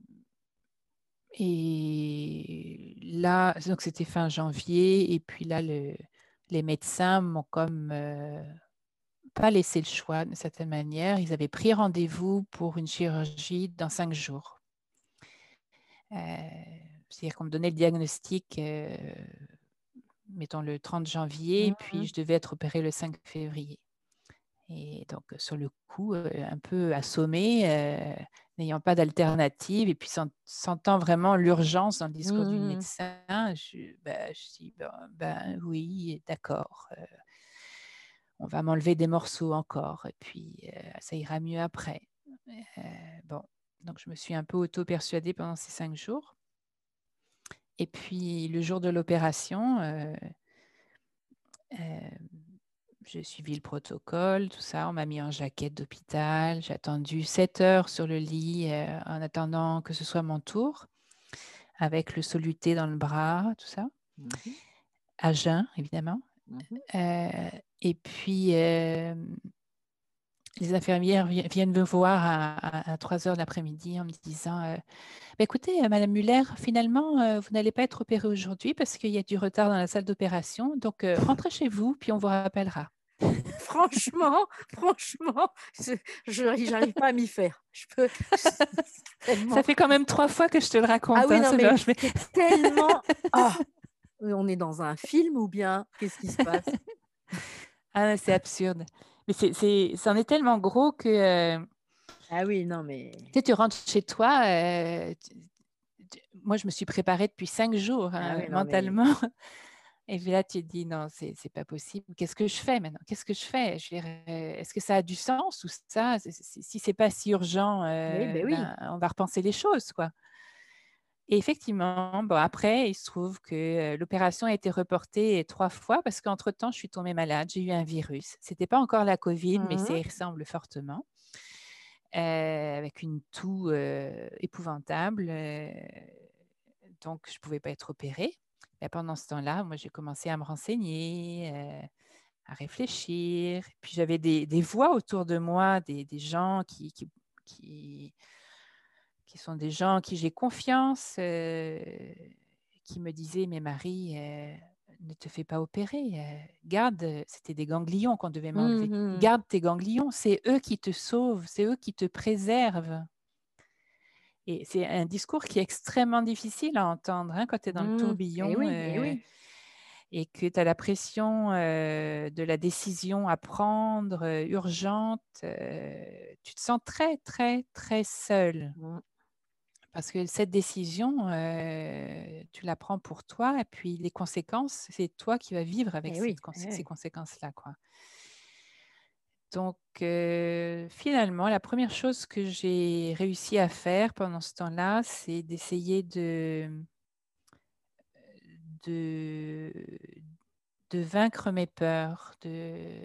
Et là, donc c'était fin janvier et puis là, le les médecins m'ont comme, heu, pas laissé le choix d'une certaine manière. Ils avaient pris rendez-vous pour une chirurgie dans cinq jours. Heu, C'est-à-dire qu'on me donnait le diagnostic, heu, mettons le trente janvier et Mmh puis mh. je devais être opérée le cinq février. Et donc, sur le coup, heu, un peu assommée, heu, n'ayant pas d'alternative et puis sent sentant vraiment l'urgence dans le discours du Mmh mh. médecin, je bah, je dis: «Ben ben, oui, d'accord, heu, on va m'enlever des morceaux encore et puis, heu, ça ira mieux après». Heu, bon, donc je me suis un peu auto-persuadée pendant ces cinq jours et puis le jour de l'opération, heu, hem j'ai suivi le protocole, tout ça. On m'a mis en jaquette d'hôpital. J'ai attendu sept heures sur le lit, heu, en attendant que ce soit mon tour, avec le soluté dans le bras, tout ça, Mmh mh. à jeun évidemment. Mmh mh. Heu et puis, hem, les infirmières vie viennent me voir à à à trois heures de l'après-midi en me disant, heu: «Bah, écoutez, heu, madame Muller, finalement, heu, vous n'allez pas être opérée aujourd'hui parce qu'il y a du retard dans la salle d'opération, donc heu, rentrez chez vous, puis on vous rappellera». Franchement, franchement, je je j'arrive pas à m'y faire. Je peux c'est Ça tellement fait quand même trois fois que je te le ah raconte, oui, hein, non, cela, mais je vais c'est tellement ah! Heu, on est dans un film ou bien qu'est-ce qui se passe? ah, c'est absurde. Mais c'est c'est c'en est tellement gros que, heu, Ah oui, non, mais tu sais, tu rentres chez toi, heu, tu tu moi, je me suis préparée depuis cinq jours, ah hein, oui, non, mais mentalement et puis là, tu te dis: «Non, c'est c'est pas possible. Qu'est-ce que je fais maintenant? Qu'est-ce que je fais?» Je veux dire, heu, est-ce que ça a du sens ou ça, c'est c'est si c'est pas si urgent, oui, beh, heu, oui. ben, on va repenser les choses, quoi. Et effectivement, bon après, il se trouve que, heu, l'opération a été reportée trois fois parce qu'entre-temps, je suis tombée malade, j'ai eu un virus. C'était pas encore la covid, mais ça Mmh y ressemble fortement, heu, avec une toux, heu, épouvantable, heu, donc je pouvais pas être opérée. Et pendant ce temps-là, moi, j'ai commencé à me renseigner, heu, à réfléchir. Puis j'avais des des voix autour de moi, des des gens qui qui qui qui sont des gens en qui j'ai confiance, heu, qui me disaient: «Mais Marie, heu, ne te fais pas opérer, heu, garde», heu, c'était des ganglions qu'on devait Mmh m'enlever. mh. «Garde tes ganglions, c'est eux qui te sauvent, c'est eux qui te préservent» et c'est un discours qui est extrêmement difficile à entendre, hein, quand tu es dans le Mmh. Eh tourbillon, oui, eh heu oui. et que tu as la pression, heu, de la décision à prendre, heu, urgente, heu, tu te sens très, très, très seule. Mmh. Parce que cette décision, heu, tu la prends pour toi et puis les conséquences, c'est toi qui vas vivre avec Eh cette oui, conse eh ces oui. conséquences-là, quoi. Donc heu, finalement, la première chose que j'ai réussi à faire pendant ce temps-là, c'est d'essayer de de de vaincre mes peurs, de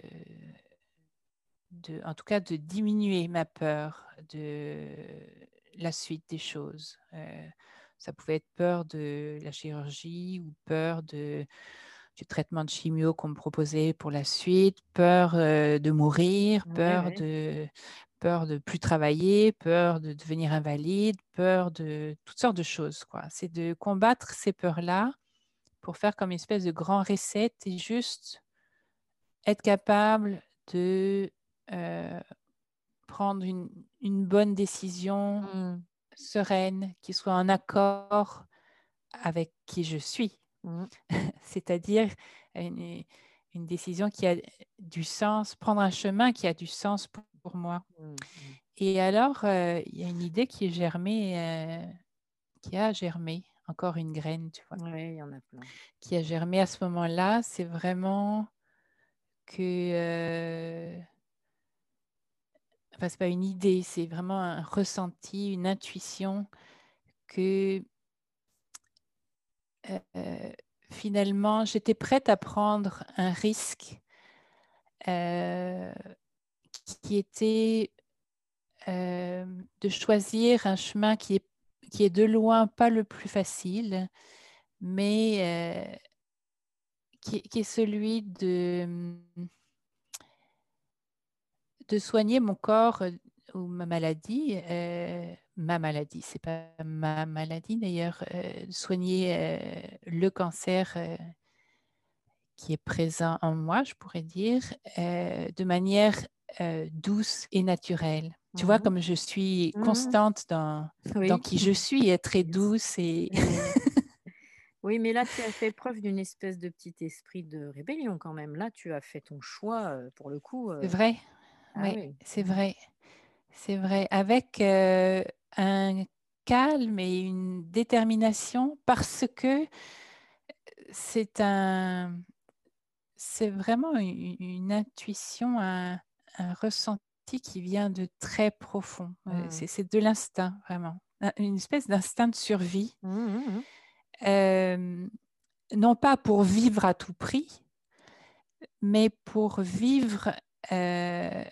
de en tout cas de diminuer ma peur de la suite des choses. Heu, ça pouvait être peur de la chirurgie ou peur de du traitement de chimio qu'on me proposait pour la suite, peur, heu, de mourir, Ouais, peur ouais. de peur de plus travailler, peur de devenir invalide, peur de toutes sortes de choses, quoi. C'est de combattre ces peurs-là pour faire comme une espèce de grand reset et juste être capable de, heu, prendre une une bonne décision Mmh. sereine, qui soit en accord avec qui je suis. Mmh. C'est-à-dire une une décision qui a du sens, prendre un chemin qui a du sens pour pour moi. Mmh mh. Et alors, heu, il y a une idée qui est germée, heu, qui a germé, encore une graine, tu vois? Ouais, il y en a plein. Qui a germé à ce moment-là, c'est vraiment que, heu, enfin, c'est pas une idée, c'est vraiment un ressenti, une intuition que, heu, finalement, j'étais prête à prendre un risque, heu, qui était, hem, de choisir un chemin qui est qui est de loin pas le plus facile, mais, heu, qui est qui est celui de, mmh, de soigner mon corps, heu, ou ma maladie, heu, ma maladie, c'est pas ma maladie d'ailleurs, heu, de soigner, heu, le cancer, heu, qui est présent en moi, je pourrais dire, heu, de manière, heu, douce et naturelle. Tu vois, Mmh mh. comme je suis Mmh mh. constante dans dans Oui. qui je suis et très Yes. douce et Ouais. Oui, mais là, tu as fait preuve d'une espèce de petit esprit de rébellion quand même. Là, tu as fait ton choix, heu, pour le coup, c'est heu vrai, ah oui, oui. c'est vrai, c'est vrai. Avec, heu, un calme et une détermination parce que c'est un c'est vraiment u u une intuition, un un ressenti qui vient de très profond. Heu, Mmh. c'est c'est de l'instinct vraiment, un une espèce d'instinct de survie, Mmh mh mh. hem, non pas pour vivre à tout prix, mais pour vivre, heu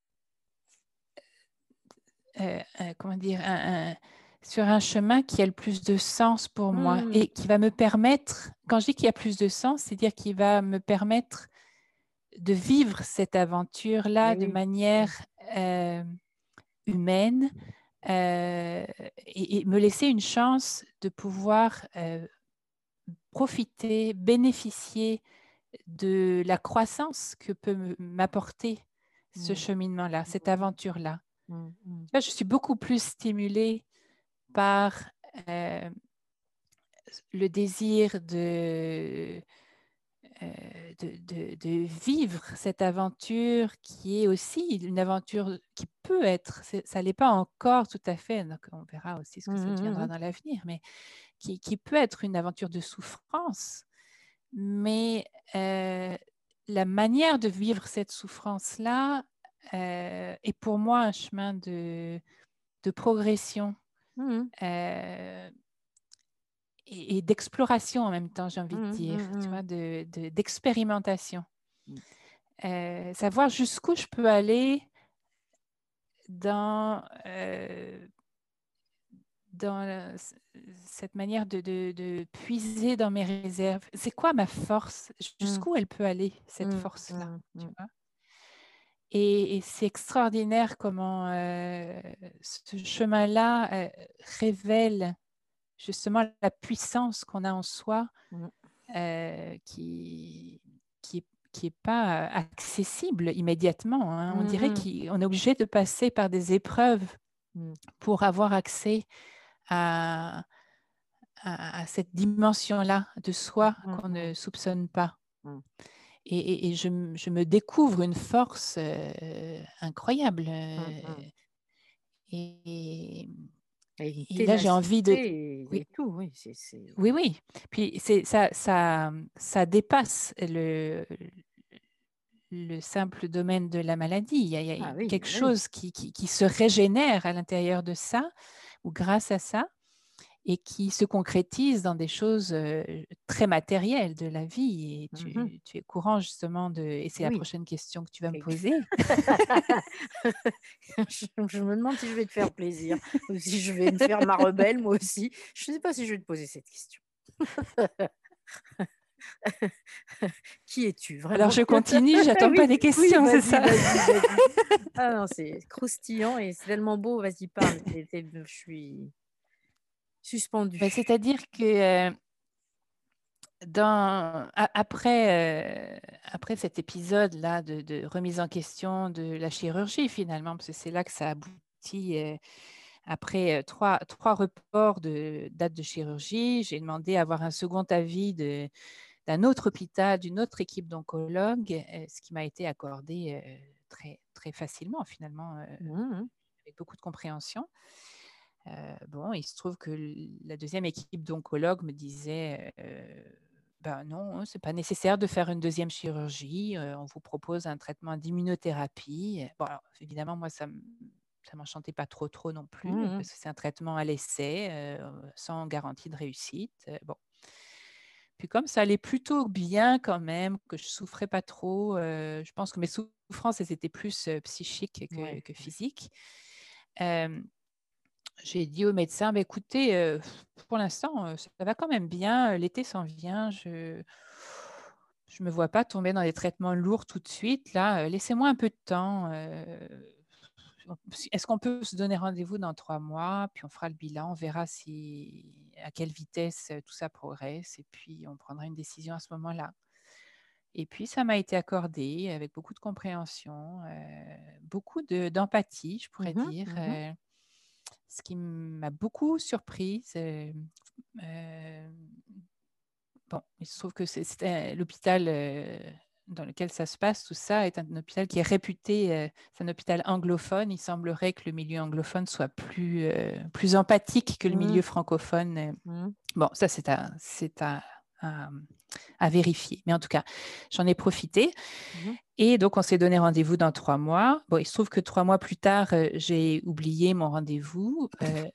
heu heu, comment dire? Un un sur un chemin qui a le plus de sens pour moi Mmh. et qui va me permettre quand je dis qu'il y a plus de sens, c'est-à-dire qu'il va me permettre de vivre cette aventure-là Eh de oui. manière, Mmh. hem, humaine, heu et et me laisser une chance de pouvoir, heu, profiter, bénéficier de la croissance que peut me m'apporter ce Mmh. cheminement-là, cette Mmh. aventure-là. Mmh mh. Tu vois, je suis beaucoup plus stimulée par, heu, le désir de heu, de de de vivre cette aventure qui est aussi une aventure qui peut être, c'est ça l'est pas encore tout à fait, donc on verra aussi ce Mmh que ça mh deviendra mh. dans l'avenir, mais qui qui peut être une aventure de souffrance, mais heu, la manière de vivre cette souffrance-là, heu, est pour moi un chemin de de progression, Mmh mh. heu et et d'exploration en même temps, j'ai envie de Mmh dire, mh tu mmh. vois? De de d'expérimentation. Mmh. Heu, savoir jusqu'où je peux aller dans, heu, dans le c cette manière de de de puiser dans mes réserves. C'est quoi ma force? Mmh. Jusqu'où elle peut aller cette Mmh. force-là, Mmh. tu Mmh. vois? Et et c'est extraordinaire comment, heu, ce chemin-là, heu, révèle justement la puissance qu'on a en soi, Mmh. heu, qui qui est qui est pas, heu, accessible immédiatement, hein. On Mmh dirait mh. qu'on est obligé de passer par des épreuves Mmh. pour avoir accès à à à cette dimension-là de Mmh. soi Mmh qu'on mh. ne soupçonne pas. Mmh. Et et et je m je me découvre une force, heu, incroyable, Mmh heu mh. et Et une Et là, j'ai envie de ténacité et oui, et tout, oui, c'est c'est oui, oui. Puis c'est ça ça, ça dépasse le le simple domaine de la maladie. Il y a, il y ah a oui, quelque bah oui. chose qui, qui, qui se régénère à l'intérieur de ça, ou grâce à ça, et qui se concrétise dans des choses euh, très matérielles de la vie. Et Mmh. tu, tu es courant justement de... Et c'est la Oui, prochaine question que tu vas me ex poser. je je me demande si je vais te faire plaisir ou si je vais me faire ma rebelle moi aussi. Je ne sais pas si je vais te poser cette question. Qui es-tu Alors vraiment? je continue, j'attends Oui, pas les oui, questions, c'est vas-y, ça? vas-y, vas-y. Ah non, c'est croustillant et c'est tellement beau, vas-y parle, c'est c'est je suis Ben, suspendue. c'est-à-dire que euh, dans, a- après, euh, après cet épisode-là de, de remise en question de la chirurgie, finalement, parce que c'est là que ça aboutit, euh, après euh, trois, trois reports de date de chirurgie, j'ai demandé à avoir un second avis de, d'un autre hôpital, d'une autre équipe d'oncologues, euh, ce qui m'a été accordé euh, très, très facilement, finalement, euh, Mmh mh. avec beaucoup de compréhension. Euh, bon, il se trouve que la deuxième équipe d'oncologues me disait euh, ben non, c'est pas nécessaire de faire une deuxième chirurgie. Euh, on vous propose un traitement d'immunothérapie. Bon, alors, évidemment, moi, ça m- ça m'enchantait pas trop, trop non plus, Mmh. parce que c'est un traitement à l'essai, euh, sans garantie de réussite. Euh, bon. Puis comme ça allait plutôt bien quand même, que je souffrais pas trop, euh, je pense que mes souffrances, elles étaient plus euh, psychiques que, Ouais, que ouais. physiques. Euh, j'ai dit au médecin, bah, écoutez, euh, pour l'instant, euh, ça va quand même bien, euh, l'été s'en vient, je je me vois pas tomber dans des traitements lourds tout de suite, là, euh, laissez-moi un peu de temps. euh, Est-ce qu'on peut se donner rendez-vous dans trois mois, puis on fera le bilan, on verra si, à quelle vitesse euh, tout ça progresse, et puis on prendra une décision à ce moment-là. Et puis, ça m'a été accordé avec beaucoup de compréhension, euh, beaucoup de- d'empathie, je pourrais Mmh mh. dire. Mmh. euh, ce qui m'a beaucoup surprise. euh, euh, bon, il se trouve que c'est- c'était l'hôpital euh, dans lequel ça se passe, tout ça, est un hôpital qui est réputé, euh, c'est un hôpital anglophone. Il semblerait que le milieu anglophone soit plus, euh, plus empathique que le Mmh. milieu francophone. euh. Mmh. Bon, ça, c'est à, c'est à, à- à vérifier. Mais en tout cas, j'en ai profité. Mmh. Et donc, on s'est donné rendez-vous dans trois mois. Bon, il se trouve que trois mois plus tard, euh, j'ai oublié mon rendez-vous. euh,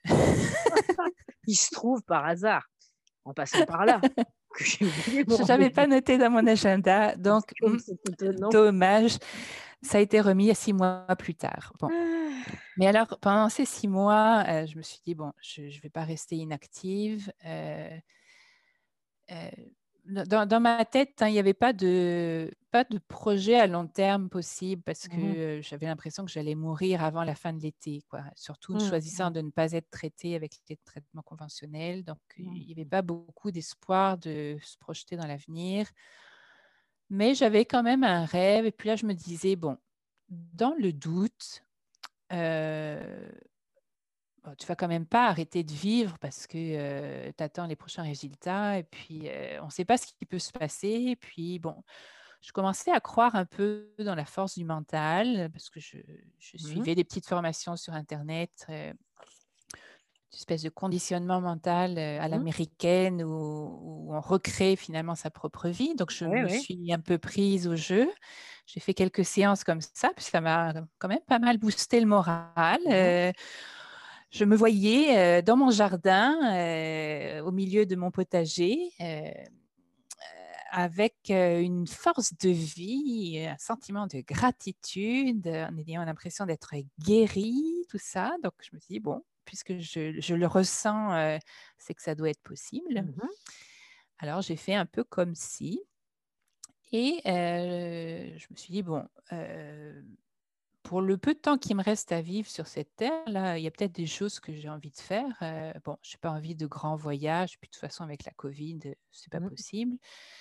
Il se trouve par hasard, en passant par là, que j'ai oublié mon Je n'avais rendez-vous. pas noté dans mon agenda, donc Comme hmm, c'est étonnant. dommage. Ça a été remis six mois plus tard. Bon. Ah. Mais alors, pendant ces six mois, euh, je me suis dit, bon, je ne vais pas rester inactive. Euh, euh, dans, dans ma tête, hein, il n'y avait pas de, pas de projet à long terme possible parce que Mmh. euh, j'avais l'impression que j'allais mourir avant la fin de l'été, quoi. Surtout en Mmh. choisissant Mmh. de ne pas être traitée avec les traitements conventionnels. Donc, il n'y avait Mmh. pas beaucoup d'espoir de se projeter dans l'avenir. Mais j'avais quand même un rêve. Et puis là, je me disais, bon, dans le doute, euh, bon, tu vas quand même pas arrêter de vivre parce que tu attends les prochains résultats. Et puis, euh, on ne sait pas ce qui peut se passer. Et puis, bon, je commençais à croire un peu dans la force du mental parce que je, je Mmh. suivais des petites formations sur Internet. Euh, une espèce de conditionnement mental euh, à Mmh. l'américaine où, où on recrée finalement sa propre vie. Donc, je Ouais, me ouais. suis un peu prise au jeu. J'ai fait quelques séances comme ça, puis ça m'a quand même pas mal boosté le moral. Mmh. Euh, je me voyais euh, dans mon jardin, euh, au milieu de mon potager, euh, avec euh, une force de vie, un sentiment de gratitude, en ayant l'impression d'être guérie, tout ça. Donc, je me suis dit, bon, puisque je, je le ressens, euh, c'est que ça doit être possible. Mmh. Alors, j'ai fait un peu comme si. Et euh, je me suis dit, bon, euh, pour le peu de temps qui me reste à vivre sur cette terre-là, il y a peut-être des choses que j'ai envie de faire. Euh, bon, je n'ai pas envie de grands voyages, puis de toute façon, avec la Covid, ce n'est pas Mmh. possible.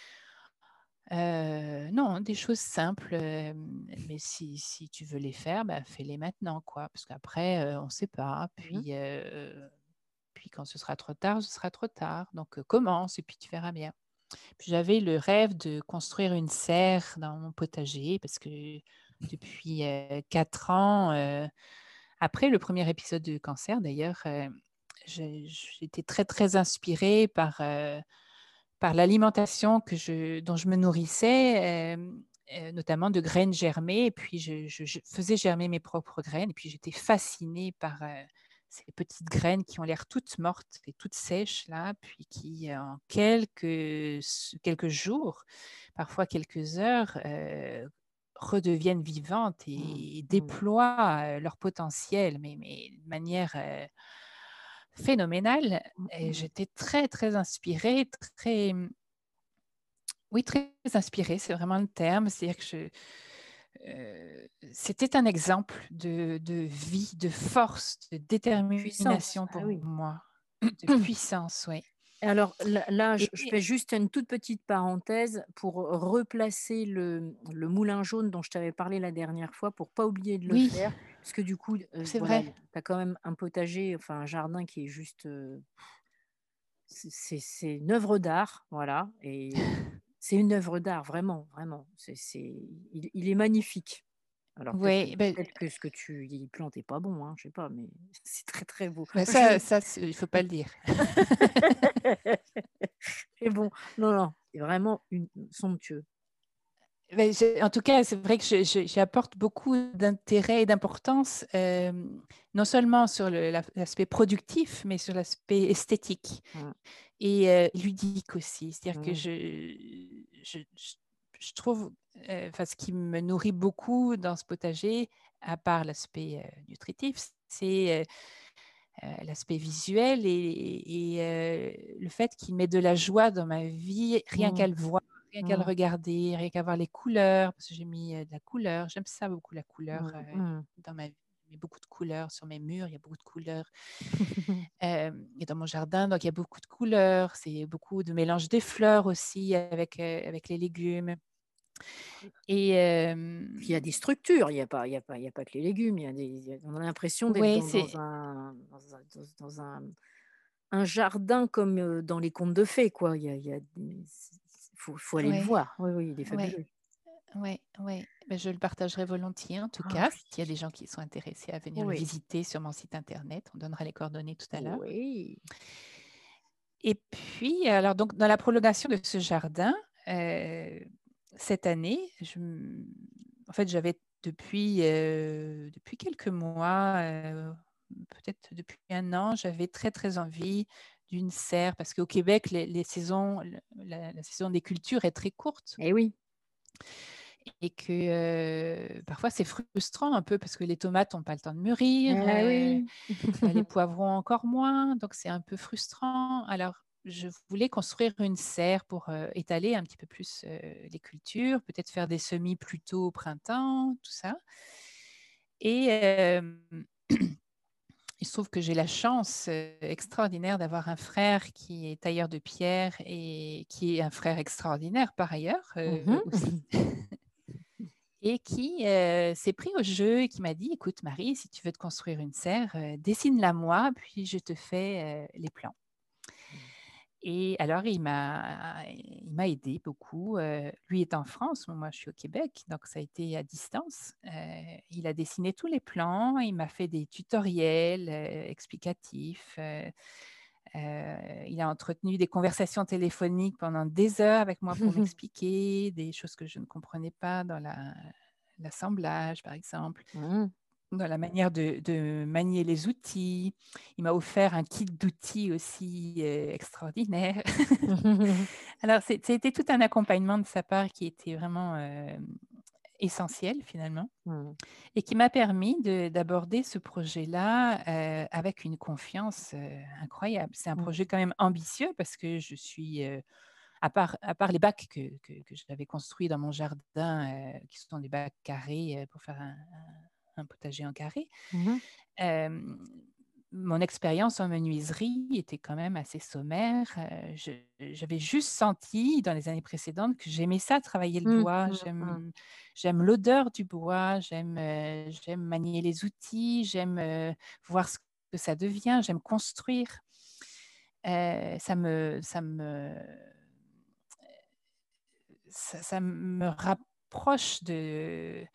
Euh, non, des choses simples, euh, mais si, si tu veux les faire, bah, fais-les maintenant, quoi, parce qu'après, euh, on ne sait pas. Mmh. Puis, euh, puis quand ce sera trop tard, ce sera trop tard. Donc, euh, commence et puis tu verras bien. Puis j'avais le rêve de construire une serre dans mon potager parce que depuis euh, quatre ans, euh, après le premier épisode de cancer d'ailleurs, euh, j'ai j'étais très, très inspirée par, heu, par l'alimentation que je dont je me nourrissais, hem, heu, notamment de graines germées et puis je je je faisais germer mes propres graines et puis j'étais fascinée par, heu, ces petites graines qui ont l'air toutes mortes et toutes sèches là, puis qui en quelques s quelques jours, parfois quelques heures, heu, redeviennent vivantes Mmh. et Mmh. déploient, heu, leur potentiel, mais mais de manière, heu, phénoménale Mmh et mh. j'étais très, très inspirée, très, mmh, oui, très inspirée, c'est vraiment le terme. C'est-à-dire que je, heu, c'était un exemple de de vie, de force, de Puissance, détermination ah pour oui. moi, de puissance, oui. Et alors là là, je Et je fais juste une toute petite parenthèse pour replacer le le moulin jaune dont je t'avais parlé la dernière fois, pour pas oublier de le oui, faire. Parce que du coup, heu, c'est voilà, vrai. tu as quand même un potager, enfin un jardin qui est juste, heu, c'est c'est c'est une œuvre d'art, voilà, et c'est une œuvre d'art vraiment, vraiment. C'est c'est il il est magnifique. Alors peut-être que Oui, beh, peut-être que ce que tu y plantes est pas bon, hein, je sais pas, mais c'est très, très beau. bah, Moi je ça ça, c'est il faut pas le dire. mais bon, non, non, c'est vraiment une somptueux. Beh, j'ai en tout cas, c'est vrai que je je j'apporte beaucoup d'intérêt et d'importance, hem, non seulement sur le l'as l'aspect productif, mais sur l'aspect esthétique. Mmh, Et heu, ludique aussi. C'est-à-dire que mmh, je je je je trouve, heu, enfin, ce qui me nourrit beaucoup dans ce potager, à part l'aspect, heu, nutritif, c'est, heu heu, l'aspect visuel et et heu, le fait qu'il met de la joie dans ma vie, rien qu'à mmh, le voir, rien qu'à le mmh, regarder, rien qu'à voir les couleurs, parce que j'ai mis, heu, de la couleur. J'aime ça beaucoup la couleur, mmh, heu, mmh. dans ma vie. J'ai mis beaucoup de couleurs sur mes murs, il y a beaucoup de couleurs. Hem et dans mon jardin, donc il y a beaucoup de couleurs, c'est beaucoup de mélange des fleurs aussi avec, heu, avec les légumes et Puis il y a hem, des structures, il y a pas il y a pas il y a pas que les légumes, il y a des il y a on a l'impression d'être ouais, dans dans c'est un dans un dans dans un un jardin comme, heu, dans les contes de fées, quoi. Il y a il y a des c c faut faut aller le ouais, voir. Oui, oui, il est ouais, fabuleux. ouais, ouais, bah, je le partagerai volontiers en tout Ah cas, s'il y a oui, des gens qui sont intéressés à venir le oui, visiter sur mon site internet. On donnera les coordonnées tout à l'heure oui. et puis alors donc dans la prolongation de ce jardin, heu, cette année, je m en fait, j'avais depuis, heu, depuis quelques mois, heu, peut-être depuis un an, j'avais très, très envie d'une serre parce qu'au Québec, les les saisons, le la la saison des cultures est très courte Eh oui. et que, heu, parfois c'est frustrant un peu parce que les tomates ont pas le temps de mûrir, Eh heu oui. Heu, les poivrons encore moins, donc c'est un peu frustrant. Alors, je voulais construire une serre pour, heu, étaler un petit peu plus, heu, les cultures, peut-être faire des semis plus tôt au printemps, tout ça et hem, il se trouve que j'ai la chance, heu, extraordinaire d'avoir un frère qui est tailleur de pierre et qui est un frère extraordinaire par ailleurs, Mmh heu, aussi mh. et qui, heu, s'est pris au jeu et qui m'a dit: «Écoute Marie, si tu veux te construire une serre, heu, dessine-la moi, puis je te fais, heu, les plans». Et alors il m'a il m'a aidé beaucoup, heu, lui est en France, moi je suis au Québec, donc ça a été à distance. Heu, il a dessiné tous les plans, il m'a fait des tutoriels, heu, explicatifs, heu heu, il a entretenu des conversations téléphoniques pendant des heures avec moi pour m'expliquer des choses que je ne comprenais pas dans la l'assemblage, par exemple. Mmh. Dans la manière de de manier les outils. Il m'a offert un kit d'outils aussi, heu, extraordinaire. Alors c'est c'était tout un accompagnement de sa part qui était vraiment, hem, essentiel finalement Mmh. et qui m'a permis de d'aborder ce projet-là, heu, avec une confiance, heu, incroyable. C'est un Mmh. projet quand même ambitieux parce que je suis, heu, à part à part les bacs que que que j'avais construits dans mon jardin, heu, qui sont des bacs carrés, heu, pour faire un un potager en carré. Mmh mh. Hem, Mon expérience en menuiserie était quand même assez sommaire, heu, je j'avais juste senti dans les années précédentes que j'aimais ça, travailler le Mmh. bois. Mmh. Mmh. J'aime j'aime l'odeur du bois, j'aime, heu, j'aime manier les outils, j'aime, heu, voir ce que ça devient, j'aime construire. Heu, ça me ça me ça ça me rapproche de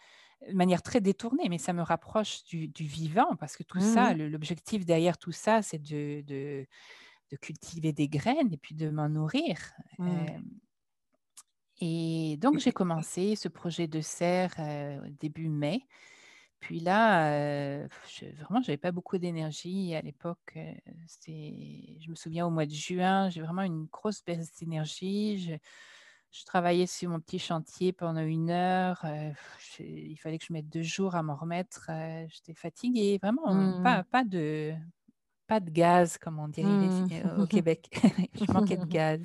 de manière très détournée, mais ça me rapproche du du vivant parce que tout Mmh ça, mh. le l'objectif derrière tout ça, c'est de de de cultiver des graines et puis de m'en nourrir. Mmh. Hem et donc j'ai commencé ce projet de serre, heu, début mai. Puis là, heu, je vraiment, j'avais pas beaucoup d'énergie à l'époque, heu, c'est je me souviens au mois de juin, j'ai vraiment une grosse baisse d'énergie. Je je travaillais sur mon petit chantier pendant une heure, heu, j'ai il fallait que je mette deux jours à m'en remettre, heu, j'étais fatiguée, vraiment Mmh pas pas de pas de gaz comme on dirait ici, mmh. heu, au Québec. Je manquais de gaz.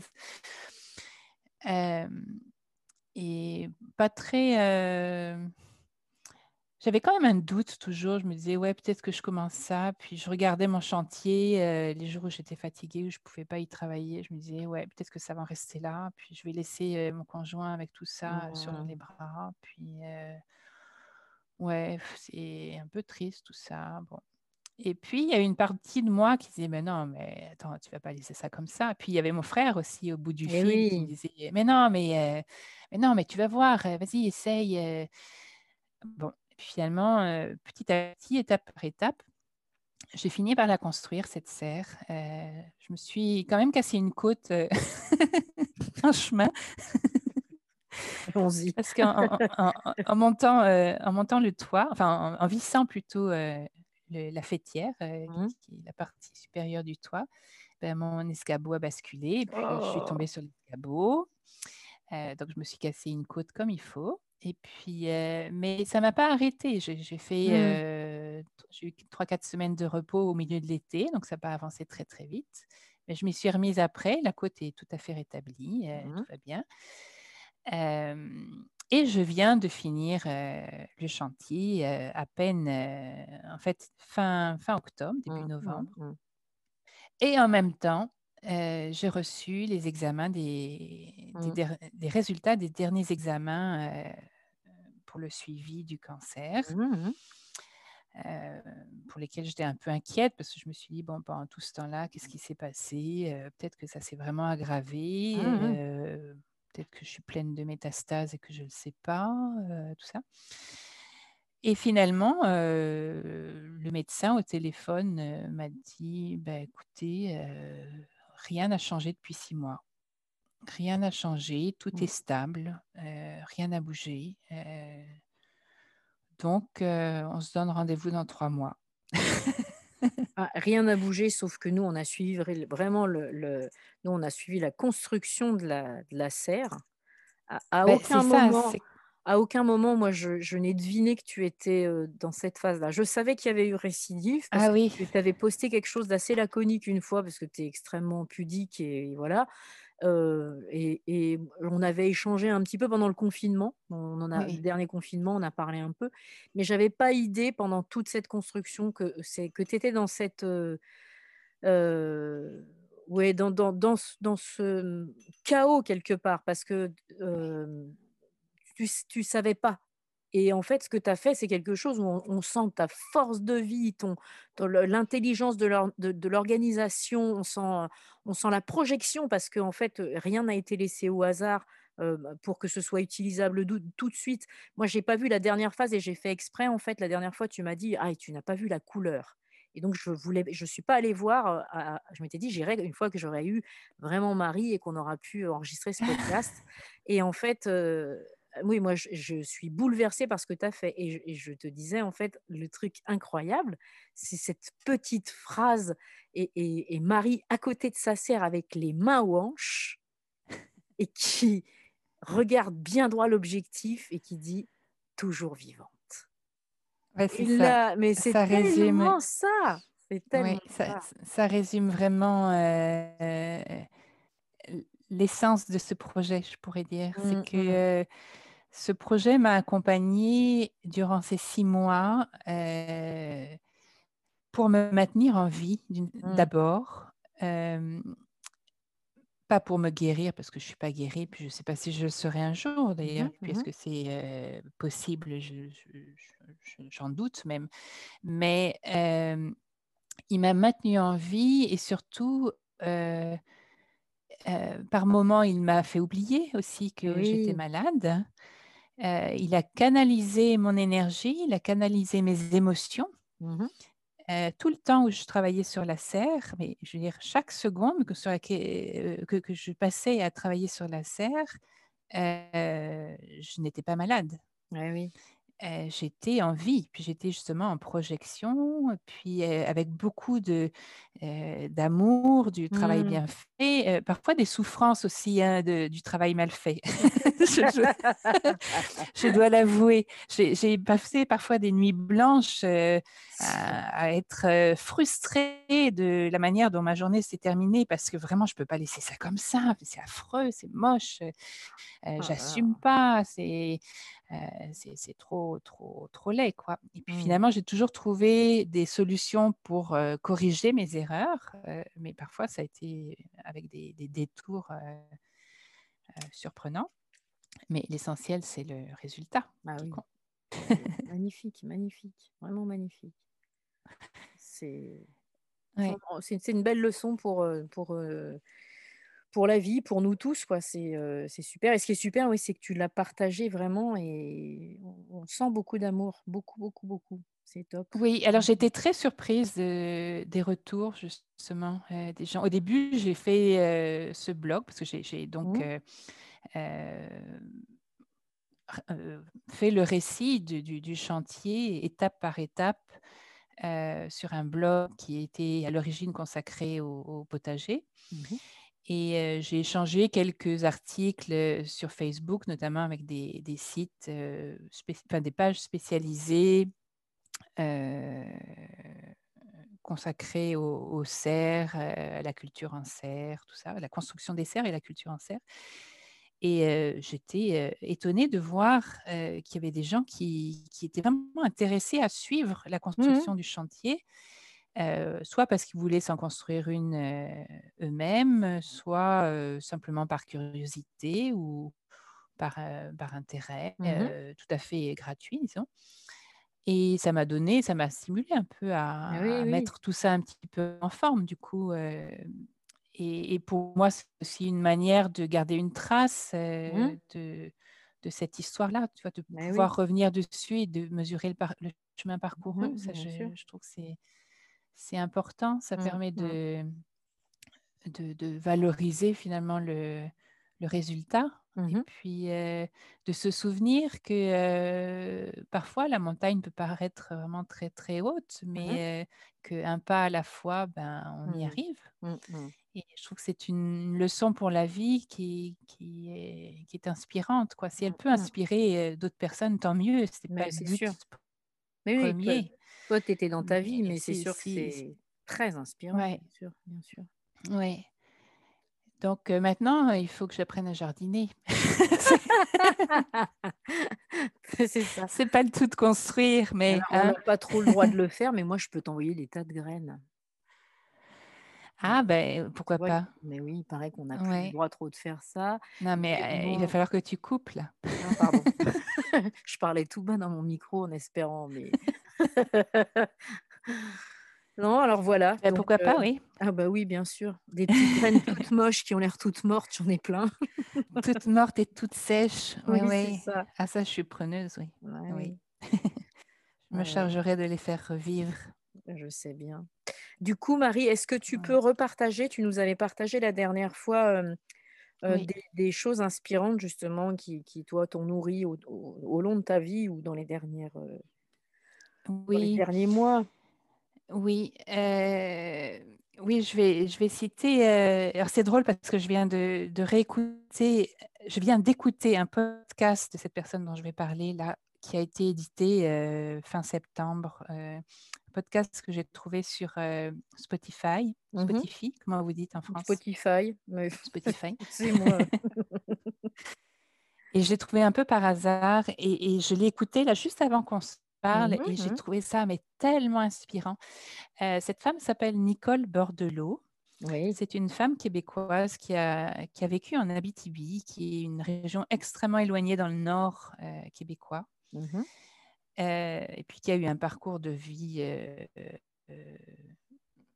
Hem et pas très, heu j'avais quand même un doute toujours. Je me disais: «Ouais, peut-être que je commence ça». Puis je regardais mon chantier, heu, les jours où j'étais fatiguée, où je pouvais pas y travailler. Je me disais: «Ouais, peut-être que ça va en rester là. Puis je vais laisser, heu, mon conjoint avec tout ça, heu, sur Mmh. les bras». Puis, heu, ouais, pff, c'est un peu triste tout ça. Bon et puis il y a une partie de moi qui disait: «Mais non, mais attends, tu vas pas laisser ça comme ça». Puis il y avait mon frère aussi au bout du Et fil qui me oui. disait: «Mais non, mais, heu, mais non, mais tu vas voir, heu, vas-y essaye, heu». Bon, puis finalement, heu, petit à petit, étape par étape, j'ai fini par la construire cette serre. Heu, je me suis quand même cassé une côte, heu, en chemin Allons-y. parce qu'en en en en en montant, heu, en montant le toit, enfin en en vissant plutôt, heu, le la faîtière, heu, Mmh. qui est la partie supérieure du toit, bah, mon escabeau a basculé et puis je suis tombée Oh! sur l'escabeau. Heu, donc je me suis cassé une côte comme il faut et puis, heu, mais ça m'a pas arrêtée. J'ai j'ai fait, Mmh. heu, t j'ai eu trois quatre semaines de repos au milieu de l'été, donc ça a pas avancé très, très vite. Mais je m'y suis remise après, la côte est tout à fait rétablie, heu, Mmh. tout va bien. Hem et je viens de finir, heu, le chantier, heu, à peine, heu, en fait fin fin octobre, début Mmh. Mmh novembre mh. et en même temps, heu, j'ai reçu les examens des des Mmh. der des résultats des derniers examens, heu, pour le suivi du cancer, Mmh mh. heu, pour lesquels j'étais un peu inquiète parce que je me suis dit: «Bon, pendant tout ce temps-là, qu'est-ce qui s'est passé? Heu, peut-être que ça s'est vraiment aggravé, Mmh mh. heu, peut-être que je suis pleine de métastases et que je ne le sais pas», heu, tout ça et finalement, heu, le médecin au téléphone, heu, m'a dit: «Bah, écoutez, heu, rien n'a changé depuis six mois. Rien n'a changé, tout est Mmh. stable, heu, rien n'a bougé, heu, donc heu, on se donne rendez-vous dans trois mois». Ah, rien n'a bougé sauf que nous, on a suivi vré vraiment le le nous, on a suivi la construction de la de la serre. À à Beh, c'est aucun ça, moment c'est à aucun moment, moi, je je n'ai deviné que tu étais, heu, dans cette phase-là. Je savais qu'il y avait eu récidive parce ah que oui, tu tu avais posté quelque chose d'assez laconique une fois parce que tu es extrêmement pudique et voilà. Heu et et on avait échangé un petit peu pendant le confinement. On en a le oui, dernier confinement, on a parlé un peu, mais j'avais pas idée pendant toute cette construction que c'est que tu étais dans cette, heu heu, ouais, dans dans dans ce dans ce, mmh, chaos quelque part parce que, hem, tu s tu savais pas et en fait, ce que tu as fait, c'est quelque chose où on on sent ta force de vie, ton ton le l'intelligence de l'or de de l'organisation, on sent, heu, on sent la projection parce qu'en fait, heu, rien n'a été laissé au hasard, heu, bah, pour que ce soit utilisable dou tout de suite. Moi, j'ai pas vu la dernière phase et j'ai fait exprès, en fait, la dernière fois, tu m'as dit: «Ah et tu n'as pas vu la couleur» et donc je voulais je suis pas allée voir, heu, à à je m'étais dit: «J'irai une fois que j'aurai eu vraiment Marie et qu'on aura pu enregistrer ce podcast» et en fait, heu oui, moi, je je suis bouleversée par ce que tu as fait et je et je te disais, en fait, le truc incroyable, c'est cette petite phrase et et et Marie à côté de sa sœur avec les mains aux hanches et qui regarde bien droit l'objectif et qui dit: «Toujours vivante» ouais, c'est et ça. là mais c'est Ça résume tellement ça! C'est oui, tellement ça ça. ça résume vraiment, heu, l l'essence de ce projet, je pourrais dire. C'est Mmh mh. que, heu, ce projet m'a accompagnée durant ces six mois, heu, pour me maintenir en vie d'une Mmh. d'abord, hem, pas pour me guérir parce que je suis pas guérie, puis je ne sais pas si je le serai un jour Mmh d'ailleurs, mh. puis Mmh. est-ce que c'est, heu, possible? Je je je je j'en doute même. Mais, hem, il m'a maintenue en vie et surtout, heu heu, par moments, il m'a fait oublier aussi que j'étais Oui. malade. Heu, il a canalisé mon énergie, il a canalisé mes émotions. Mmh mh. Heu, tout le temps où je travaillais sur la serre, mais je veux dire chaque seconde que sur laquelle, heu, que que je passais à travailler sur la serre, heu, je n'étais pas malade. Ouais, oui. Heu, j'étais en vie, puis j'étais justement en projection, puis, heu, avec beaucoup de, heu, d'amour, du travail Mmh. bien fait, heu, parfois des souffrances aussi, hein, de du travail mal fait. Je je je dois l'avouer. J'ai j'ai passé parfois des nuits blanches, heu, à à être, heu, frustrée de la manière dont ma journée s'est terminée parce que vraiment je peux pas laisser ça comme ça, c'est affreux, c'est moche, heu heu, Oh là j'assume là. pas, c'est, heu, c'est c'est trop trop trop laid, quoi. Et puis Mmh. finalement, j'ai toujours trouvé des solutions pour, heu, corriger mes erreurs, heu, mais parfois ça a été avec des des détours, heu heu, surprenants. Mais l'essentiel, c'est le résultat Ah qui oui. compte. Ah oui. Magnifique, magnifique, vraiment magnifique. C'est Ouais. franchement, c'est c'est une belle leçon pour, heu, pour, heu, pour la vie, pour nous tous, quoi. C'est, heu, c'est super et ce qui est super, oui, c'est que tu l'as partagé vraiment et on on sent beaucoup d'amour, beaucoup, beaucoup, beaucoup. C'est top. Oui, alors j'ai été très surprise, heu, des retours justement, heu, des gens. Au début, j'ai fait, heu, ce blog parce que j'ai j'ai donc, Mmh. heu, hem, r heu, fait le récit du du du chantier étape par étape, heu, sur un blog qui était à l'origine consacré au au potager. Mmh mh. Et heu, j'ai échangé quelques articles, heu, sur Facebook, notamment avec des des sites, heu, spéc enfin des pages spécialisées, heu, consacrées aux aux serres, heu, à la culture en serre, tout ça, la construction des serres et la culture en serre. Et heu, j'étais, heu, étonnée de voir, heu, qu'il y avait des gens qui qui étaient vraiment intéressés à suivre la Mmh. construction du chantier. Heu, soit parce qu'ils voulaient s'en construire une, heu, eux-mêmes, soit, heu, simplement par curiosité ou par, heu, par intérêt, Mmh. heu, tout à fait gratuit, disons. Et ça m'a donné ça m'a stimulé un peu Oui, à à oui. mettre tout ça un petit peu en forme du coup, hem et et pour moi, c'est aussi une manière de garder une trace, Mmh. heu, de de cette histoire-là, tu vois? De Bah oui. pouvoir revenir dessus et de mesurer le par le chemin parcouru. Mmh. Ça, Bien sûr. je je trouve que c'est c'est important. Ça Mmh. permet Mmh. de de de valoriser finalement le le résultat et Mmh. puis, heu, de se souvenir que, heu, parfois la montagne peut paraître vraiment très, très haute, Mmh. mais, heu, qu'un pas à la fois, ben, on y Mmh. arrive. Mmh mh. Et je trouve que c'est une leçon pour la vie qui qui est qui est inspirante, quoi. Si elle Mmh peut mh. inspirer, heu, d'autres personnes, tant mieux, c'est pas Mais le c'est but sûr. Mais oui, toi premier. toi, tu étais dans ta Mais vie, mais c'est si sûr que si c'est très inspirant, ouais, bien sûr, bien sûr. ouais. Donc heu, maintenant, il faut que j'apprenne à jardiner. C'est ça. C'est pas le tout de construire, mais Alors on hein? n'a pas trop le droit de le faire, mais moi je peux t'envoyer des tas de graines. Ouais, Ah ben, tu pourquoi vois? Il pas? mais oui, il paraît qu'on n'a plus le Ouais. droit trop de faire ça, Non, mais mais heu, il va bon, falloir que tu coupes là. ah pardon. Je parlais tout bas dans mon micro en espérant, mais non, alors voilà, Bah, donc pourquoi heu pas, oui. ah bah oui, bien sûr, des petites graines toutes moches qui ont l'air toutes mortes, j'en ai plein. Toute morte et toute sèche. Oui, Oui, c'est oui. ça. Ah ça, je suis preneuse, oui. Ouais, Oui. oui. Je me Ouais, ouais, chargerai de les faire revivre. je sais bien. Du coup, Marie, est-ce que tu peux Ouais. repartager, tu nous avais partagé la dernière fois, hem, heu, Oui. des des choses inspirantes justement qui qui toi t'ont nourri au au au long de ta vie ou dans les dernières, heu, dans les Oui, derniers mois? oui, heu, oui, je vais je vais citer, heu, alors c'est drôle parce que je viens de de réécouter je viens d'écouter un podcast de cette personne dont je vais parler là, qui a été édité, heu, fin septembre, heu, podcast que j'ai trouvé sur, heu, Spotify, Mmh. Spotify, comment vous dites en France? Spotify, mais Spotify. c'est moi. Et je l'ai trouvé un peu par hasard et et je l'ai écouté là juste avant qu'on se parle Mmh et j'ai mh. trouvé ça mais tellement inspirant. Heu, cette femme s'appelle Nicole Bordelot. Oui. C'est une femme québécoise qui a qui a vécu en Abitibi, qui est une région extrêmement éloignée dans le nord, heu, québécois, Mmh. heu et puis qui a eu un parcours de vie, heu heu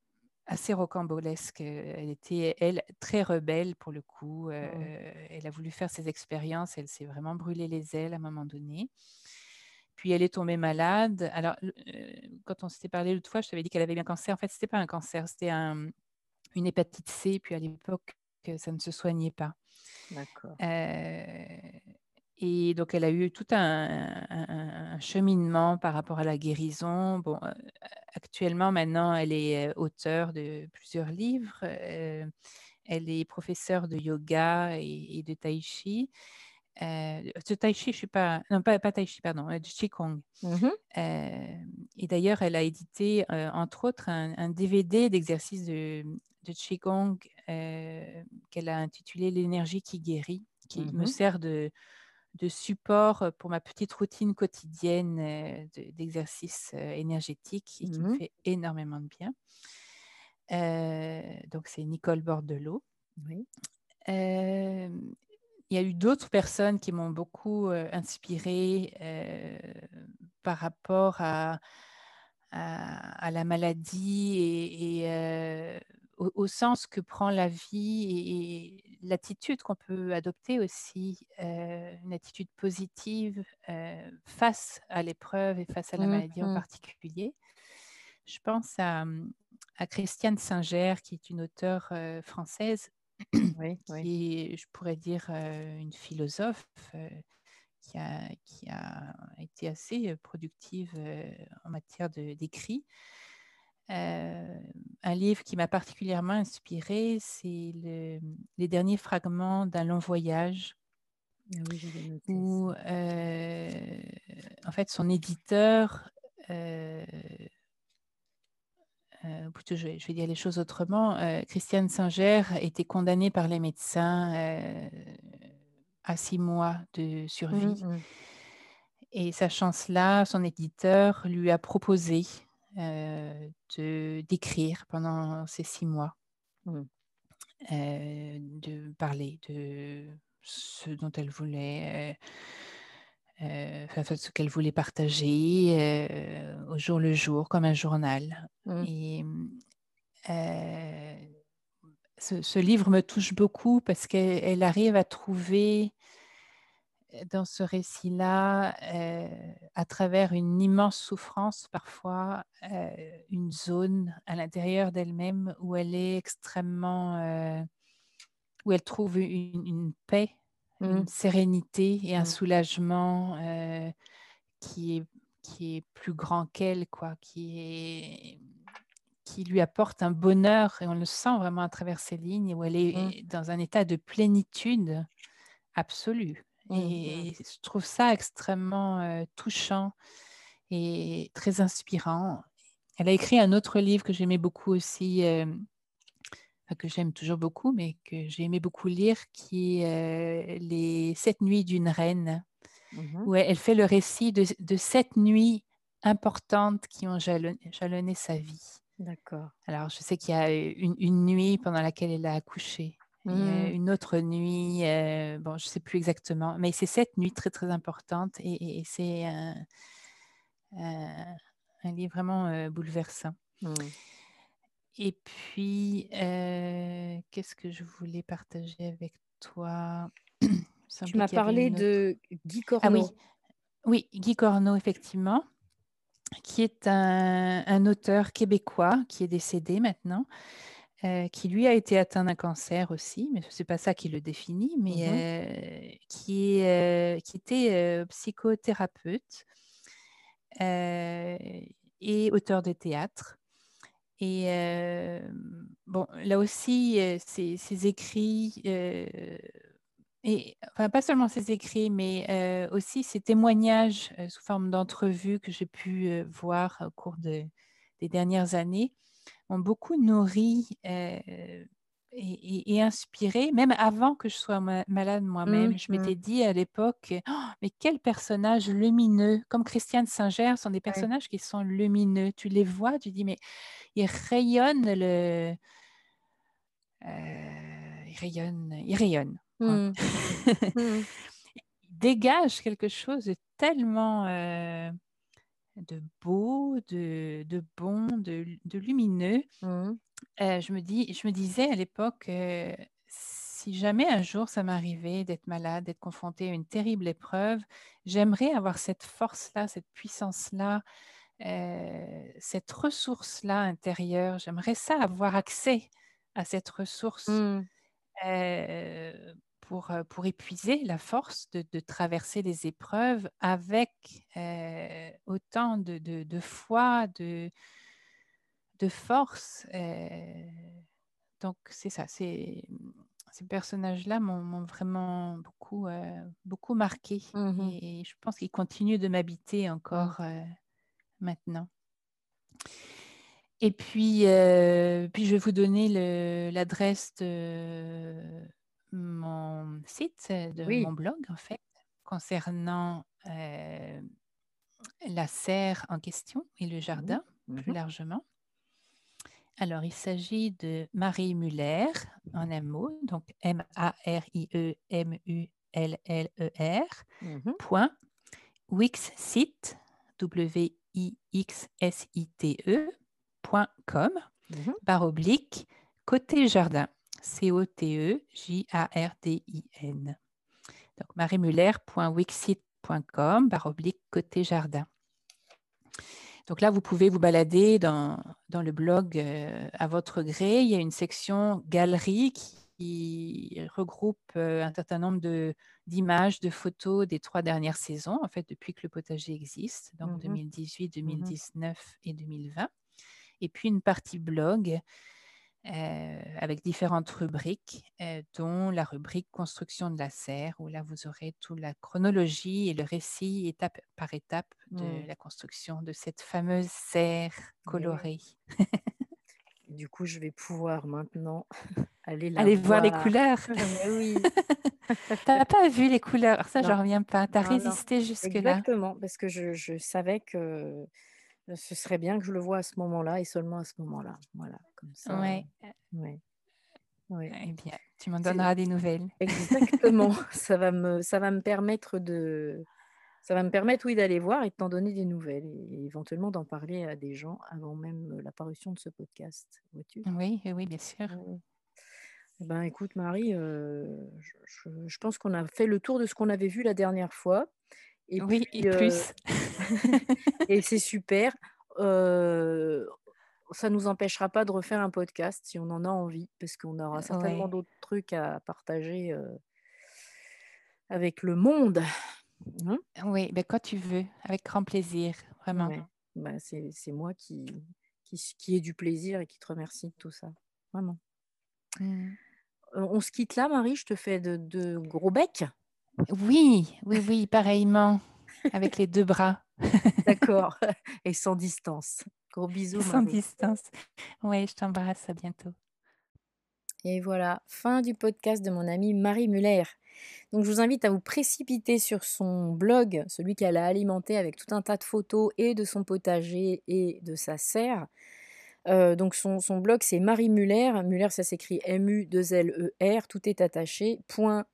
assez rocambolesque. Elle était, elle, très rebelle pour le coup. Heu, Mmh. elle a voulu faire ses expériences, elle s'est vraiment brûlé les ailes à un moment donné. Puis elle est tombée malade. Alors, le heu, quand on s'était parlé l'autre fois, je t'avais dit qu'elle avait eu un cancer. En fait, c'était pas un cancer, c'était un une hépatite C, puis à l'époque, heu, ça ne se soignait pas. D'accord. Heu et donc elle a eu tout un un un un cheminement par rapport à la guérison. Bon, heu, actuellement, maintenant, elle est, heu, auteure de plusieurs livres. Heu, elle est professeure de yoga et et de tai chi. Heu, de tai chi, je suis pas non, pas pas tai chi, pardon, heu, du qigong. Mmh mh. Hem et d'ailleurs, elle a édité, heu, entre autres, un un D V D d'exercices de de qigong, heu, qu'elle a intitulé «L'énergie qui guérit», qui me Mmh. sert de de support, pour ma petite routine quotidienne, heu, de d'exercices, heu, énergétiques et qui me Mmh. fait énormément de bien. Heu, donc c'est Nicole Bordelot. Oui. Hem, il y a eu d'autres personnes qui m'ont beaucoup, heu, inspirée, heu, par rapport à à à la maladie et et heu, au au sens que prend la vie et et l'attitude qu'on peut adopter aussi, heu, une attitude positive, heu, face à l'épreuve et face à la Mmh maladie en mh. particulier. Je pense à, mmh, à Christiane Singer, qui est une auteure, heu, française, Oui, oui. qui est, je pourrais dire, heu, une philosophe, heu, qui a qui a été assez, heu, productive, heu, en matière de d'écrit. Heu, un livre qui m'a particulièrement inspirée, c'est le, mmh, Les derniers fragments d'un long voyage Ah oui, j'avais noté ça. où, heu, en fait, son éditeur, heu Heu, plutôt je vais je vais dire les choses autrement. Heu, Christiane Singer était condamnée par les médecins, heu, à six mois de Mmh survie mh. et sachant cela, son éditeur lui a proposé, heu, de d'écrire pendant ces six mois, Mmh. heu, de parler de ce dont elle voulait, heu heu, enfin enfin, ce qu'elle voulait partager, heu, au jour le jour comme un journal Mmh. et mmh, heu Ce ce livre me touche beaucoup parce qu'elle elle arrive à trouver, heu, dans ce récit-là, heu, à travers une immense souffrance parfois, heu, une zone à l'intérieur d'elle-même où elle est extrêmement, heu, où elle trouve une une paix, Mmh. une sérénité et un Mmh. soulagement, heu, qui est qui est plus grand qu'elle quoi, qui est qui lui apporte un bonheur et on le sent vraiment à travers ses lignes, où elle Mmh. est dans un état de plénitude absolue Mmh. Mmh. et je trouve ça extrêmement, heu, touchant et très inspirant. Elle a écrit un autre livre que j'aimais beaucoup aussi, hem, enfin que j'aime toujours beaucoup, mais que j'ai aimé beaucoup lire, qui est, heu, Les sept nuits d'une reine, Mmh mh. où elle elle fait le récit de de sept nuits importantes qui ont jalon jalonné sa vie. D'accord. Alors, je sais qu'il y a une une nuit pendant laquelle elle a accouché. Il y a Mmh. une autre nuit, heu, bon, je ne sais plus exactement, mais c'est cette nuit très, très importante et et et c'est un un un livre vraiment, heu, bouleversant. Mmh. Et puis, heu, qu'est-ce que je voulais partager avec toi? Il me Tu semblait m'as qu'il y avait parlé une autre. de Guy Ah Corneau. oui, oui, Guy Corneau, effectivement, qui est un un auteur québécois qui est décédé maintenant. Heu, qui lui a été atteint d'un cancer aussi, mais c'est pas ça qui le définit, Mmh mh. mais heu, qui est, heu, qui était, heu, psychothérapeute, heu et auteur de théâtre et hem, bon, là aussi, heu, ses ses écrits, heu et enfin, pas seulement ses écrits, mais heu, aussi ses témoignages, heu, sous forme d'entrevues que j'ai pu, heu, voir au cours de des dernières années m'ont beaucoup nourrie, heu et et et inspirée, même avant que je sois ma malade Mmh moi-même. Je mh. m'étais dit à l'époque: «Oh, mais quel personnage lumineux!» Comme Christiane Singer, ce sont des Ouais. personnages qui sont lumineux. Tu les vois, tu dis: «Mais ils rayonnent le, heu, ils rayonnent ils rayonnent, quoi». Mmh. Mmh. Ils dégagent quelque chose de tellement, heu de beau, de, de bon, de, de lumineux. Mmh. Euh, je me dis, je me disais à l'époque, euh, si jamais un jour ça m'arrivait d'être malade, d'être confrontée à une terrible épreuve, j'aimerais avoir cette force-là, cette puissance-là, euh, cette ressource-là intérieure. J'aimerais ça, avoir accès à cette ressource Mmh. euh, pour, euh, pour épuiser la force de, de traverser les épreuves avec euh, autant de, de, de foi, de, de force. euh. Donc, c'est ça. C'est, ces personnages-là m'ont m'ont vraiment beaucoup, euh, beaucoup marqué. Mmh mh. Et, je pense qu'ils continuent de m'habiter Mmh. encore euh, maintenant. Et puis, euh, puis, je vais vous donner le- l'adresse de mon site, de mon Oui. blog, en fait, concernant euh, la serre en question et le Mmh. jardin, Mmh plus mh. largement. Alors, il s'agit de Marie Muller, en un mot, donc M A R I E M U L L E R, Mmh mh. point, Wixsite, W I X S I T E, point com, Mmh mh. barre oblique, côté jardin, C O T E J A R D I N. Donc, mariemuller point wixsite point com, barre oblique, côté jardin. Donc là, vous pouvez vous balader dans, dans le blog euh, à votre gré. Il y a une section galerie qui regroupe euh, un certain nombre de, d'images, de photos des trois dernières saisons, en fait, depuis que le potager existe, donc Mmh deux mh. mille dix-huit, Mmh mh. deux mille dix-neuf et deux mille vingt. Et puis une partie blog euh, avec différentes rubriques, euh, dont la rubrique construction de la serre, où là vous aurez toute la chronologie et le récit étape par étape de Mmh. la construction de cette fameuse serre Et oui. colorée. Du coup, je vais pouvoir maintenant aller la Allez voir les voir. couleurs. Mais oui. T'as pas vu les couleurs, ça Non, j'en reviens pas. T'as non, non. résisté jusque-là. Exactement, parce que je je savais que ce serait bien que je le voie à ce moment-là et seulement à ce moment-là. Voilà, comme ça, Ouais. ouais, ouais. Eh bien, tu m'en C'est donneras des nouvelles. exactement, ça va me ça va me permettre de ça va me permettre, oui, d'aller voir et de t'en donner des nouvelles et éventuellement d'en parler à des gens avant même la parution de ce podcast, vois-tu? Oui, oui, oui, bien sûr. Ouais, ouais. Eh ben, écoute Marie, heu, je je je pense qu'on a fait le tour de ce qu'on avait vu la dernière fois et Oui, et puis, heu plus. et c'est super. Heu, Ça nous empêchera pas de refaire un podcast si on en a envie, parce qu'on aura certainement Ouais. d'autres trucs à partager, heu, avec le monde, hein? Oui, ben quand tu veux, avec grand plaisir, vraiment. Ouais, bah, c'est c'est moi qui qui s qui ai du plaisir et qui te remercie de tout ça, vraiment. Mm. Heu, on se quitte là Marie, je te fais de de gros becs. Oui, oui, oui, pareillement, avec les deux bras, D'accord et sans distance. Gros bisous sans Marie. distance. Ouais, je t'embrasse, à bientôt. Et voilà, fin du podcast de mon amie Marie Muller. Donc je vous invite à vous précipiter sur son blog, celui qu'elle a alimenté avec tout un tas de photos et de son potager et de sa serre. Heu, donc son son blog c'est Marie Muller, Muller ça s'écrit M U deux L E R, tout est attaché, point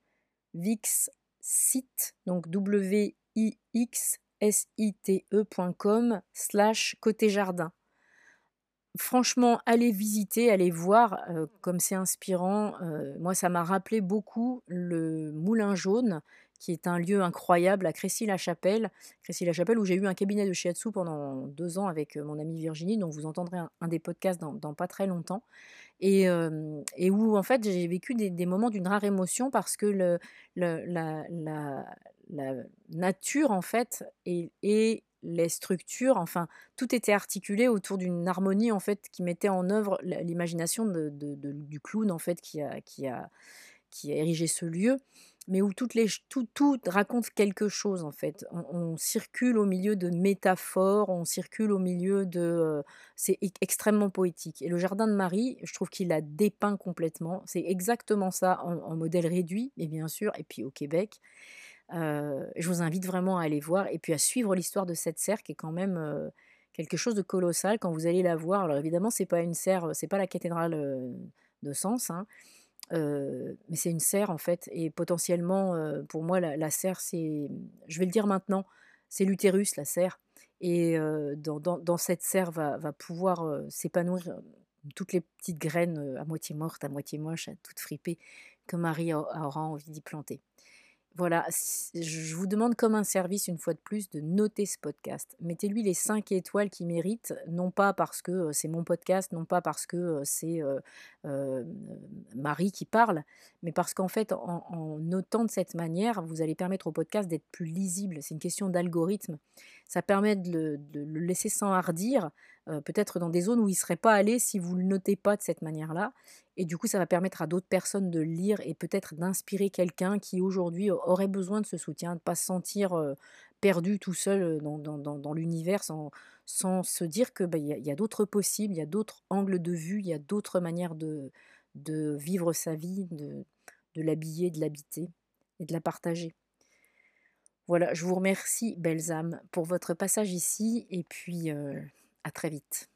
Wixsite, donc W I X S I T E point com slash côté jardin. Franchement, allez visiter, allez voir, heu, comme c'est inspirant. Heu, moi, ça m'a rappelé beaucoup le Moulin Jaune, qui est un lieu incroyable à Crécy-la-Chapelle. Crécy-la-Chapelle où j'ai eu un cabinet de shiatsu pendant deux ans avec, heu, mon amie Virginie, dont vous entendrez un un des podcasts dans dans pas très longtemps et hem et où en fait, j'ai vécu des des moments d'une rare émotion parce que le le la la la nature en fait et et les structures, enfin, tout était articulé autour d'une harmonie en fait qui mettait en œuvre la l'imagination de de de du clown en fait qui a qui a qui a érigé ce lieu, mais où toutes les ch tout tout raconte quelque chose en fait. On on circule au milieu de métaphores, on circule au milieu de, heu, c'est e extrêmement poétique et le jardin de Marie, je trouve qu'il a dépeint complètement. C'est exactement ça en en modèle réduit et bien sûr et puis au Québec. Heu, je vous invite vraiment à aller voir et puis à suivre l'histoire de cette serre qui est quand même, heu, quelque chose de colossal quand vous allez la voir. Alors évidemment, c'est pas une serre, c'est pas la cathédrale, heu, de Sens, hein, heu, mais c'est une serre en fait et potentiellement, heu, pour moi la la serre c'est, je vais le dire maintenant, c'est l'utérus la serre et heu, dans dans dans cette serre va va pouvoir, heu, s'épanouir, heu, toutes les petites graines, heu, à moitié mortes, à moitié moches, à toutes fripées, que Marie a aura envie d'y planter. Voilà, s je vous demande comme un service, une fois de plus, de noter ce podcast. Mettez-lui les cinq étoiles qu'il mérite, non pas parce que, heu, c'est mon podcast, non pas parce que, heu, c'est, heu, hem, Marie qui parle, mais parce qu'en fait, en en notant de cette manière, vous allez permettre au podcast d'être plus lisible. C'est une question d'algorithme. Ça permet de le de le laisser s'enhardir, heu, peut-être dans des zones où il ne serait pas allé si vous le notez pas de cette manière-là, et du coup, ça va permettre à d'autres personnes de le lire et peut-être d'inspirer quelqu'un qui aujourd'hui aurait besoin de ce soutien, de ne pas se sentir, heu, perdu tout seul, heu, dans dans dans dans l'univers sans sans se dire que, bah, il y a il y a d'autres possibles, il y a d'autres angles de vue, il y a d'autres manières de de vivre sa vie, de de l'habiller, de l'habiter et de la partager. Voilà, je vous remercie, belles âmes, pour votre passage ici et puis, heu, à très vite.